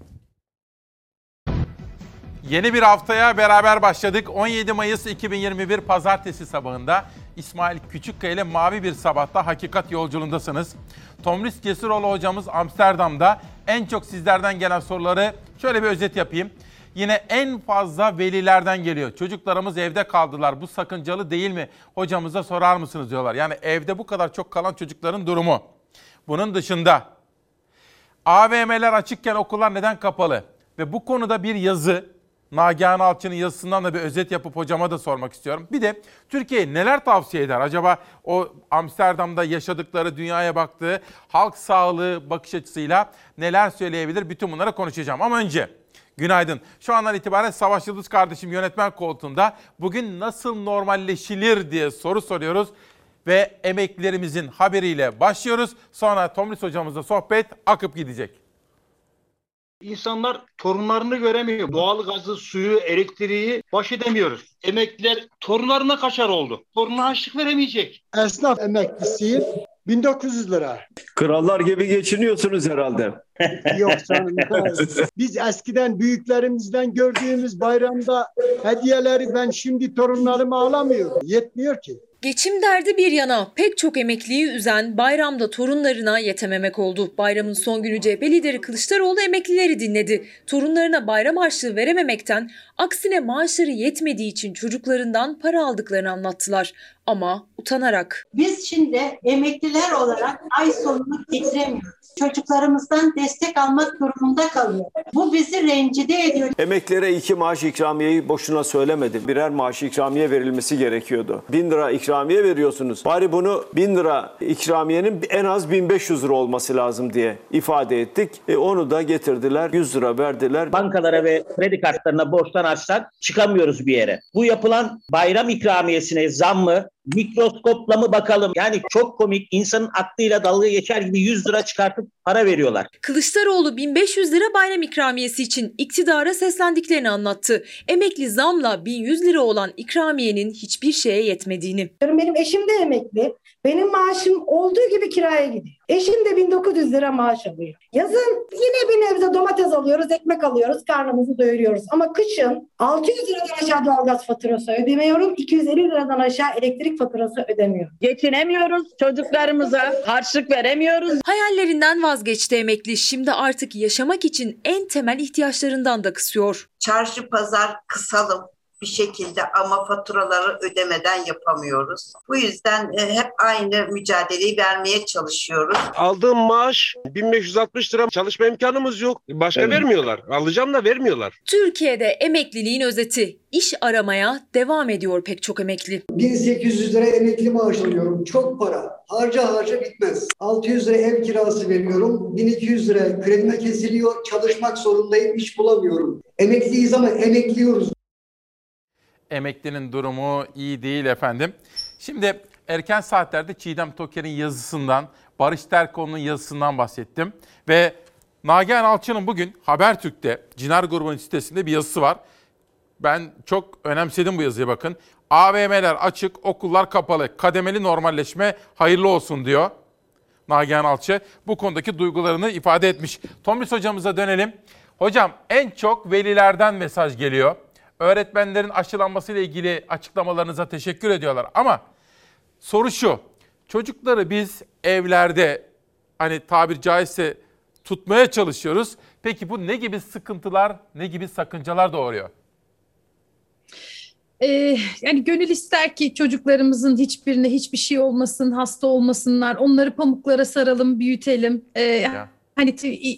Yeni bir haftaya beraber başladık. on yedi Mayıs iki bin yirmi bir Pazartesi sabahında İsmail Küçükkaya ile Mavi Bir Sabah'ta Hakikat Yolculuğundasınız. Tomris Cesuroğlu hocamız Amsterdam'da. En çok sizlerden gelen soruları şöyle bir özet yapayım. Yine en fazla velilerden geliyor. Çocuklarımız evde kaldılar. Bu sakıncalı değil mi? Hocamıza sorar mısınız diyorlar. Yani evde bu kadar çok kalan çocukların durumu. Bunun dışında A V M'ler açıkken okullar neden kapalı? Ve bu konuda bir yazı, Nagihan Alçı'nın yazısından da bir özet yapıp hocama da sormak istiyorum. Bir de Türkiye'ye neler tavsiye eder? Acaba o Amsterdam'da yaşadıkları, dünyaya baktığı halk sağlığı bakış açısıyla neler söyleyebilir? Bütün bunları konuşacağım. Ama önce günaydın. Şu andan itibaren Savaş Yıldız kardeşim yönetmen koltuğunda bugün nasıl normalleşilir diye soru soruyoruz. Ve emeklilerimizin haberiyle başlıyoruz. Sonra Tomris hocamızla sohbet akıp gidecek. İnsanlar torunlarını göremiyor. Doğalgazı, suyu, elektriği baş edemiyoruz. Emekliler torunlarına kaçar oldu. Torununa harçlık veremeyecek. Esnaf emeklisiyim. bin dokuz yüz lira. Krallar gibi geçiniyorsunuz herhalde. Yok canım. Biz eskiden büyüklerimizden gördüğümüz bayramda hediyeleri ben şimdi torunlarıma alamıyorum. Yetmiyor ki. Geçim derdi bir yana pek çok emekliyi üzen bayramda torunlarına yetememek oldu. Bayramın son günü C H P lideri Kılıçdaroğlu emeklileri dinledi. Torunlarına bayram harçlığı verememekten, aksine maaşları yetmediği için çocuklarından para aldıklarını anlattılar. ama utanarak. Biz şimdi emekliler olarak ay sonunu getiremiyoruz. Çocuklarımızdan destek almak durumunda kalıyor. Bu bizi rencide ediyor. Emeklilere iki maaş ikramiyeyi boşuna söylemedim. Birer maaş ikramiye verilmesi gerekiyordu. Bin lira ikramiye veriyorsunuz. Bari bunu bin lira ikramiyenin en az bin beş yüz lira olması lazım diye ifade ettik. E onu da getirdiler. yüz lira verdiler. Bankalara ve kredi kartlarına borçtan açsak çıkamıyoruz bir yere. Bu yapılan bayram ikramiyesine zam mı? Mikroskopla mı bakalım? Yani çok komik, insanın aklıyla dalga geçer gibi yüz lira çıkartıp para veriyorlar. Kılıçdaroğlu bin beş yüz lira bayram ikramiyesi için iktidara seslendiklerini anlattı. Emekli zamla bin yüz lira olan ikramiyenin hiçbir şeye yetmediğini. Benim eşim de emekli. Benim maaşım olduğu gibi kiraya gidiyor. Eşim de bin dokuz yüz lira maaş alıyor. Yazın yine bir nebze domates alıyoruz, ekmek alıyoruz, karnımızı doyuruyoruz. Ama kışın altı yüz liradan aşağı doğalgaz faturası ödemiyorum, iki yüz elli liradan aşağı elektrik faturası ödemiyorum. Geçinemiyoruz, çocuklarımıza harçlık veremiyoruz. Hayallerinden vazgeçti emekli. Şimdi artık yaşamak için en temel ihtiyaçlarından da kısıyor. Çarşı pazar kısalım bir şekilde ama faturaları ödemeden yapamıyoruz. Bu yüzden hep aynı mücadeleyi vermeye çalışıyoruz. Aldığım maaş bin beş yüz altmış lira, çalışma imkanımız yok. Başka evet. vermiyorlar. Alacağım da vermiyorlar. Türkiye'de emekliliğin özeti. İş aramaya devam ediyor pek çok emekli. bin sekiz yüz lira emekli maaş alıyorum. Çok para. Harca harca bitmez. altı yüz lira ev kirası veriyorum. bin iki yüz lira kredime kesiliyor. Çalışmak zorundayım. İş bulamıyorum. Emekliyiz ama emekliyoruz. Emeklinin durumu iyi değil efendim. Şimdi erken saatlerde Çiğdem Toker'in yazısından, Barış Terkoğlu'nun yazısından bahsettim. Ve Nagihan Alçı'nın bugün Habertürk'te, Cinar Grubu'nun sitesinde bir yazısı var. Ben çok önemsedim bu yazıya bakın. A V M'ler açık, okullar kapalı, kademeli normalleşme hayırlı olsun diyor Nagihan Alçı. Bu konudaki duygularını ifade etmiş. Tomris hocamıza dönelim. Hocam en çok velilerden mesaj geliyor. Öğretmenlerin aşılanmasıyla ilgili açıklamalarınıza teşekkür ediyorlar. Ama soru şu, çocukları biz evlerde hani tabir caizse tutmaya çalışıyoruz. Peki bu ne gibi sıkıntılar, ne gibi sakıncalar doğuruyor? Ee, yani gönül ister ki çocuklarımızın hiçbirine hiçbir şey olmasın, hasta olmasınlar, onları pamuklara saralım, büyütelim. Ee, ya. Hani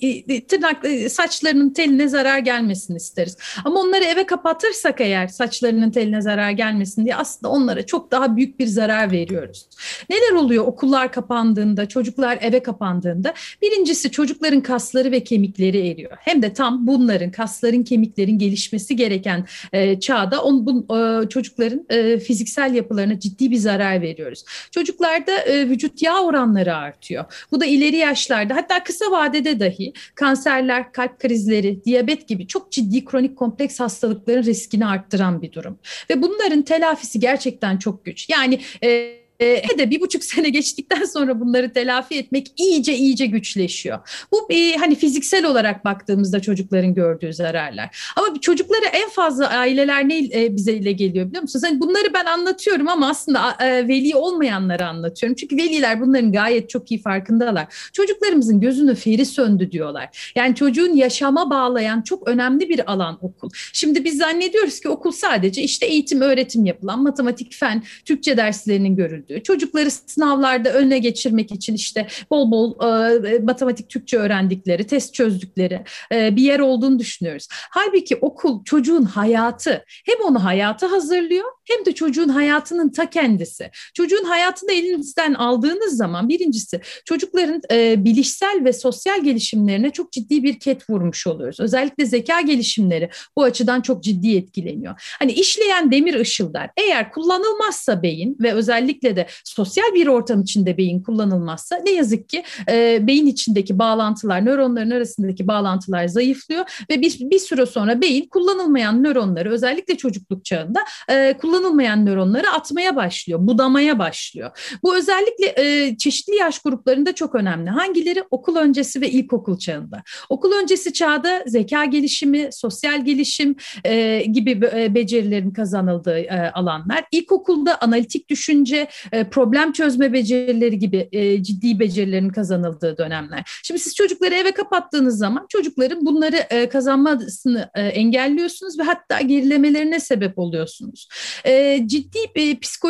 tırnak saçlarının teline zarar gelmesin isteriz. Ama onları eve kapatırsak eğer saçlarının teline zarar gelmesin diye aslında onlara çok daha büyük bir zarar veriyoruz. Neler oluyor okullar kapandığında, çocuklar eve kapandığında? Birincisi çocukların kasları ve kemikleri eriyor. Hem de tam bunların, kasların, kemiklerin gelişmesi gereken e, çağda on, bu, e, çocukların e, fiziksel yapılarına ciddi bir zarar veriyoruz. Çocuklarda e, vücut yağ oranları artıyor. Bu da ileri yaşlarda, hatta kısa vadede dahi kanserler, kalp krizleri, diyabet gibi çok ciddi kronik kompleks hastalıkların riskini arttıran bir durum. Ve bunların telafisi gerçekten çok güç. Yani e, E, de bir buçuk sene geçtikten sonra bunları telafi etmek iyice iyice güçleşiyor. Bu e, hani fiziksel olarak baktığımızda çocukların gördüğü zararlar. Ama çocuklara en fazla aileler ne e, bize ile geliyor biliyor musunuz? Hani bunları ben anlatıyorum ama aslında e, veli olmayanları anlatıyorum. Çünkü veliler bunların gayet çok iyi farkındalar. Çocuklarımızın gözünün feri söndü diyorlar. Yani çocuğun yaşama bağlayan çok önemli bir alan okul. Şimdi biz zannediyoruz ki okul sadece işte eğitim, öğretim yapılan matematik, fen, Türkçe derslerinin görüldüğü. Çocukları sınavlarda önüne geçirmek için işte bol bol e, matematik, Türkçe öğrendikleri, test çözdükleri e, bir yer olduğunu düşünüyoruz. Halbuki okul çocuğun hayatı. Hem onu hayata hazırlıyor hem de çocuğun hayatının ta kendisi. Çocuğun hayatını elinizden aldığınız zaman birincisi çocukların e, bilişsel ve sosyal gelişimlerine çok ciddi bir ket vurmuş oluyoruz. Özellikle zeka gelişimleri bu açıdan çok ciddi etkileniyor. Hani işleyen demir ışıldar. Eğer kullanılmazsa beyin ve özellikle de sosyal bir ortam içinde beyin kullanılmazsa ne yazık ki e, beyin içindeki bağlantılar, nöronların arasındaki bağlantılar zayıflıyor ve bir, bir süre sonra beyin kullanılmayan nöronları özellikle çocukluk çağında e, kullanılmayan nöronları atmaya başlıyor, budamaya başlıyor. Bu özellikle e, çeşitli yaş gruplarında çok önemli. Hangileri? Okul öncesi ve ilkokul çağında. Okul öncesi çağda zeka gelişimi, sosyal gelişim e, gibi e, becerilerin kazanıldığı e, alanlar. İlkokulda analitik düşünce, problem çözme becerileri gibi e, ciddi becerilerin kazanıldığı dönemler. Şimdi siz çocukları eve kapattığınız zaman çocukların bunları e, kazanmasını e, engelliyorsunuz ve hatta gerilemelerine sebep oluyorsunuz. E, ciddi e, psikolojik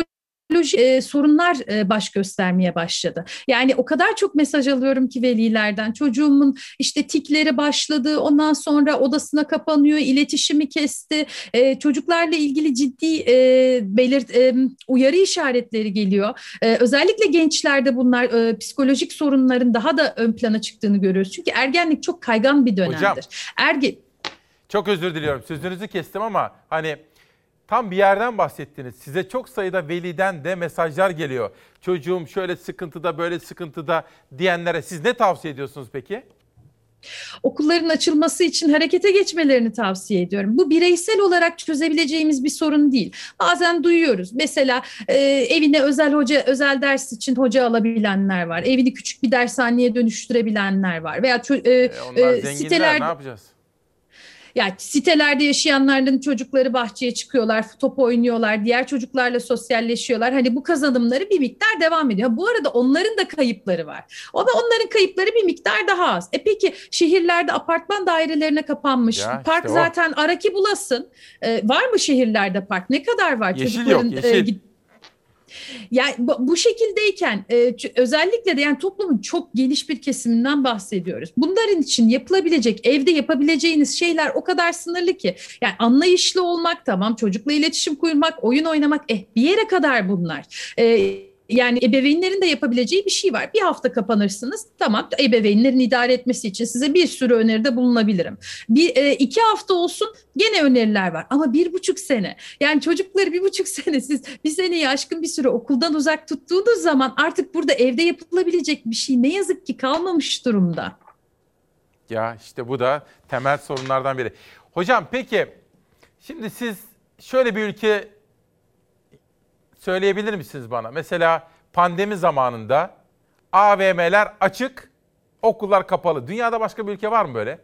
psikolojik e, sorunlar e, baş göstermeye başladı. Yani o kadar çok mesaj alıyorum ki velilerden. Çocuğumun işte tikleri başladı, ondan sonra odasına kapanıyor, iletişimi kesti. E, çocuklarla ilgili ciddi e, belirt, e, uyarı işaretleri geliyor. E, özellikle gençlerde bunlar e, psikolojik sorunların daha da ön plana çıktığını görüyoruz. Çünkü ergenlik çok kaygan bir dönemdir. Hocam, Ergen... çok özür diliyorum, sözünüzü kestim ama hani tam bir yerden bahsettiniz. Size çok sayıda veliden de mesajlar geliyor. Çocuğum şöyle sıkıntıda, böyle sıkıntıda diyenlere siz ne tavsiye ediyorsunuz peki? Okulların açılması için harekete geçmelerini tavsiye ediyorum. Bu bireysel olarak çözebileceğimiz bir sorun değil. Bazen duyuyoruz. Mesela e, evine özel hoca, özel ders için hoca alabilenler var. Evini küçük bir dershaneye dönüştürebilenler var. Veya e, e, onlar e, zenginler, sitelerde... ne yapacağız? Yani sitelerde yaşayanların çocukları bahçeye çıkıyorlar, top oynuyorlar, diğer çocuklarla sosyalleşiyorlar. Hani bu kazanımları bir miktar devam ediyor. Bu arada onların da kayıpları var. Ama onların kayıpları bir miktar daha az. E peki şehirlerde apartman dairelerine kapanmış. Ya Park işte zaten ara ki bulasın. Ee, var mı şehirlerde park? Ne kadar var? Yeşil Çocukların, yok, yeşil. E, Yani bu, bu şekildeyken e, özellikle de yani toplumun çok geniş bir kesiminden bahsediyoruz. Bunların için yapılabilecek, evde yapabileceğiniz şeyler o kadar sınırlı ki. Yani anlayışlı olmak, tamam, çocukla iletişim kurmak, oyun oynamak, eh bir yere kadar bunlar. E, Yani ebeveynlerin de yapabileceği bir şey var. Bir hafta kapanırsınız. Tamam, ebeveynlerin idare etmesi için size bir sürü öneride bulunabilirim. Bir e, iki hafta olsun, gene öneriler var. Ama bir buçuk sene. Yani çocukları bir buçuk sene siz bir seneyi aşkın bir süre okuldan uzak tuttuğunuz zaman artık burada evde yapılabilecek bir şey ne yazık ki kalmamış durumda. Ya işte bu da temel sorunlardan biri. Hocam peki şimdi siz şöyle bir ülke söyleyebilir misiniz bana? Mesela pandemi zamanında A V M'ler açık, okullar kapalı. Dünyada başka bir ülke var mı böyle?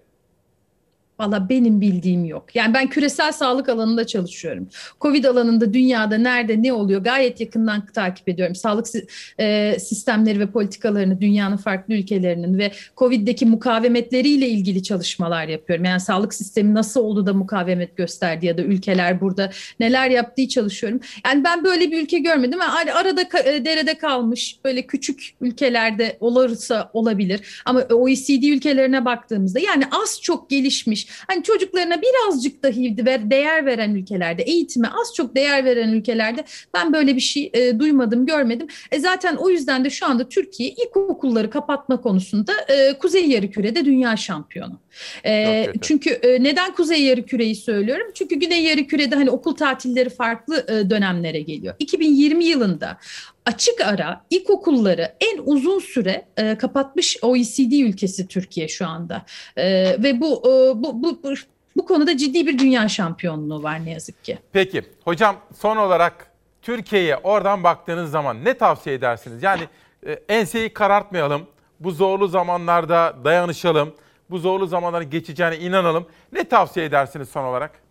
Valla benim bildiğim yok. Yani ben küresel sağlık alanında çalışıyorum. Covid alanında dünyada nerede ne oluyor gayet yakından takip ediyorum. Sağlık e, sistemleri ve politikalarını dünyanın farklı ülkelerinin ve Covid'deki mukavemetleriyle ilgili çalışmalar yapıyorum. Yani sağlık sistemi nasıl oldu da mukavemet gösterdi ya da ülkeler burada neler yaptığı çalışıyorum. Yani ben böyle bir ülke görmedim. Yani arada derede kalmış böyle küçük ülkelerde olursa olabilir. Ama O E C D ülkelerine baktığımızda yani az çok gelişmiş, hani çocuklarına birazcık dahi değer veren ülkelerde, eğitime az çok değer veren ülkelerde ben böyle bir şey e, duymadım, görmedim. E zaten o yüzden de şu anda Türkiye ilkokulları kapatma konusunda e, Kuzey Yarımküre'de dünya şampiyonu. E, çünkü e, neden Kuzey Yarımküre'yi söylüyorum? Çünkü Güney Yarımküre'de hani okul tatilleri farklı e, dönemlere geliyor. iki bin yirmi yılında açık ara ilkokulları en uzun süre e, kapatmış O E C D ülkesi Türkiye şu anda. E, ve bu, e, bu bu bu bu konuda ciddi bir dünya şampiyonluğu var ne yazık ki. Peki hocam, son olarak Türkiye'ye oradan baktığınız zaman ne tavsiye edersiniz? Yani e, enseyi karartmayalım, bu zorlu zamanlarda dayanışalım, bu zorlu zamanların geçeceğine inanalım. Ne tavsiye edersiniz son olarak?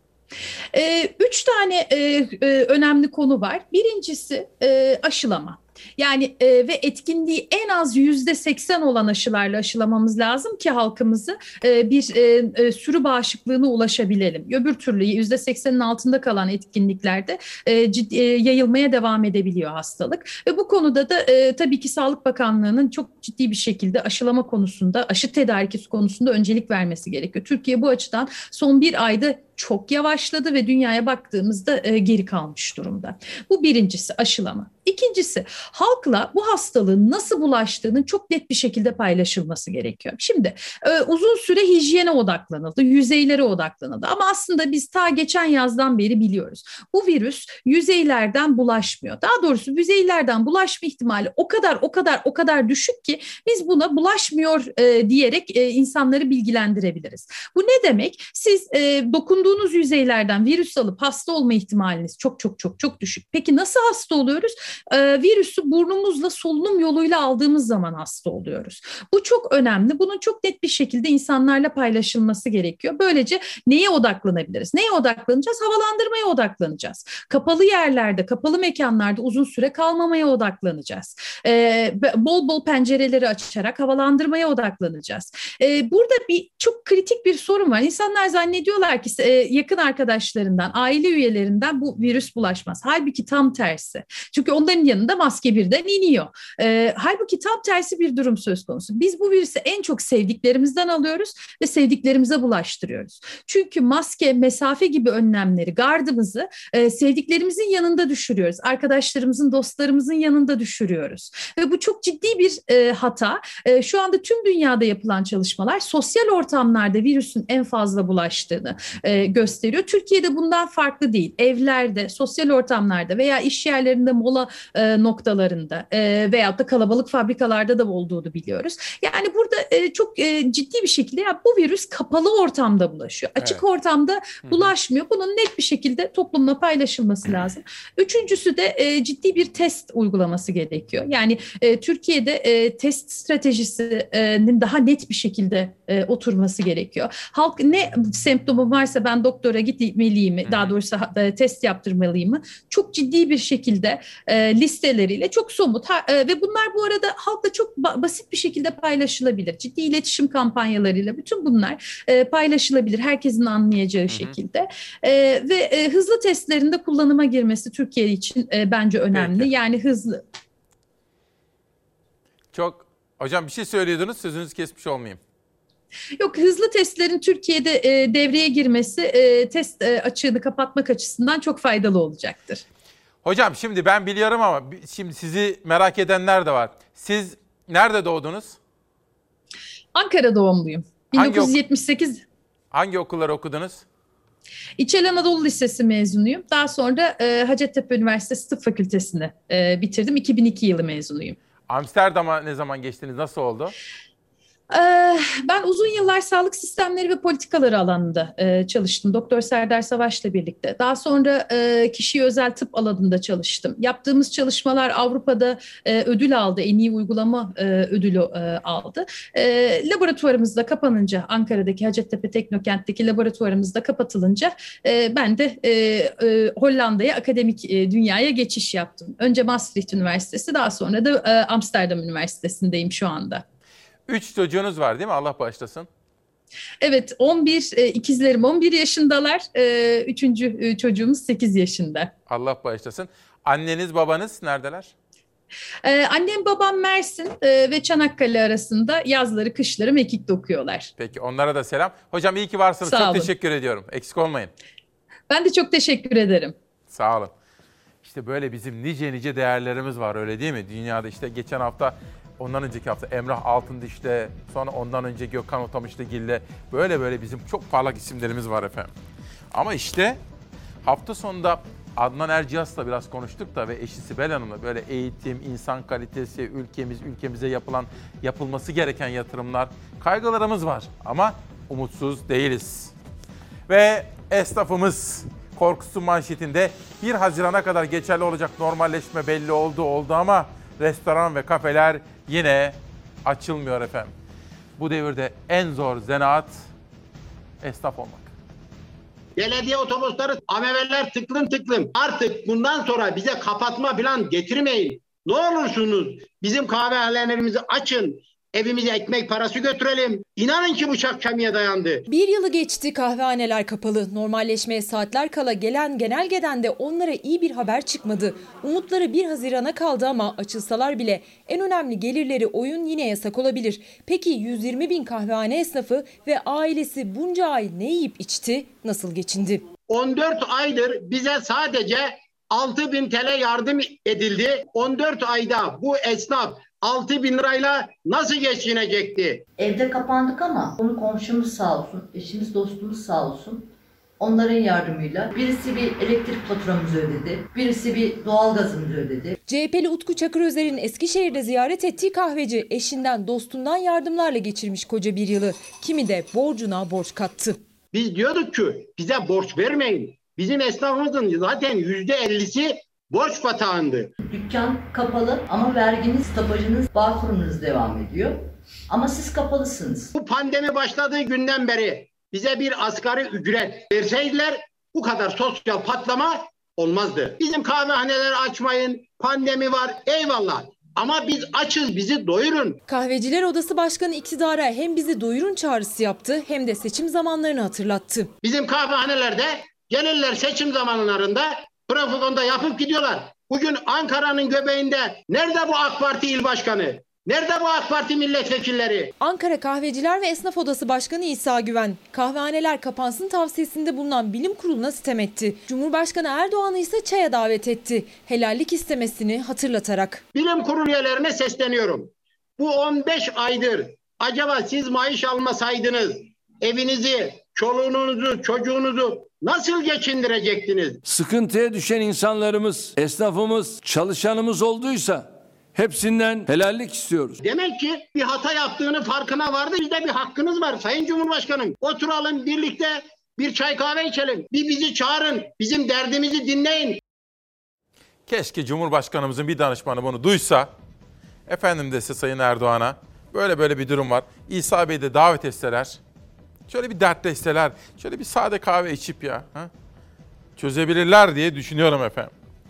Ee, üç tane e, e, önemli konu var. Birincisi e, aşılama. Yani e, ve etkinliği en az yüzde seksen olan aşılarla aşılamamız lazım ki halkımızı e, bir e, e, sürü bağışıklığına ulaşabilelim. Öbür türlü yüzde seksenin altında kalan etkinliklerde e, ciddi, e, yayılmaya devam edebiliyor hastalık. Ve bu konuda da e, tabii ki Sağlık Bakanlığı'nın çok ciddi bir şekilde aşılama konusunda, aşı tedariki konusunda öncelik vermesi gerekiyor. Türkiye bu açıdan son bir ayda çok yavaşladı ve dünyaya baktığımızda e, geri kalmış durumda. Bu birincisi, aşılama. İkincisi, halkla bu hastalığın nasıl bulaştığının çok net bir şekilde paylaşılması gerekiyor. Şimdi e, uzun süre hijyene odaklanıldı, yüzeylere odaklanıldı ama aslında biz ta geçen yazdan beri biliyoruz. Bu virüs yüzeylerden bulaşmıyor. Daha doğrusu yüzeylerden bulaşma ihtimali o kadar o kadar o kadar düşük ki biz buna bulaşmıyor e, diyerek e, insanları bilgilendirebiliriz. Bu ne demek? Siz e, dokunduğunuz yüzeylerden virüs alıp hasta olma ihtimaliniz çok çok çok çok düşük. Peki nasıl hasta oluyoruz? Ee, virüsü burnumuzla, solunum yoluyla aldığımız zaman hasta oluyoruz. Bu çok önemli. Bunun çok net bir şekilde insanlarla paylaşılması gerekiyor. Böylece neye odaklanabiliriz? Neye odaklanacağız? Havalandırmaya odaklanacağız. Kapalı yerlerde, kapalı mekanlarda uzun süre kalmamaya odaklanacağız. Ee, bol bol pencereleri açarak havalandırmaya odaklanacağız. Ee, burada bir çok kritik bir sorun var. İnsanlar zannediyorlar ki e, yakın arkadaşlarından, aile üyelerinden bu virüs bulaşmaz. Halbuki tam tersi. Çünkü onların yanında maske birden iniyor. E, halbuki tam tersi bir durum söz konusu. Biz bu virüsü en çok sevdiklerimizden alıyoruz ve sevdiklerimize bulaştırıyoruz. Çünkü maske, mesafe gibi önlemleri, gardımızı e, sevdiklerimizin yanında düşürüyoruz. Arkadaşlarımızın, dostlarımızın yanında düşürüyoruz. Ve bu çok ciddi bir e, hata. E, şu anda tüm dünyada yapılan çalışmalar sosyal ortamlarda virüsün en fazla bulaştığını e, gösteriyor. Türkiye'de bundan farklı değil. Evlerde, sosyal ortamlarda veya iş yerlerinde, mola e, noktalarında e, veyahut da kalabalık fabrikalarda da olduğunu biliyoruz. Yani burada e, çok e, ciddi bir şekilde ya bu virüs kapalı ortamda bulaşıyor. Açık evet. ortamda bulaşmıyor. Bunun net bir şekilde toplumla paylaşılması lazım. Üçüncüsü de e, ciddi bir test uygulaması gerekiyor. Yani e, Türkiye'de e, test stratejisinin daha net bir şekilde e, oturması gerekiyor. Halk ne semptomu varsa ben doktora gitmeliyim mi, daha doğrusu e, test yaptırmalıyım mı? Çok ciddi bir şekilde e, listeleriyle çok somut ha, e, ve bunlar bu arada halkla çok ba- basit bir şekilde paylaşılabilir. Ciddi iletişim kampanyalarıyla bütün bunlar e, paylaşılabilir herkesin anlayacağı hı hı. şekilde e, ve e, hızlı testlerinde kullanıma girmesi Türkiye için e, bence önemli. Peki. Yani hızlı. Çok hocam bir şey söylüyordunuz, sözünüzü kesmiş olmayayım. Yok, hızlı testlerin Türkiye'de e, devreye girmesi e, test e, açığını kapatmak açısından çok faydalı olacaktır. Hocam şimdi ben biliyorum ama şimdi sizi merak edenler de var. Siz nerede doğdunuz? Ankara doğumluyum. bin dokuz yüz yetmiş sekiz. Hangi, ok- hangi okulları okudunuz? İçel Anadolu Lisesi mezunuyum. Daha sonra e, Hacettepe Üniversitesi Tıp Fakültesini e, bitirdim. iki bin iki yılı mezunuyum. Amsterdam'a ne zaman geçtiniz? Nasıl oldu? Ben uzun yıllar sağlık sistemleri ve politikaları alanında çalıştım. Doktor Serdar Savaş'la birlikte. Daha sonra kişiye özel tıp alanında çalıştım. Yaptığımız çalışmalar Avrupa'da ödül aldı. En iyi uygulama ödülü aldı. Laboratuvarımız da kapanınca, Ankara'daki Hacettepe Teknokent'teki laboratuvarımız da kapatılınca ben de Hollanda'ya, akademik dünyaya geçiş yaptım. Önce Maastricht Üniversitesi, daha sonra da Amsterdam Üniversitesi'ndeyim şu anda. Üç çocuğunuz var değil mi? Allah bağışlasın. Evet, on bir e, ikizlerim on bir yaşındalar. E, üçüncü e, çocuğumuz sekiz yaşında. Allah bağışlasın. Anneniz, babanız neredeler? Ee, annem babam Mersin e, ve Çanakkale arasında yazları kışları mekikte okuyorlar. Peki, onlara da selam. Hocam iyi ki varsınız. Sağ çok olun. Teşekkür ediyorum. Eksik olmayın. Ben de çok teşekkür ederim. Sağ olun. İşte böyle bizim nice nice değerlerimiz var, öyle değil mi? Dünyada işte geçen hafta, ondan önceki hafta Emrah Altındiş'te, sonra ondan önce Gökhan Otamışlıgil'le böyle böyle bizim çok parlak isimlerimiz var efendim. Ama işte hafta sonunda Adnan Erciyes'le biraz konuştuk da ve eşi Sibel Hanım'la böyle eğitim, insan kalitesi, ülkemiz, ülkemize yapılan, yapılması gereken yatırımlar, kaygılarımız var ama umutsuz değiliz. Ve esnafımız korkusu manşetinde bir Haziran'a kadar geçerli olacak normalleşme belli oldu oldu ama restoran ve kafeler yine açılmıyor efendim. Bu devirde en zor zanaat esnaf olmak. Belediye otobüsleri, A V M'ler tıklım tıklım. Artık bundan sonra bize kapatma falan getirmeyin. Ne olursunuz bizim kahvehanelerimizi açın. Evimize ekmek parası götürelim. İnanın ki bıçak kemiğe dayandı. Bir yılı geçti, kahvehaneler kapalı. Normalleşmeye saatler kala gelen genelgeden de onlara iyi bir haber çıkmadı. Umutları bir Haziran'a kaldı ama açılsalar bile en önemli gelirleri oyun yine yasak olabilir. Peki yüz yirmi bin kahvehane esnafı ve ailesi bunca ay ne yiyip içti, nasıl geçindi? on dört aydır bize sadece altı bin T L yardım edildi. on dört ayda bu esnaf altı bin lirayla nasıl geçinecekti? Evde kapandık ama onu komşumuz sağ olsun, eşimiz dostumuz sağ olsun. Onların yardımıyla birisi bir elektrik faturamızı ödedi, birisi bir doğalgazımızı ödedi. C H P'li Utku Çakırözer'in Eskişehir'de ziyaret ettiği kahveci eşinden dostundan yardımlarla geçirmiş koca bir yılı. Kimi de borcuna borç kattı. Biz diyorduk ki bize borç vermeyin. Bizim esnafımızın zaten yüzde ellisi borç batağındı. Dükkan kapalı ama verginiz, stopajınız, bağkurunuz devam ediyor. Ama siz kapalısınız. Bu pandemi başladığı günden beri bize bir asgari ücret verseydiler bu kadar sosyal patlama olmazdı. Bizim kahvehaneleri açmayın, pandemi var, eyvallah. Ama biz açız, bizi doyurun. Kahveciler Odası Başkanı iktidara hem bizi doyurun çağrısı yaptı hem de seçim zamanlarını hatırlattı. Bizim kahvehanelerde gelirler seçim zamanlarında propaganda yapıp gidiyorlar. Bugün Ankara'nın göbeğinde nerede bu AK Parti il başkanı? Nerede bu AK Parti milletvekilleri? Ankara Kahveciler ve Esnaf Odası Başkanı İsa Güven, kahvehaneler kapansın tavsiyesinde bulunan bilim kuruluna sitem etti. Cumhurbaşkanı Erdoğan'ı ise çaya davet etti. Helallik istemesini hatırlatarak. Bilim kurulu üyelerine sesleniyorum. Bu on beş aydır acaba siz maaş almasaydınız evinizi, çoluğunuzu, çocuğunuzu nasıl geçindirecektiniz? Sıkıntıya düşen insanlarımız, esnafımız, çalışanımız olduysa hepsinden helallik istiyoruz. Demek ki bir hata yaptığını farkına vardı. Bizde bir hakkınız var Sayın Cumhurbaşkanım. Oturalım birlikte bir çay kahve içelim. Bir bizi çağırın. Bizim derdimizi dinleyin. Keşke Cumhurbaşkanımızın bir danışmanı bunu duysa. Efendim dese Sayın Erdoğan'a böyle böyle bir durum var. İsa Bey'i de davet etseler. Şöyle bir dertleşseler. Şöyle bir sade kahve içip ya. Ha? Çözebilirler diye düşünüyorum efendim.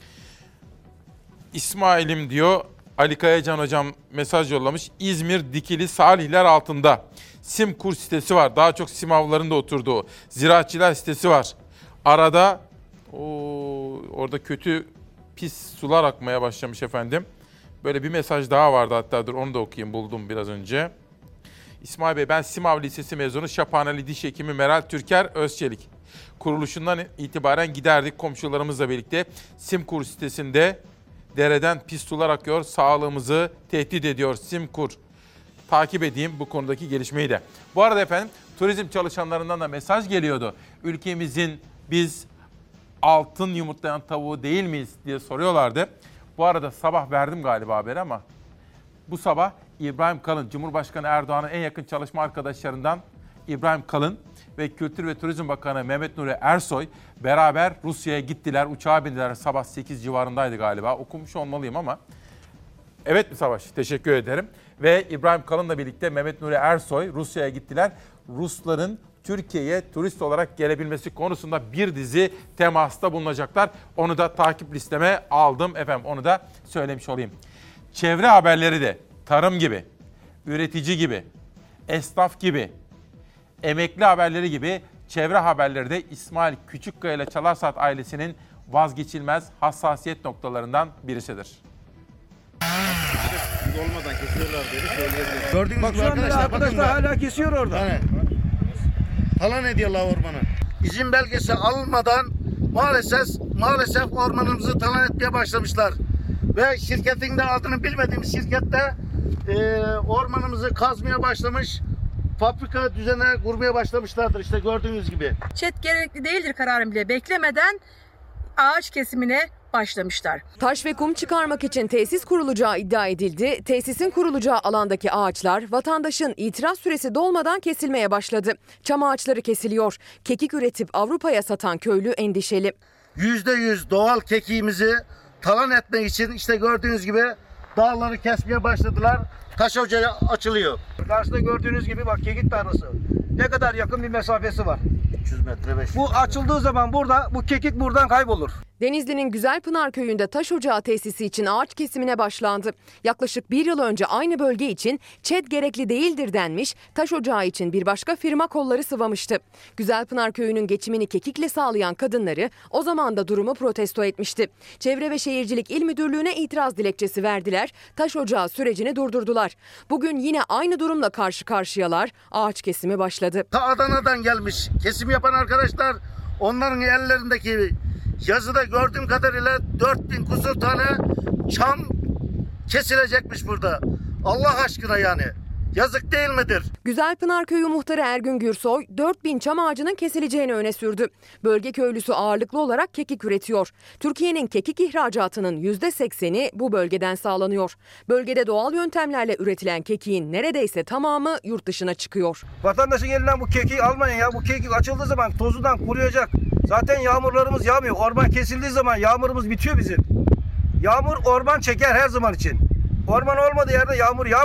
İsmail'im diyor. Ali Kayacan hocam mesaj yollamış. İzmir Dikili Salihler altında Simkur sitesi var. Daha çok Simavların da oturduğu. Ziraatçılar sitesi var. Arada o orada kötü pis sular akmaya başlamış efendim. Böyle bir mesaj daha vardı hatta dur onu da okuyayım buldum biraz önce. İsmail Bey ben Simav Lisesi mezunu Şaphaneli Diş Hekimi Meral Türker Özçelik. Kuruluşundan itibaren giderdik komşularımızla birlikte Simkur sitesinde. Dereden pis sular akıyor, sağlığımızı tehdit ediyor Simkur. Takip edeyim bu konudaki gelişmeyi de. Bu arada efendim turizm çalışanlarından da mesaj geliyordu. Ülkemizin biz altın yumurtlayan tavuğu değil miyiz diye soruyorlardı. Bu arada sabah verdim galiba haberi ama bu sabah İbrahim Kalın, Cumhurbaşkanı Erdoğan'ın en yakın çalışma arkadaşlarından İbrahim Kalın ve Kültür ve Turizm Bakanı Mehmet Nuri Ersoy beraber Rusya'ya gittiler. Uçağa bindiler. Sabah sekiz civarındaydı galiba. Okumuş olmalıyım ama. Evet mi Savaş? Teşekkür ederim. Ve İbrahim Kalın'la birlikte Mehmet Nuri Ersoy Rusya'ya gittiler. Rusların Türkiye'ye turist olarak gelebilmesi konusunda bir dizi temasta bulunacaklar. Onu da takip listeme aldım efendim. Onu da söylemiş olayım. Çevre haberleri de tarım gibi, üretici gibi, esnaf gibi, emekli haberleri gibi çevre haberleri de İsmail Küçükkaya ile Çalarsaat ailesinin vazgeçilmez hassasiyet noktalarından birisidir. Olmadan kesiyorlar dedi söyleyebilirim. Gördüğünüz Bak gibi şu arkadaşlar, arkadaşlar hala kesiyor orada. Yani, talan ediyorlar ormanı. İzin belgesi alınmadan maalesef maalesef ormanımızı talan etmeye başlamışlar. Ve şirketin de adını bilmediğimiz şirkette e, ormanımızı kazmaya başlamış. Fabrika düzene kurmaya başlamışlardır işte gördüğünüz gibi. ÇED gerekli değildir kararını bile beklemeden ağaç kesimine başlamışlar. Taş ve kum çıkarmak için tesis kurulacağı iddia edildi. Tesisin kurulacağı alandaki ağaçlar vatandaşın itiraz süresi dolmadan kesilmeye başladı. Çam ağaçları kesiliyor. Kekik üretip Avrupa'ya satan köylü endişeli. yüzde yüz doğal kekiğimizi talan etmek için işte gördüğünüz gibi dağları kesmeye başladılar. Taş ocağı açılıyor. Karşıda gördüğünüz gibi bak kekik tarlası. Ne kadar yakın bir mesafesi var. üç yüz metre beş yüz. Bu açıldığı zaman burada bu kekik buradan kaybolur. Denizli'nin Güzelpınar köyünde taş ocağı tesisi için ağaç kesimine başlandı. Yaklaşık bir yıl önce aynı bölge için ÇED gerekli değildir denmiş, taş ocağı için bir başka firma kolları sıvamıştı. Güzelpınar köyünün geçimini kekikle sağlayan kadınları o zaman da durumu protesto etmişti. Çevre ve Şehircilik İl Müdürlüğü'ne itiraz dilekçesi verdiler, taş ocağı sürecini durdurdular. Bugün yine aynı durumla karşı karşıyalar, ağaç kesimi başladı. Ta Adana'dan gelmiş kesim yapan arkadaşlar, onların ellerindeki yazıda gördüğüm kadarıyla dört bin kusur tane çam kesilecekmiş burada. Allah aşkına yani. Yazık değil midir? Güzelpınar Köyü muhtarı Ergün Gürsoy dört bin çam ağacının kesileceğini öne sürdü. Bölge köylüsü ağırlıklı olarak kekik üretiyor. Türkiye'nin kekik ihracatının yüzde sekseni bu bölgeden sağlanıyor. Bölgede doğal yöntemlerle üretilen kekiğin neredeyse tamamı yurt dışına çıkıyor. Vatandaşın elinden bu kekiği almayın ya. Bu kekik açıldığı zaman tozundan kuruyacak. Zaten yağmurlarımız yağmıyor. Orman kesildiği zaman yağmurumuz bitiyor bizim. Yağmur orman çeker her zaman için. Orman olmadığı yerde yağmur yağmıyor.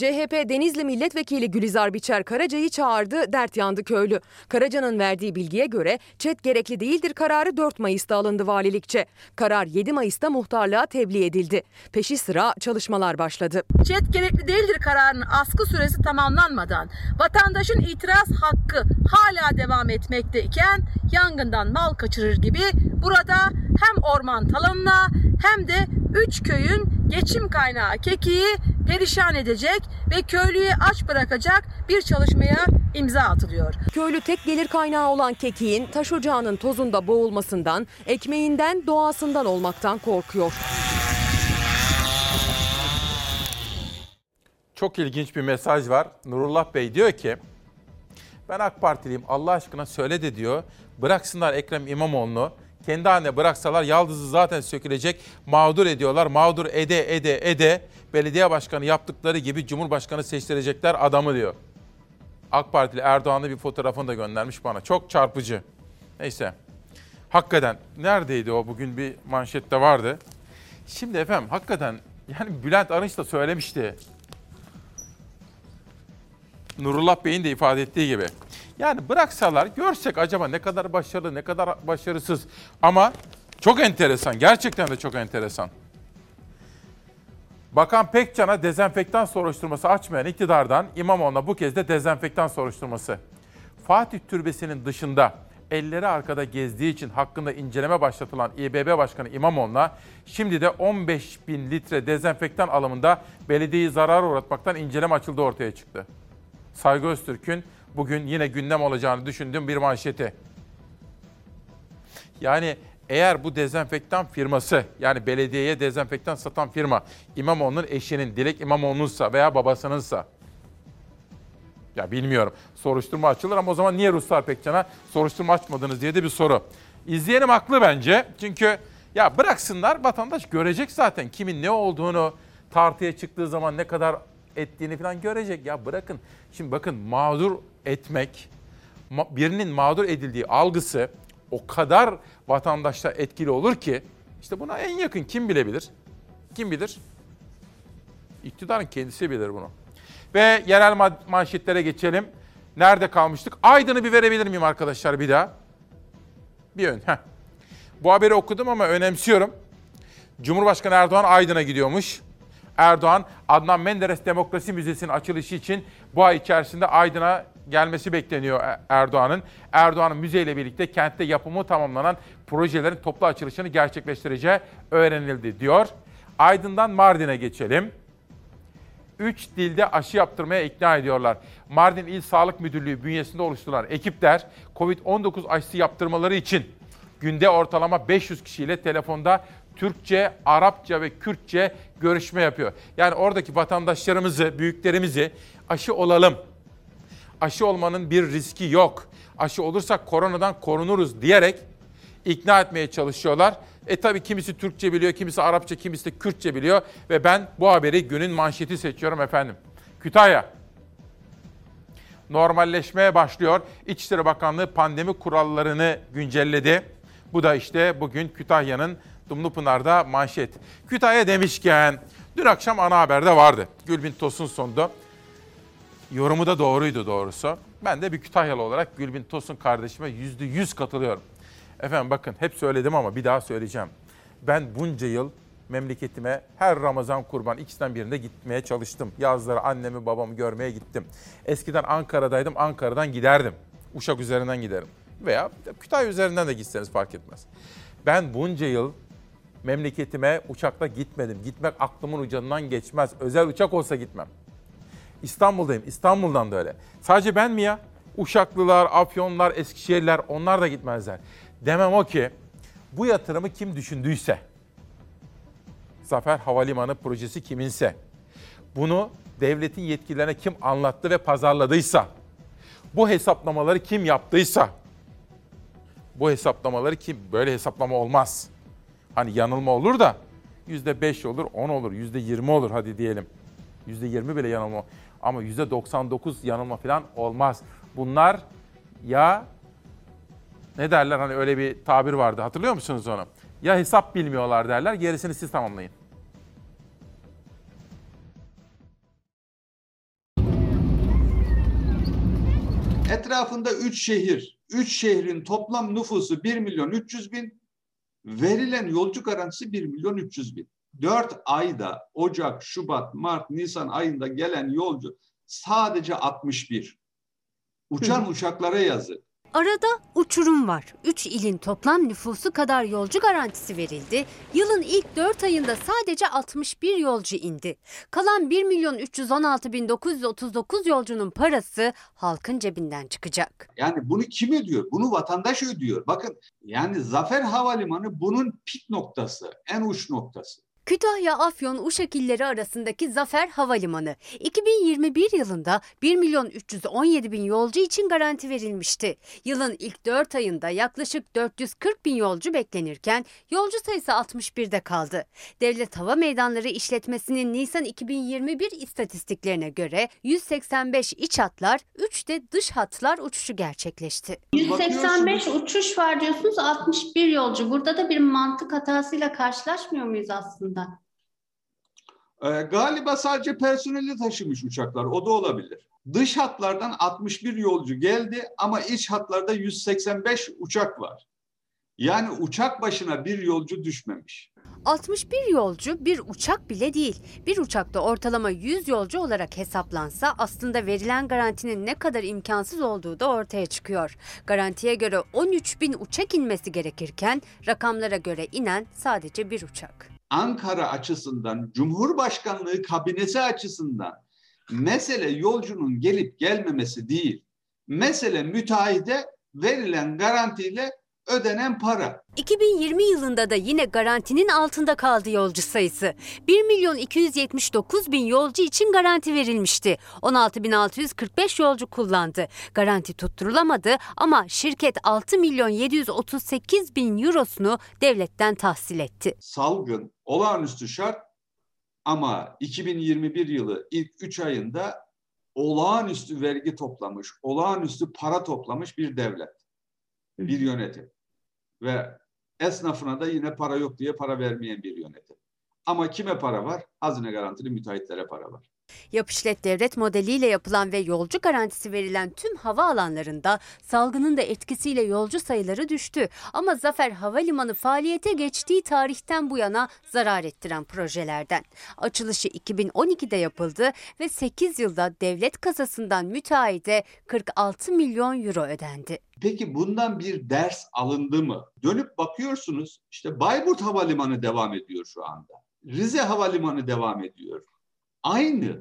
C H P Denizli Milletvekili Gülizar Biçer Karaca'yı çağırdı, dert yandı köylü. Karaca'nın verdiği bilgiye göre ÇED gerekli değildir kararı dört Mayıs'ta alındı valilikçe. Karar yedi Mayıs'ta muhtarlığa tebliğ edildi. Peşi sıra çalışmalar başladı. ÇED gerekli değildir kararının askı süresi tamamlanmadan vatandaşın itiraz hakkı hala devam etmekteyken yangından mal kaçırır gibi burada hem orman talanına hem de üç köyün geçim kaynağı kekiği perişan edecek ve köylüyü aç bırakacak bir çalışmaya imza atılıyor. Köylü tek gelir kaynağı olan kekiğin taş ocağının tozunda boğulmasından, ekmeğinden, doğasından olmaktan korkuyor. Çok ilginç bir mesaj var. Nurullah Bey diyor ki, ben AK Partiliyim, Allah aşkına söyle de diyor, bıraksınlar Ekrem İmamoğlu'nu, kendi haline bıraksalar yaldızı zaten sökülecek, mağdur ediyorlar, mağdur ede ede ede belediye başkanı yaptıkları gibi Cumhurbaşkanı seçtirecekler adamı diyor. AK Partili Erdoğan'ın bir fotoğrafını da göndermiş bana, çok çarpıcı. Neyse, hakikaten neredeydi o, bugün bir manşette vardı. Şimdi efendim hakikaten yani Bülent Arınç da söylemişti. Nurullah Bey'in de ifade ettiği gibi. Yani bıraksalar görsek acaba ne kadar başarılı, ne kadar başarısız. Ama çok enteresan, gerçekten de çok enteresan. Bakan Pekcan'a dezenfektan soruşturması açmayan iktidardan İmamoğlu'na bu kez de dezenfektan soruşturması. Fatih Türbesi'nin dışında elleri arkada gezdiği için hakkında inceleme başlatılan İBB Başkanı İmamoğlu'na şimdi de on beş bin litre dezenfektan alımında belediyeyi zarar uğratmaktan inceleme açıldığı ortaya çıktı. Saygı Öztürk'ün bugün yine gündem olacağını düşündüğüm bir manşeti. Yani eğer bu dezenfektan firması, yani belediyeye dezenfektan satan firma İmamoğlu'nun eşinin, Dilek İmamoğlu'nunsa veya babasınınsa, ya bilmiyorum, soruşturma açılır ama o zaman niye Ruslar Pekcan'a soruşturma açmadınız diye de bir soru. İzleyenim haklı bence, çünkü ya bıraksınlar, vatandaş görecek zaten kimin ne olduğunu, tartıya çıktığı zaman ne kadar ettiğini falan görecek. Ya bırakın. Şimdi bakın, mağdur etmek, birinin mağdur edildiği algısı o kadar vatandaşta etkili olur ki, işte buna en yakın kim bilebilir? Kim bilir? İktidarın kendisi bilir bunu. Ve yerel manşetlere geçelim. Nerede kalmıştık? Aydın'ı bir verebilir miyim arkadaşlar bir daha? Bir ön. Heh. Bu haberi okudum ama önemsiyorum. Cumhurbaşkanı Erdoğan Aydın'a gidiyormuş. Erdoğan, Adnan Menderes Demokrasi Müzesi'nin açılışı için bu ay içerisinde Aydın'a gelmesi bekleniyor Erdoğan'ın. Erdoğan'ın müzeyle birlikte kentte yapımı tamamlanan projelerin toplu açılışını gerçekleştireceği öğrenildi diyor. Aydın'dan Mardin'e geçelim. Üç dilde aşı yaptırmaya ikna ediyorlar. Mardin İl Sağlık Müdürlüğü bünyesinde oluşturulan ekipler kovid on dokuz aşısı yaptırmaları için günde ortalama beş yüz kişiyle telefonda Türkçe, Arapça ve Kürtçe görüşme yapıyor. Yani oradaki vatandaşlarımızı, büyüklerimizi aşı olalım, aşı olmanın bir riski yok, aşı olursak koronadan korunuruz diyerek ikna etmeye çalışıyorlar. E tabii kimisi Türkçe biliyor, kimisi Arapça, kimisi de Kürtçe biliyor ve ben bu haberi günün manşeti seçiyorum efendim. Kütahya. Normalleşmeye başlıyor. İçişleri Bakanlığı pandemi kurallarını güncelledi. Bu da işte bugün Kütahya'nın Dumlupınar'da manşet. Kütahya demişken dün akşam ana haberde vardı. Gülbin Tosun sonunda. Yorumu da doğruydu doğrusu. Ben de bir Kütahyalı olarak Gülbin Tosun kardeşime yüzde yüz katılıyorum. Efendim bakın, hep söyledim ama bir daha söyleyeceğim. Ben bunca yıl memleketime her Ramazan, Kurban ikisinden birinde gitmeye çalıştım. Yazları annemi babamı görmeye gittim. Eskiden Ankara'daydım, Ankara'dan giderdim. Uşak üzerinden giderim. Veya Kütahya üzerinden de gitseniz fark etmez. Ben bunca yıl memleketime uçakla gitmedim. Gitmek aklımın ucundan geçmez. Özel uçak olsa gitmem. İstanbul'dayım. İstanbul'dan da öyle. Sadece ben mi ya? Uşaklılar, Afyonlar, Eskişehirler, onlar da gitmezler. Demem o ki bu yatırımı kim düşündüyse, Zafer Havalimanı projesi kiminse, bunu devletin yetkililerine kim anlattı ve pazarladıysa, bu hesaplamaları kim yaptıysa, bu hesaplamaları kim, böyle hesaplama olmaz. Hani yanılma olur da yüzde beş olur, on olur, yüzde yirmi olur hadi diyelim. yüzde yirmi bile yanılma. Ama yüzde doksan dokuz yanılma falan olmaz. Bunlar ya ne derler, hani öyle bir tabir vardı, hatırlıyor musunuz onu? Ya hesap bilmiyorlar derler, gerisini siz tamamlayın. Etrafında üç şehir. Üç şehrin toplam nüfusu bir milyon üç yüz bin. Verilen yolcu garantisi bir milyon üç yüz bin. dört ayda Ocak, Şubat, Mart, Nisan ayında gelen yolcu sadece altmış bir. Uçan uçaklara yazık. Arada uçurum var. üç ilin toplam nüfusu kadar yolcu garantisi verildi. Yılın ilk dört ayında sadece altmış bir yolcu indi. Kalan bir milyon üç yüz on altı bin dokuz yüz otuz dokuz yolcunun parası halkın cebinden çıkacak. Yani bunu kim ödüyor? Bunu vatandaş ödüyor. Bakın yani Zafer Havalimanı bunun pik noktası, en uç noktası. Kütahya, Afyon, Uşak illeri arasındaki Zafer Havalimanı iki bin yirmi bir yılında bir milyon üç yüz on yedi bin yolcu için garanti verilmişti. Yılın ilk dört ayında yaklaşık dört yüz kırk bin yolcu beklenirken yolcu sayısı altmış birde kaldı. Devlet Hava Meydanları İşletmesi'nin Nisan iki bin yirmi bir istatistiklerine göre yüz seksen beş iç hatlar, üç de dış hatlar uçuşu gerçekleşti. yüz seksen beş uçuş var diyorsunuz, altmış bir yolcu. Burada da bir mantık hatasıyla karşılaşmıyor muyuz aslında? Ee, galiba sadece personeli taşımış uçaklar, o da olabilir. Dış hatlardan altmış bir yolcu geldi ama iç hatlarda yüz seksen beş uçak var. Yani uçak başına bir yolcu düşmemiş. altmış bir yolcu bir uçak bile değil. Bir uçakta ortalama yüz yolcu olarak hesaplansa aslında verilen garantinin ne kadar imkansız olduğu da ortaya çıkıyor. Garantiye göre on üç bin uçak inmesi gerekirken rakamlara göre inen sadece bir uçak. Ankara açısından, Cumhurbaşkanlığı kabinesi açısından mesele yolcunun gelip gelmemesi değil. Mesele müteahhide verilen garantiyle ödenen para. iki bin yirmi yılında da yine garantinin altında kaldı yolcu sayısı. bir milyon iki yüz yetmiş dokuz bin yolcu için garanti verilmişti. on altı bin altı yüz kırk beş yolcu kullandı. Garanti tutturulamadı ama şirket altı milyon yedi yüz otuz sekiz bin eurosunu devletten tahsil etti. Salgın, olağanüstü şart ama iki bin yirmi bir yılı ilk üç ayında olağanüstü vergi toplamış, olağanüstü para toplamış bir devlet, bir yönetim. Ve esnafına da yine para yok diye para vermeyen bir yönetim. Ama kime para var? Hazine garantili müteahhitlere para var. Yap işlet devlet modeliyle yapılan ve yolcu garantisi verilen tüm havaalanlarında salgının da etkisiyle yolcu sayıları düştü. Ama Zafer Havalimanı faaliyete geçtiği tarihten bu yana zarar ettiren projelerden. Açılışı iki bin on ikide yapıldı ve sekiz yılda devlet kasasından müteahhide kırk altı milyon euro ödendi. Peki bundan bir ders alındı mı? Dönüp bakıyorsunuz işte Bayburt Havalimanı devam ediyor şu anda. Rize Havalimanı devam ediyor. Aynı.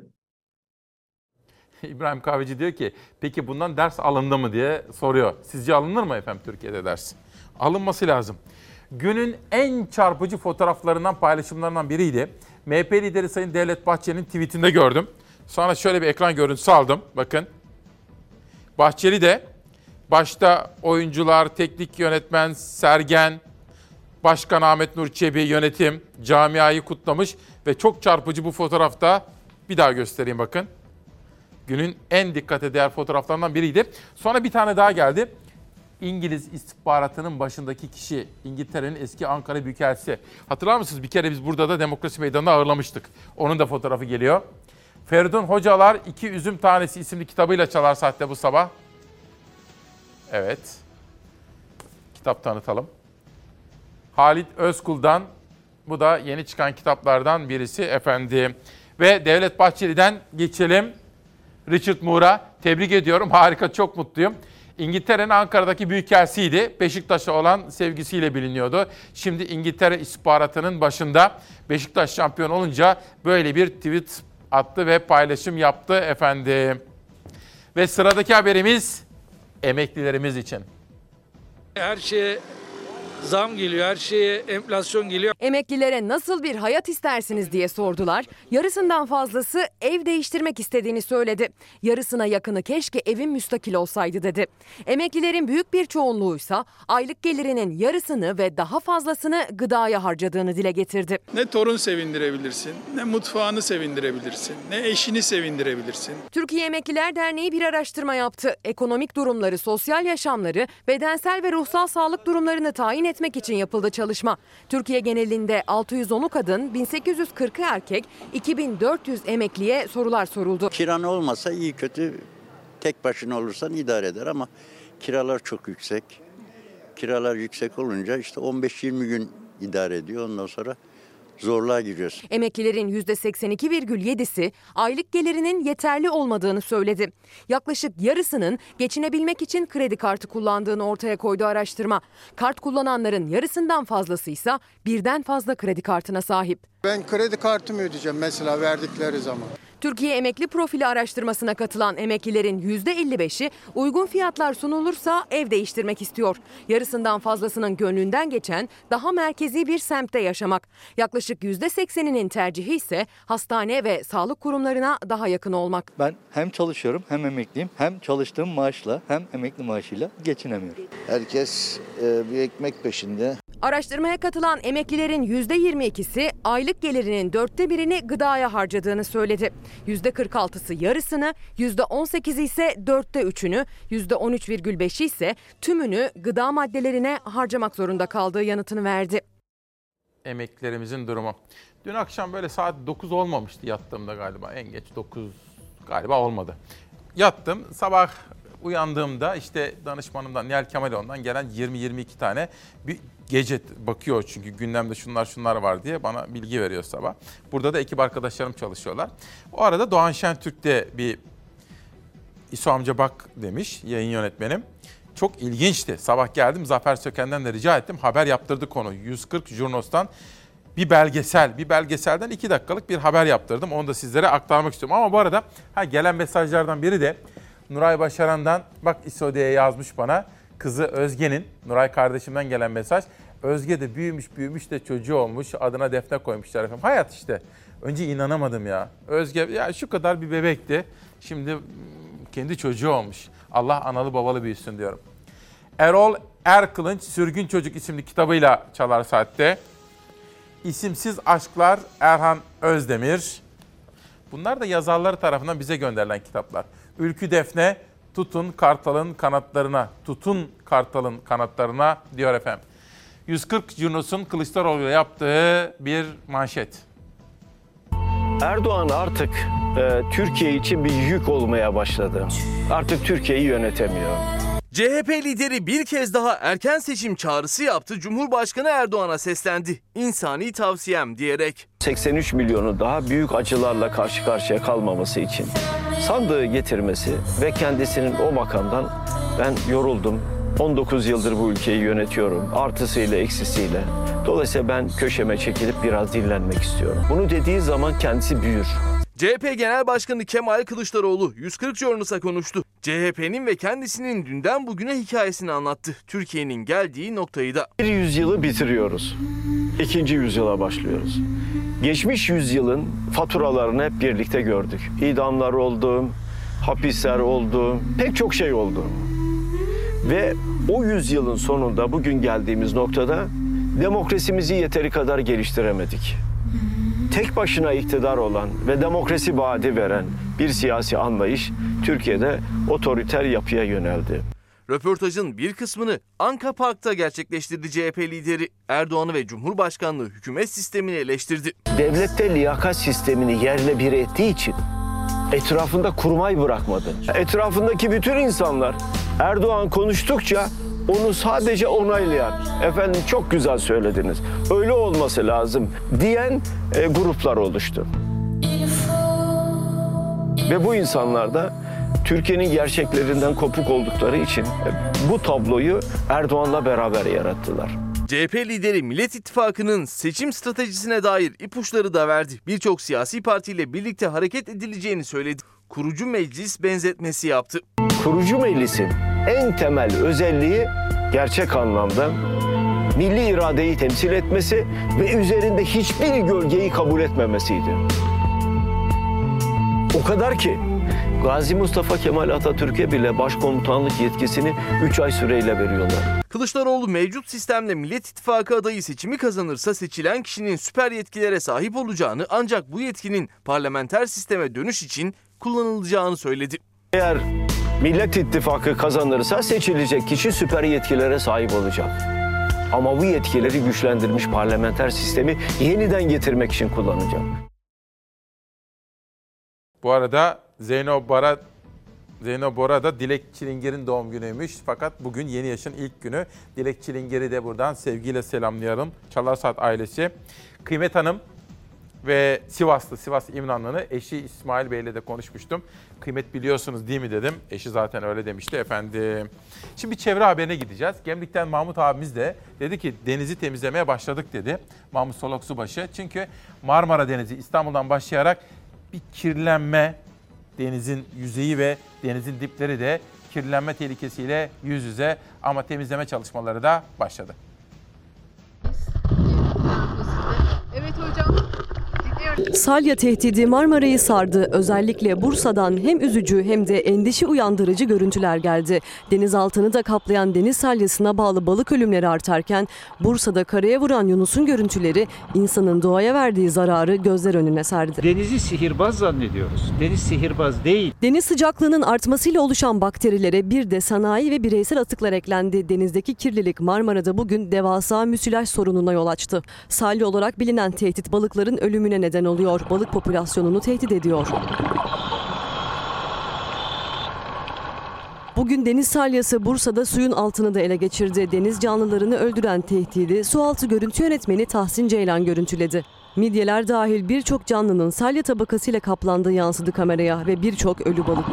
İbrahim Kahveci diyor ki peki bundan ders alındı mı diye soruyor. Sizce alınır mı efendim Türkiye'de ders? Alınması lazım. Günün en çarpıcı fotoğraflarından, paylaşımlarından biriydi. M H P lideri Sayın Devlet Bahçeli'nin tweetinde gördüm. Sonra şöyle bir ekran görüntüsü aldım. Bakın. Bahçeli de başta oyuncular, teknik yönetmen Sergen, Başkan Ahmet Nur Çebi, yönetim, camiayı kutlamış ve çok çarpıcı bu fotoğrafta bir daha göstereyim bakın. Günün en dikkate değer fotoğraflarından biriydi. Sonra bir tane daha geldi. İngiliz istihbaratının başındaki kişi, İngiltere'nin eski Ankara Büyükelçisi. Hatırlar mısınız? Bir kere biz burada da Demokrasi Meydanı'nda ağırlamıştık. Onun da fotoğrafı geliyor. Feridun Hocalar iki Üzüm Tanesi isimli kitabıyla Çalar Saat'te bu sabah. Evet. Kitap tanıtalım. Halit Özkul'dan, bu da yeni çıkan kitaplardan birisi efendim. Ve Devlet Bahçeli'den geçelim. Richard Moore'a tebrik ediyorum. Harika, çok mutluyum. İngiltere'nin Ankara'daki büyükelçisiydi. Beşiktaş'a olan sevgisiyle biliniyordu. Şimdi İngiltere istihbaratının başında. Beşiktaş şampiyon olunca böyle bir tweet attı ve paylaşım yaptı efendim. Ve sıradaki haberimiz emeklilerimiz için. Her şeye zam geliyor, her şeye enflasyon geliyor. Emeklilere nasıl bir hayat istersiniz diye sordular. Yarısından fazlası ev değiştirmek istediğini söyledi. Yarısına yakını keşke evim müstakil olsaydı dedi. Emeklilerin büyük bir çoğunluğuysa aylık gelirinin yarısını ve daha fazlasını gıdaya harcadığını dile getirdi. Ne torun sevindirebilirsin, ne mutfağını sevindirebilirsin, ne eşini sevindirebilirsin. Türkiye Emekliler Derneği bir araştırma yaptı. Ekonomik durumları, sosyal yaşamları, bedensel ve ruhsal sağlık durumlarını tayin etmek için yapıldı çalışma. Türkiye genelinde altı yüz onu kadın, bin sekiz yüz kırkı erkek, iki bin dört yüz emekliye sorular soruldu. Kiran olmasa iyi kötü tek başına olursan idare eder ama kiralar çok yüksek. Kiralar yüksek olunca işte on beş yirmi gün idare ediyor. Ondan sonra zorluğa giriyorsun. Emeklilerin yüzde seksen iki virgül yedisi aylık gelirinin yeterli olmadığını söyledi. Yaklaşık yarısının geçinebilmek için kredi kartı kullandığını ortaya koydu araştırma. Kart kullananların yarısından fazlası ise birden fazla kredi kartına sahip. Ben kredi kartımı ödeyeceğim mesela verdikleri zaman. Türkiye Emekli Profili araştırmasına katılan emeklilerin yüzde elli beşi uygun fiyatlar sunulursa ev değiştirmek istiyor. Yarısından fazlasının gönlünden geçen daha merkezi bir semtte yaşamak. Yaklaşık yüzde sekseninin tercihi ise hastane ve sağlık kurumlarına daha yakın olmak. Ben hem çalışıyorum hem emekliyim, hem çalıştığım maaşla hem emekli maaşıyla geçinemiyorum. Herkes e, bir ekmek peşinde. Araştırmaya katılan emeklilerin yüzde yirmi ikisi aylık gelirinin dörtte birini gıdaya harcadığını söyledi. yüzde kırk altısı yarısını, yüzde on sekizi ise dörtte üçünü, yüzde on üç virgül beşi ise tümünü gıda maddelerine harcamak zorunda kaldığı yanıtını verdi. Emeklilerimizin durumu. Dün akşam böyle saat dokuz olmamıştı yattığımda galiba. En geç dokuz galiba olmadı. Yattım. Sabah uyandığımda işte danışmanımdan Nihal Kemaloğlu'ndan gelen yirmi yirmi iki tane bir gece bakıyor çünkü gündemde şunlar şunlar var diye bana bilgi veriyor sabah. Burada da ekip arkadaşlarım çalışıyorlar. O arada Doğan Şentürk'te bir İso amca bak demiş yayın yönetmenim. Çok ilginçti. Sabah geldim Zafer Söken'den de rica ettim. Haber yaptırdı konu. yüz kırk Jurnos'tan bir belgesel, bir belgeselden iki dakikalık bir haber yaptırdım. Onu da sizlere aktarmak istiyorum. Ama bu arada ha, gelen mesajlardan biri de Nuray Başaran'dan, bak İso diye yazmış bana. Kızı Özge'nin, Nuray kardeşimden gelen mesaj. Özge de büyümüş büyümüş de çocuğu olmuş. Adına Defne koymuşlar efendim. Hayat işte. Önce inanamadım ya. Özge ya şu kadar bir bebekti. Şimdi kendi çocuğu olmuş. Allah analı babalı büyüsün diyorum. Erol Erkılınç Sürgün Çocuk isimli kitabıyla Çalar Saat'te. İsimsiz Aşklar Erhan Özdemir. Bunlar da yazarları tarafından bize gönderilen kitaplar. Ülkü Defne, tutun kartalın kanatlarına, tutun kartalın kanatlarına diyor efendim. yüz kırk Yunus'un Kılıçdaroğlu'yla yaptığı bir manşet. Erdoğan artık e, Türkiye için bir yük olmaya başladı. Artık Türkiye'yi yönetemiyor. C H P lideri bir kez daha erken seçim çağrısı yaptı. Cumhurbaşkanı Erdoğan'a seslendi. İnsani tavsiyem diyerek. seksen üç milyonu daha büyük acılarla karşı karşıya kalmaması için sandığı getirmesi ve kendisinin o makamdan ben yoruldum. on dokuz yıldır bu ülkeyi yönetiyorum. Artısıyla eksisiyle. Dolayısıyla ben köşeme çekilip biraz dinlenmek istiyorum. Bunu dediği zaman kendisi büyür. C H P Genel Başkanı Kemal Kılıçdaroğlu yüz kırk Jornus'a konuştu. C H P'nin ve kendisinin dünden bugüne hikayesini anlattı. Türkiye'nin geldiği noktayı da. Bir yüzyılı bitiriyoruz. İkinci yüzyıla başlıyoruz. Geçmiş yüzyılın faturalarını hep birlikte gördük. İdamlar oldu, hapisler oldu, pek çok şey oldu. Ve o yüzyılın sonunda bugün geldiğimiz noktada demokrasimizi yeteri kadar geliştiremedik. Tek başına iktidar olan ve demokrasi vaadi veren bir siyasi anlayış Türkiye'de otoriter yapıya yöneldi. Röportajın bir kısmını Anka Park'ta gerçekleştirdi C H P lideri. Erdoğan'ı ve Cumhurbaşkanlığı hükümet sistemini eleştirdi. Devlette liyakat sistemini yerle bir ettiği için etrafında kurmay bırakmadı. Etrafındaki bütün insanlar Erdoğan konuştukça onu sadece onaylayan, efendim çok güzel söylediniz, öyle olması lazım diyen e, gruplar oluştu. Ve bu insanlar da Türkiye'nin gerçeklerinden kopuk oldukları için bu tabloyu Erdoğan'la beraber yarattılar. C H P lideri Millet İttifakı'nın seçim stratejisine dair ipuçları da verdi. Birçok siyasi partiyle birlikte hareket edileceğini söyledi. Kurucu meclis benzetmesi yaptı. Kurucu meclisin en temel özelliği gerçek anlamda milli iradeyi temsil etmesi ve üzerinde hiçbir gölgeyi kabul etmemesiydi. O kadar ki Gazi Mustafa Kemal Atatürk'e bile başkomutanlık yetkisini üç ay süreyle veriyorlar. Kılıçdaroğlu mevcut sistemle Millet İttifakı adayı seçimi kazanırsa seçilen kişinin süper yetkilere sahip olacağını, ancak bu yetkinin parlamenter sisteme dönüş için kullanılacağını söyledi. Eğer Millet İttifakı kazanırsa seçilecek kişi süper yetkilere sahip olacak. Ama bu yetkileri güçlendirilmiş parlamenter sistemi yeniden getirmek için kullanacak. Bu arada Zeyno Bara Zeyno Bora da Dilek Çilingir'in doğum günüymüş. Fakat bugün yeni yaşın ilk günü. Dilek Çilingir'i de buradan sevgiyle selamlayalım. Çalarsat ailesi. Kıymet Hanım ve Sivaslı, Sivas İmranlı'nı eşi İsmail Bey'le de konuşmuştum. Kıymet biliyorsunuz değil mi dedim. Eşi zaten öyle demişti efendim. Şimdi bir çevre haberine gideceğiz. Gemlik'ten Mahmut abimiz de dedi ki denizi temizlemeye başladık dedi. Mahmut Solok Subaşı. Çünkü Marmara Denizi İstanbul'dan başlayarak bir kirlenme, denizin yüzeyi ve denizin dipleri de kirlenme tehlikesiyle yüz yüze ama temizleme çalışmaları da başladı. Evet hocam. Salya tehdidi Marmara'yı sardı. Özellikle Bursa'dan hem üzücü hem de endişe uyandırıcı görüntüler geldi. Denizaltını da kaplayan deniz salyasına bağlı balık ölümleri artarken Bursa'da karaya vuran Yunus'un görüntüleri insanın doğaya verdiği zararı gözler önüne serdi. Denizi sihirbaz zannediyoruz. Deniz sihirbaz değil. Deniz sıcaklığının artmasıyla oluşan bakterilere bir de sanayi ve bireysel atıklar eklendi. Denizdeki kirlilik Marmara'da bugün devasa müsilaj sorununa yol açtı. Salya olarak bilinen tehdit balıkların ölümüne neden oluyor. Balık popülasyonunu tehdit ediyor. Bugün deniz salyası Bursa'da suyun altını da ele geçirdi. Deniz canlılarını öldüren tehdidi sualtı görüntü yönetmeni Tahsin Ceylan görüntüledi. Midyeler dahil birçok canlının salya tabakasıyla kaplandığı yansıdı kameraya ve birçok ölü balık.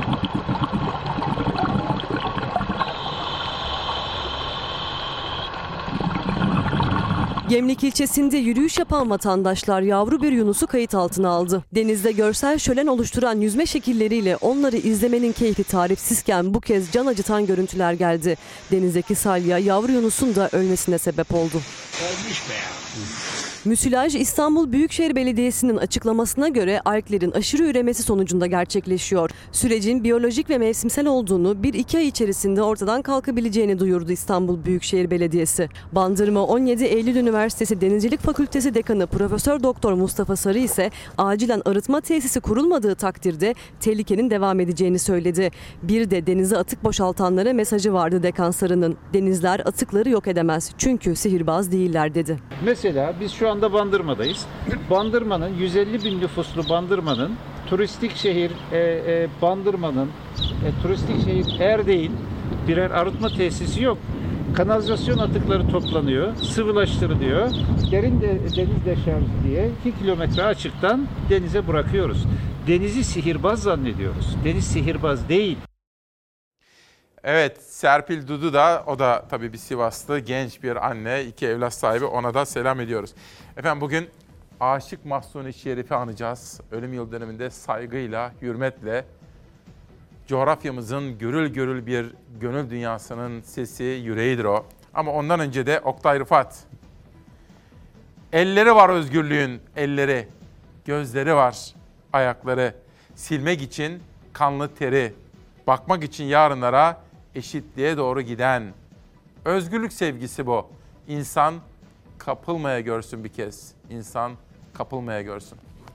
Gemlik ilçesinde yürüyüş yapan vatandaşlar yavru bir Yunus'u kayıt altına aldı. Denizde görsel şölen oluşturan yüzme şekilleriyle onları izlemenin keyfi tarifsizken bu kez can acıtan görüntüler geldi. Denizdeki salya yavru Yunus'un da ölmesine sebep oldu. Ölmüş be ya. Müsilaj İstanbul Büyükşehir Belediyesi'nin açıklamasına göre alglerin aşırı üremesi sonucunda gerçekleşiyor. Sürecin biyolojik ve mevsimsel olduğunu bir iki ay içerisinde ortadan kalkabileceğini duyurdu İstanbul Büyükşehir Belediyesi. Bandırma on yedi Eylül Üniversitesi Denizcilik Fakültesi Dekanı Profesör Doktor Mustafa Sarı ise acilen arıtma tesisi kurulmadığı takdirde tehlikenin devam edeceğini söyledi. Bir de denize atık boşaltanlara mesajı vardı Dekan Sarı'nın. Denizler atıkları yok edemez çünkü sihirbaz değiller dedi. Mesela biz şu anda Bandırma'dayız. Bandırma'nın yüz elli bin nüfuslu Bandırma'nın turistik şehir e, e, Bandırma'nın e, turistik şehir eğer değil birer arıtma tesisi yok. Kanalizasyon atıkları toplanıyor, sıvılaştırılıyor. Derin de, deniz deşarjı diye iki kilometre açıktan denize bırakıyoruz. Denizi sihirbaz zannediyoruz. Deniz sihirbaz değil. Evet, Serpil Dudu da, o da tabii bir Sivaslı genç bir anne, iki evlat sahibi, ona da selam ediyoruz. Efendim bugün Aşık Mahzuni Şerif'i anacağız. Ölüm yıl döneminde saygıyla, hürmetle coğrafyamızın görül görül bir gönül dünyasının sesi, yüreğidir o. Ama ondan önce de Oktay Rıfat. Elleri var özgürlüğün, elleri. Gözleri var, ayakları. Silmek için kanlı teri. Bakmak için yarınlara, eşitliğe doğru giden. Özgürlük sevgisi bu. İnsan kapılmaya görsün bir kez. İnsan kapılmaya görsün.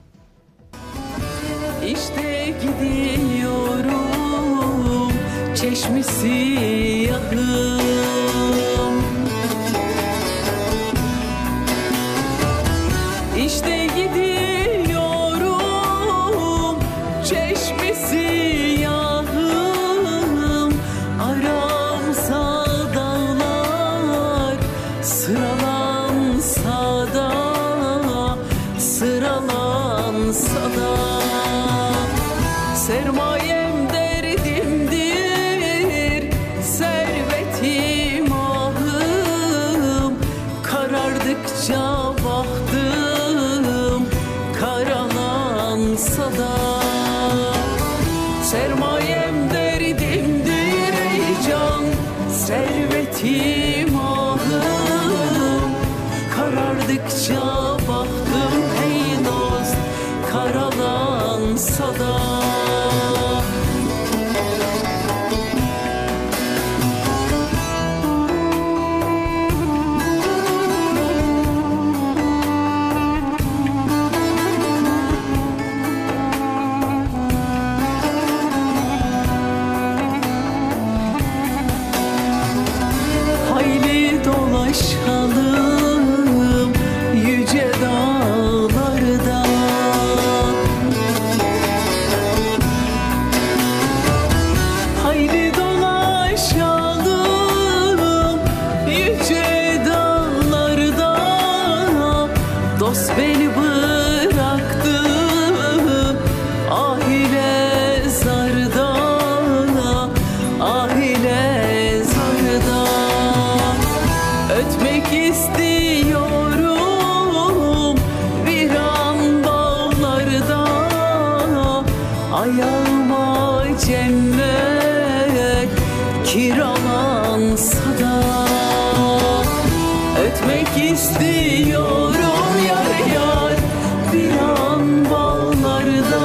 İşte gidiyorum çeşmesi yakın. İşte gidiyorum çeşmesi yakın. Aramsa dağlar sıralansa da sıralansa da sermayem derdimdir, servetim ahım. Karardıkça baktım, karalansa da sermayem derdimdir ey can, servetim ahım. Karardıkça baktım ey dost, karalansa da. Hayli dolaşalım yüce dost beni bıraktı. Ah ile zardana, ah ile zardana. Ötmek istiyorum viran bağlarda. Ayağıma cennet kiralansa da. Ötmek istiyorum yar yar viran bağlarda.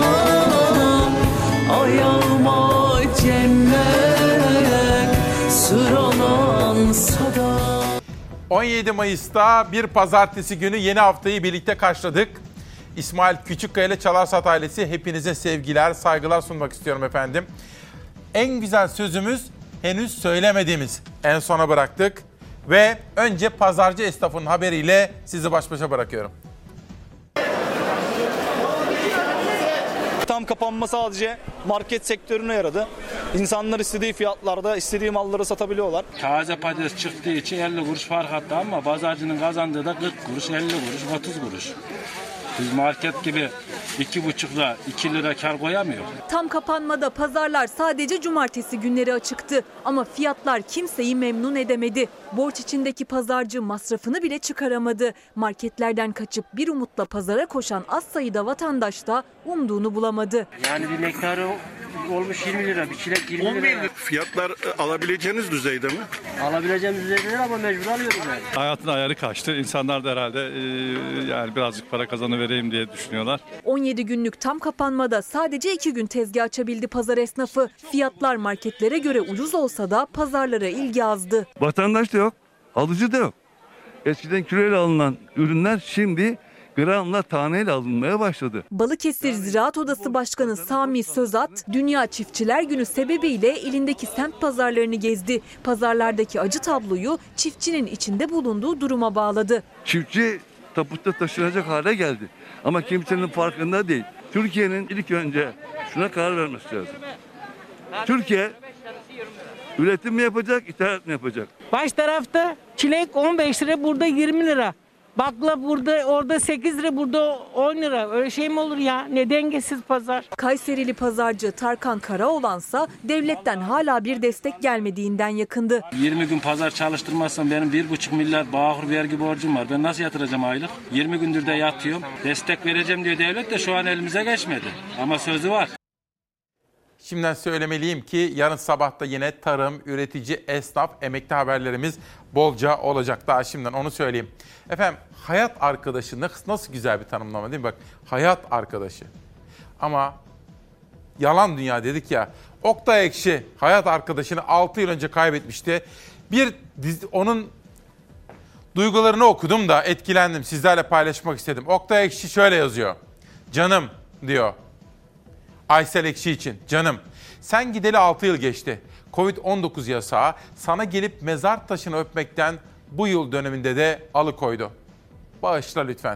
Ayağıma cennet sıralansa da. on yedi Mayıs'ta bir pazartesi günü yeni haftayı birlikte karşıladık. İsmail Küçükkaya ile Çalarsat ailesi hepinize sevgiler, saygılar sunmak istiyorum efendim. En güzel sözümüz henüz söylemediğimiz, en sona bıraktık. Ve önce pazarcı esnafın haberiyle sizi baş başa bırakıyorum. Tam kapanma sadece market sektörüne yaradı. İnsanlar istediği fiyatlarda istediği malları satabiliyorlar. Taze patates çıktığı için elli kuruş fark attı ama pazarcının kazandığı da kırk kuruş, elli kuruş, otuz kuruş. Biz market gibi iki buçukla iki lira kar koyamıyor. Tam kapanmada pazarlar sadece cumartesi günleri açıktı. Ama fiyatlar kimseyi memnun edemedi. Borç içindeki pazarcı masrafını bile çıkaramadı. Marketlerden kaçıp bir umutla pazara koşan az sayıda vatandaş da umduğunu bulamadı. Yani bir miktarı olmuş yirmi lira, bir çilek yirmi lira. Fiyatlar alabileceğiniz düzeyde mi? Alabileceğimiz düzeyde ama mecbur alıyoruz yani. Hayatın ayarı kaçtı. İnsanlar da herhalde e, yani birazcık para kazanıvereyim diye düşünüyorlar. on yedi günlük tam kapanmada sadece iki gün tezgah açabildi pazar esnafı. Fiyatlar marketlere göre ucuz olsa da pazarlara ilgi azdı. Vatandaş da yok, alıcı da yok. Eskiden kiloyla alınan ürünler şimdi gramla taneyle alınmaya başladı. Balıkesir Ziraat Odası Başkanı Sami Sözat, Dünya Çiftçiler Günü sebebiyle ilindeki semt pazarlarını gezdi. Pazarlardaki acı tabloyu çiftçinin içinde bulunduğu duruma bağladı. Çiftçi taputta taşınacak hale geldi. Ama kimsenin farkında değil. Türkiye'nin ilk önce şuna karar vermesi lazım. Türkiye üretim mi yapacak, ithalat mı yapacak? Baş tarafta çilek on beş lira, burada yirmi lira. Bakla burada, orada sekiz lira, burada on lira. Öyle şey mi olur ya? Ne dengesiz pazar. Kayserili pazarcı Tarkan Karaoğlansa devletten hala bir destek gelmediğinden yakındı. yirmi gün pazar çalıştırmazsam benim bir buçuk milyar bağkur vergi borcum var. Ben nasıl yatıracağım aylık? yirmi gündür de yatıyorum. Destek vereceğim diyor devlet de şu an elimize geçmedi. Ama sözü var. Şimdiden söylemeliyim ki yarın sabah da yine tarım, üretici, esnaf, emekli haberlerimiz bolca olacak. Daha şimdiden onu söyleyeyim. Efendim hayat arkadaşı nasıl güzel bir tanımlama değil mi? Bak hayat arkadaşı. Ama yalan dünya dedik ya. Oktay Ekşi hayat arkadaşını altı yıl önce kaybetmişti. Bir dizi, onun duygularını okudum da etkilendim. Sizlerle paylaşmak istedim. Oktay Ekşi şöyle yazıyor. Canım diyor. Aysel Ekşi için canım. Sen gideli altı yıl geçti. kovid on dokuz yasağı sana gelip mezar taşını öpmekten bu yıl döneminde de alıkoydu. Bağışla lütfen.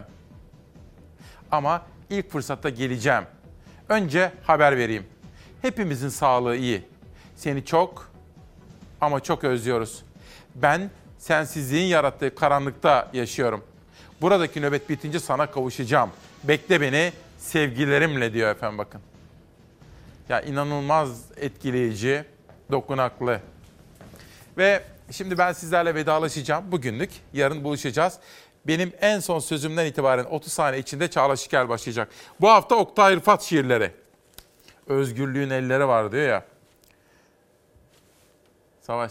Ama ilk fırsatta geleceğim. Önce haber vereyim. Hepimizin sağlığı iyi. Seni çok ama çok özlüyoruz. Ben sensizliğin yarattığı karanlıkta yaşıyorum. Buradaki nöbet bitince sana kavuşacağım. Bekle beni sevgilerimle diyor efendim bakın. Ya inanılmaz etkileyici, dokunaklı. Ve şimdi ben sizlerle vedalaşacağım bugünlük. Yarın buluşacağız. Benim en son sözümden itibaren otuz saniye içinde Çağla Şikel başlayacak. Bu hafta Oktay Rıfat şiirleri. Özgürlüğün elleri var diyor ya. Savaş.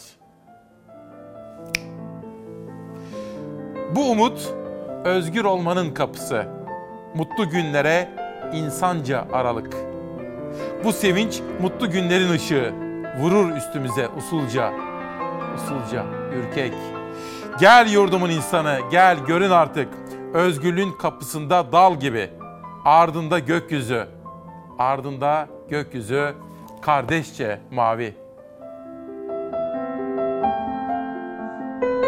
Bu umut özgür olmanın kapısı. Mutlu günlere insanca aralık. Bu sevinç mutlu günlerin ışığı. Vurur üstümüze usulca, usulca, ürkek. Gel yurdumun insanı, gel görün artık. Özgürlüğün kapısında dal gibi. Ardında gökyüzü, ardında gökyüzü kardeşçe mavi.